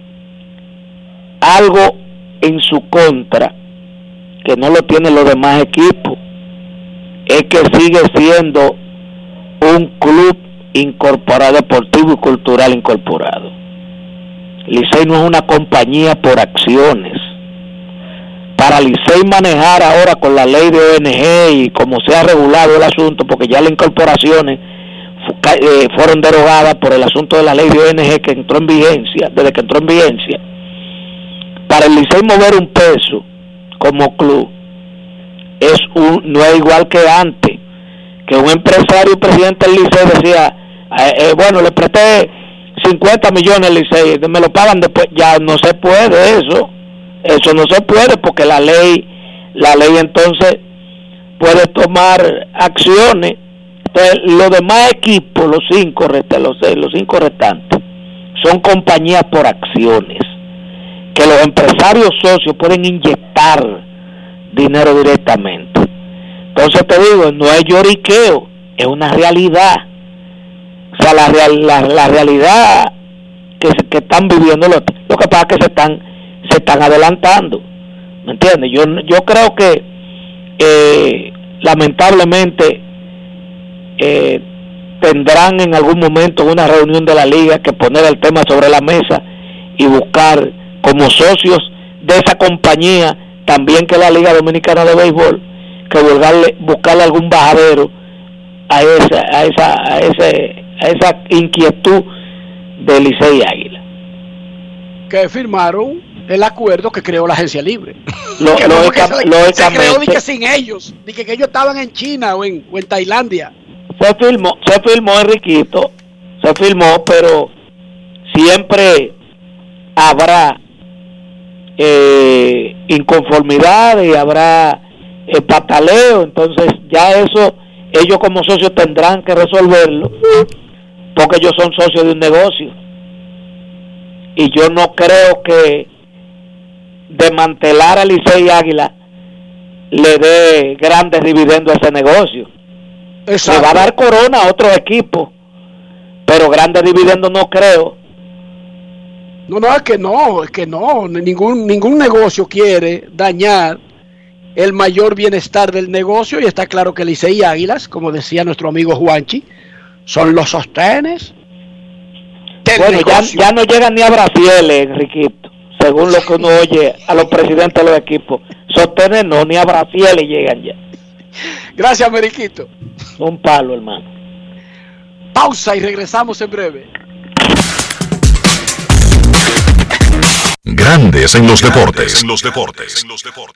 algo en su contra que no lo tienen los demás equipos, es que sigue siendo un club incorporado, deportivo y cultural incorporado. Licey no es una compañía por acciones. Para Licey manejar ahora con la ley de O N G y como se ha regulado el asunto, porque ya las incorporaciones eh, fueron derogadas por el asunto de la ley de O N G que entró en vigencia, desde que entró en vigencia, para el Licey mover un peso como club es un, no es igual que antes, que un empresario y presidente del Licey decía, eh, eh, bueno, le presté cincuenta millones al Licey, me lo pagan después. Ya no se puede eso, eso no se puede, porque la ley, la ley entonces puede tomar acciones. Entonces, los demás equipos, los cinco, los seis, los cinco restantes, son compañías por acciones, que los empresarios socios pueden inyectar dinero directamente. Entonces te digo, no es lloriqueo, es una realidad. O sea, la, real, la, la realidad que, que están viviendo, lo, lo que pasa es que se están se están adelantando, ¿me entiendes? Yo, yo creo que eh, lamentablemente eh, tendrán en algún momento una reunión de la liga que poner el tema sobre la mesa y buscar como socios de esa compañía también que la Liga Dominicana de Béisbol, que buscarle, buscarle algún bajadero a esa a esa a ese a esa inquietud de Licey y Águila, que firmaron el acuerdo que creó la agencia libre. Lo, que lo, no, que se, lo, se creó ni que sin ellos, ni que, que ellos estaban en China o en, o en Tailandia. Se firmó, se firmó, Enriquito, se firmó, pero siempre habrá eh, inconformidad y habrá eh, pataleo. Entonces ya eso ellos como socios tendrán que resolverlo, porque ellos son socios de un negocio, y yo no creo que desmantelar a Licey y Águila le dé grandes dividendos a ese negocio. Exacto. Le va a dar corona a otro equipo, pero grandes dividendos no creo. No, no, es que no, es que no, ningún ningún negocio quiere dañar el mayor bienestar del negocio, y está claro que Licey y Águilas, como decía nuestro amigo Juanchi, son los sostenes del bueno, negocio. Ya, ya no llegan ni a Brasieles, Enriquito, según lo que uno oye a los presidentes de los equipos. Sostenes no, ni a Brasieles llegan ya. Gracias, Meriquito. Un palo, hermano. Pausa y regresamos en breve. Grandes en los deportes. En los deportes.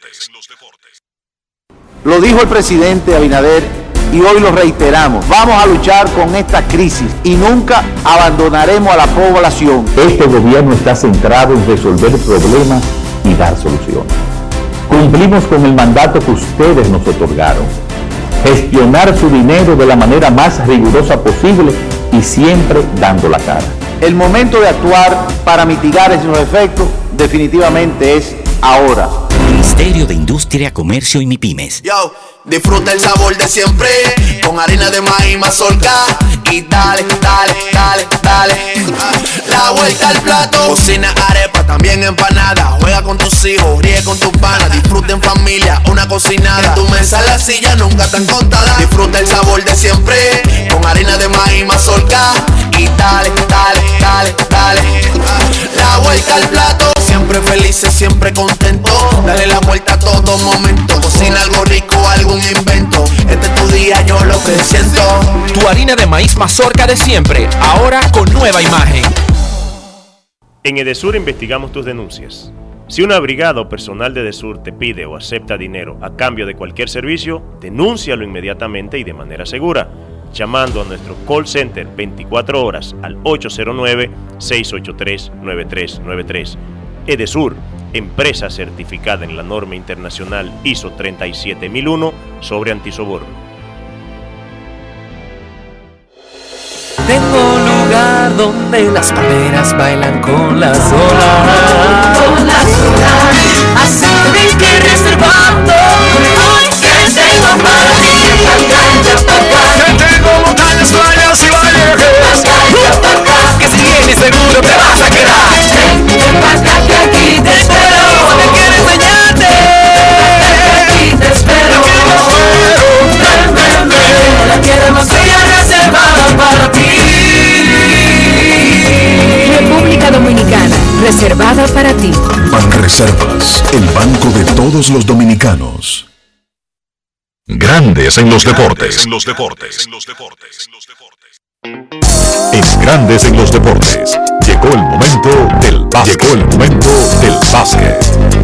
Lo dijo el presidente Abinader y hoy lo reiteramos. Vamos a luchar con esta crisis y nunca abandonaremos a la población. Este gobierno está centrado en resolver problemas y dar soluciones. Cumplimos con el mandato que ustedes nos otorgaron. Gestionar su dinero de la manera más rigurosa posible y siempre dando la cara. El momento de actuar para mitigar esos efectos definitivamente es ahora. Ministerio de Industria, Comercio y MIPYMES. Yo, disfruta el sabor de siempre con harina de maíz mazorca y dale, dale, dale, dale. La vuelta al plato, cocina arepa, también empanada. Juega con tus hijos, ríe con tus panas, disfruta en familia, una cocinada. En tu mesa la silla nunca tan contada. Disfruta el sabor de siempre con harina de maíz mazorca y dale, dale, dale, dale. La vuelta al plato, siempre felices, siempre contentos. Dale la vuelta a todo momento. Cocina algo rico, algún invento. Este es tu día, yo lo que siento. Tu harina de maíz mazorca de siempre, ahora con nueva imagen. En Edesur investigamos tus denuncias. Si una brigada o personal de Edesur te pide o acepta dinero a cambio de cualquier servicio, denúncialo inmediatamente y de manera segura, llamando a nuestro call center veinticuatro horas al ocho cero nueve, seis ocho tres, nueve tres nueve tres. Edesur, empresa certificada en la norma internacional I S O treinta y siete mil uno sobre antisoborno. Tengo un lugar donde las palmeras bailan con las olas. Con las olas. Así tenéis que reservando. Hoy que tengo para ti. Que tengo montañas, playas y valles. Que si vienes seguro te vas a quedar. Ven para acá que aquí te espero. Quiero enseñarte. Aquí te espero. Ven, ven, ven. La tierra más bella reservada para ti. República Dominicana, reservada para ti. Banreservas, el banco de todos los dominicanos. Grandes en los deportes. En los deportes. En Grandes en los deportes. Llegó el momento del básquet. Llegó el momento del básquet.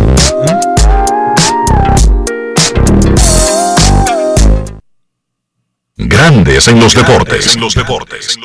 Grandes en los deportes. En los deportes.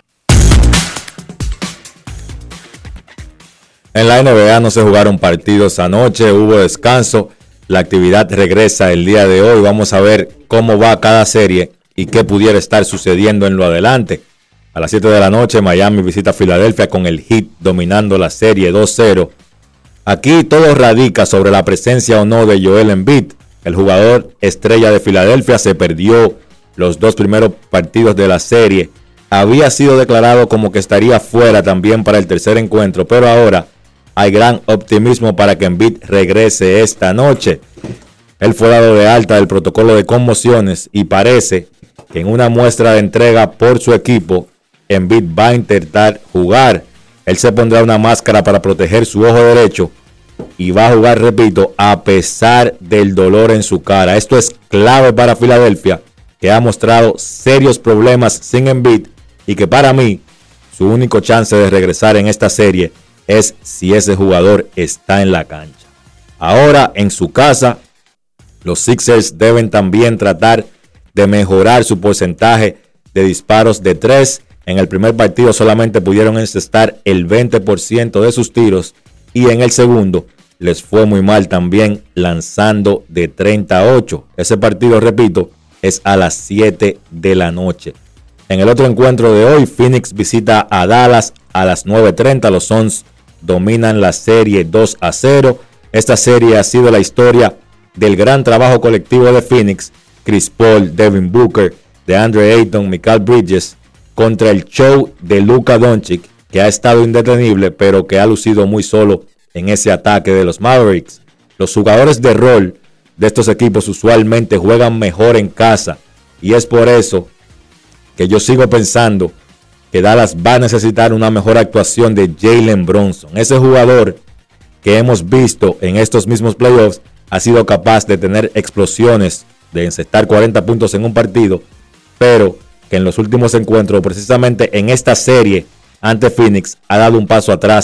En la N B A no se jugaron partidos anoche, hubo descanso. La actividad regresa el día de hoy. Vamos a ver cómo va cada serie y qué pudiera estar sucediendo en lo adelante. A las siete de la noche, Miami visita a Filadelfia con el Heat dominando la serie dos cero. Aquí todo radica sobre la presencia o no de Joel Embiid. El jugador estrella de Filadelfia se perdió los dos primeros partidos de la serie. Había sido declarado como que estaría fuera también para el tercer encuentro, pero ahora hay gran optimismo para que Embiid regrese esta noche. Él fue dado de alta del protocolo de conmociones y parece que en una muestra de entrega por su equipo, Embiid va a intentar jugar. Él se pondrá una máscara para proteger su ojo derecho y va a jugar, repito, a pesar del dolor en su cara. Esto es clave para Filadelfia, que ha mostrado serios problemas sin Embiid y que para mí su único chance de regresar en esta serie es si ese jugador está en la cancha. Ahora en su casa, los Sixers deben también tratar de mejorar su porcentaje de disparos de tres. En el primer partido solamente pudieron encestar el veinte por ciento de sus tiros y en el segundo les fue muy mal también lanzando de treinta a ocho. Ese partido, repito, es a las siete de la noche. En el otro encuentro de hoy, Phoenix visita a Dallas a las nueve treinta. Los Suns dominan la serie dos a cero. Esta serie ha sido la historia del gran trabajo colectivo de Phoenix. Chris Paul, Devin Booker, DeAndre Ayton, Mikal Bridges, contra el show de Luka Doncic, que ha estado indetenible, pero que ha lucido muy solo en ese ataque de los Mavericks. Los jugadores de rol de estos equipos usualmente juegan mejor en casa, y es por eso que yo sigo pensando que Dallas va a necesitar una mejor actuación de Jalen Brunson. Ese jugador que hemos visto en estos mismos playoffs ha sido capaz de tener explosiones, de encestar cuarenta puntos en un partido, pero que en los últimos encuentros, precisamente en esta serie ante Phoenix, ha dado un paso atrás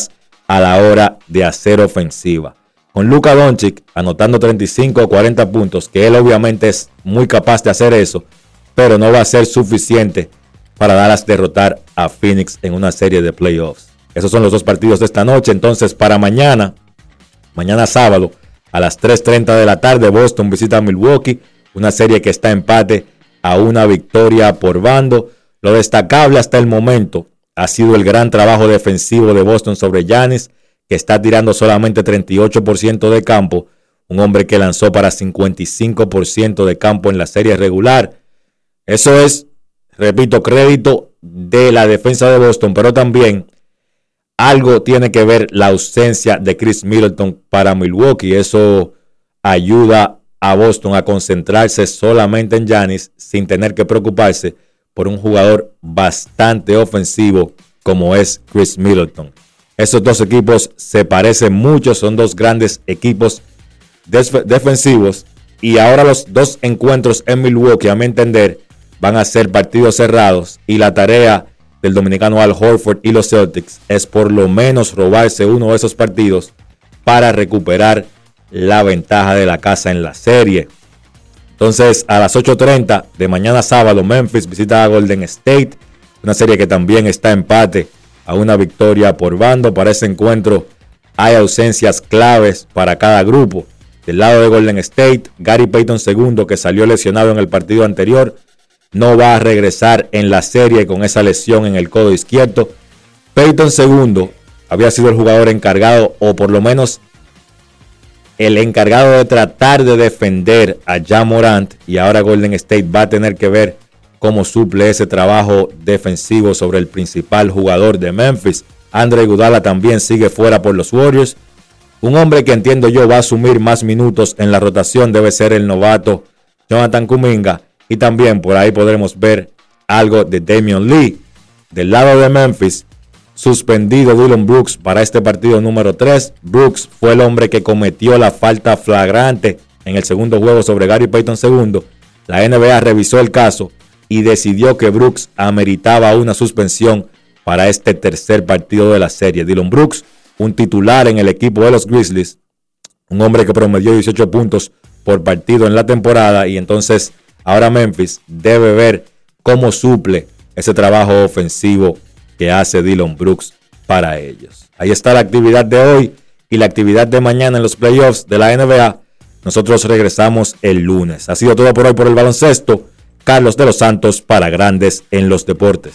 a la hora de hacer ofensiva. Con Luka Doncic anotando treinta y cinco o cuarenta puntos, que él obviamente es muy capaz de hacer eso, pero no va a ser suficiente para Dallas derrotar a Phoenix en una serie de playoffs. Esos son los dos partidos de esta noche. Entonces, para mañana, mañana sábado, a las tres treinta de la tarde, Boston visita a Milwaukee, una serie que está empate a una victoria por bando. Lo destacable hasta el momento ha sido el gran trabajo defensivo de Boston sobre Giannis, que está tirando solamente treinta y ocho por ciento de campo, un hombre que lanzó para cincuenta y cinco por ciento de campo en la serie regular. Eso es, repito, crédito de la defensa de Boston, pero también algo tiene que ver la ausencia de Chris Middleton para Milwaukee. Eso ayuda a Boston a concentrarse solamente en Giannis sin tener que preocuparse por un jugador bastante ofensivo como es Chris Middleton. Esos dos equipos se parecen mucho, son dos grandes equipos def- defensivos y ahora los dos encuentros en Milwaukee, a mi entender, van a ser partidos cerrados y la tarea del dominicano Al Horford y los Celtics es por lo menos robarse uno de esos partidos para recuperar la ventaja de la casa en la serie. Entonces, a las ocho treinta de mañana sábado, Memphis visita a Golden State, una serie que también está empate a una victoria por bando. Para ese encuentro hay ausencias claves para cada grupo. Del lado de Golden State, Gary Payton segundo, que salió lesionado en el partido anterior, no va a regresar en la serie con esa lesión en el codo izquierdo. Payton segundo había sido el jugador encargado, o por lo menos el encargado de tratar de defender a Ja Morant, y ahora Golden State va a tener que ver cómo suple ese trabajo defensivo sobre el principal jugador de Memphis. Andre Iguodala también sigue fuera por los Warriors. Un hombre que entiendo yo va a asumir más minutos en la rotación debe ser el novato Jonathan Kuminga, y también por ahí podremos ver algo de Damian Lee. Del lado de Memphis, suspendido Dillon Brooks para este partido número tres. Brooks fue el hombre que cometió la falta flagrante en el segundo juego sobre Gary Payton segundo. La N B A revisó el caso y decidió que Brooks ameritaba una suspensión para este tercer partido de la serie. Dillon Brooks, un titular en el equipo de los Grizzlies, un hombre que promedió dieciocho puntos por partido en la temporada, y entonces ahora Memphis debe ver cómo suple ese trabajo ofensivo que hace Dillon Brooks para ellos. Ahí está la actividad de hoy y la actividad de mañana en los playoffs de la N B A. Nosotros regresamos el lunes. Ha sido todo por hoy por el baloncesto. Carlos de los Santos para Grandes en los Deportes.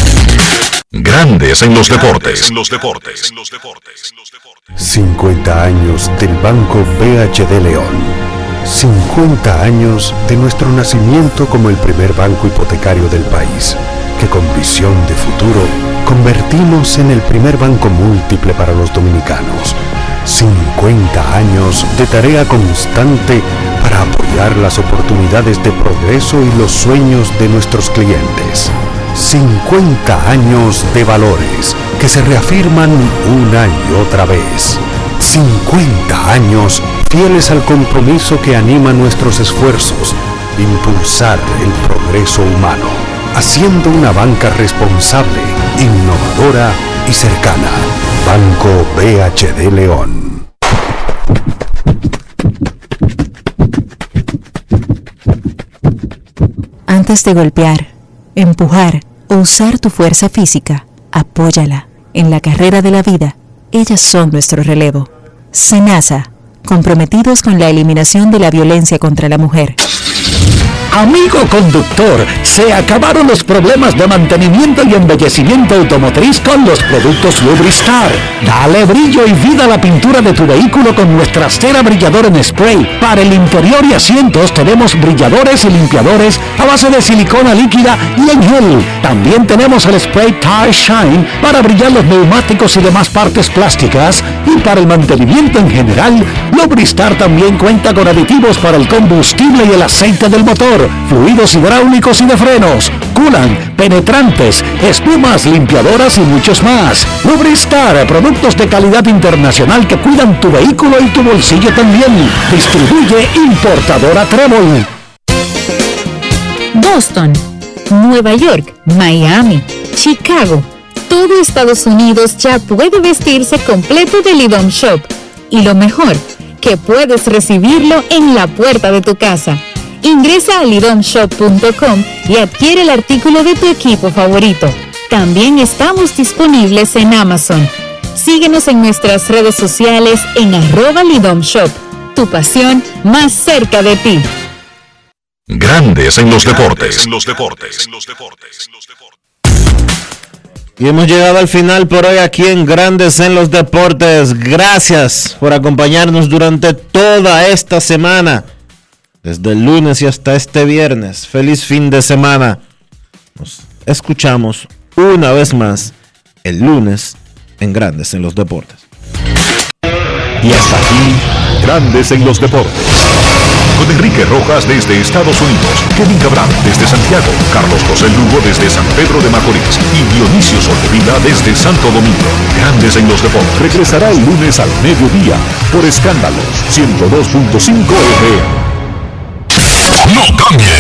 Grandes en los Deportes. En los Deportes. cincuenta años del Banco B H D León. cincuenta años de nuestro nacimiento como el primer banco hipotecario del país, que con visión de futuro convertimos en el primer banco múltiple para los dominicanos. cincuenta años de tarea constante para apoyar las oportunidades de progreso y los sueños de nuestros clientes. cincuenta años de valores que se reafirman una y otra vez. cincuenta años fieles al compromiso que anima nuestros esfuerzos, impulsar el progreso humano, haciendo una banca responsable, innovadora y cercana. Banco B H D León. Antes de golpear, empujar o usar tu fuerza física, apóyala. En la carrera de la vida, ellas son nuestro relevo. SENASA, comprometidos con la eliminación de la violencia contra la mujer. Amigo conductor, se acabaron los problemas de mantenimiento y embellecimiento automotriz con los productos Lubristar. Dale brillo y vida a la pintura de tu vehículo con nuestra cera brilladora en spray. Para el interior y asientos tenemos brilladores y limpiadores a base de silicona líquida y en gel. También tenemos el spray Tire Shine para brillar los neumáticos y demás partes plásticas. Y para el mantenimiento en general, Lubristar también cuenta con aditivos para el combustible y el aceite del motor, fluidos hidráulicos y de frenos, culan, penetrantes, espumas, limpiadoras y muchos más. Lubristar, productos de calidad internacional que cuidan tu vehículo y tu bolsillo también. Distribuye importadora Trébol. Boston, Nueva York, Miami, Chicago. Todo Estados Unidos ya puede vestirse completo de Lidom Shop. Y lo mejor, que puedes recibirlo en la puerta de tu casa. Ingresa a lidom shop punto com y adquiere el artículo de tu equipo favorito. También estamos disponibles en Amazon. Síguenos en nuestras redes sociales en arroba Lidom Shop. Tu pasión más cerca de ti. Grandes en los deportes. En los deportes. Y hemos llegado al final por hoy aquí en Grandes en los Deportes. Gracias por acompañarnos durante toda esta semana. Desde el lunes y hasta este viernes. Feliz fin de semana. Nos escuchamos una vez más el lunes en Grandes en los Deportes. Y hasta aquí, Grandes en los Deportes. Con Enrique Rojas desde Estados Unidos, Kevin Cabral desde Santiago, Carlos José Lugo desde San Pedro de Macorís y Dionisio Solterida desde Santo Domingo. Grandes en los Deportes regresará el lunes al mediodía por Escándalo ciento dos punto cinco F M. No cambie,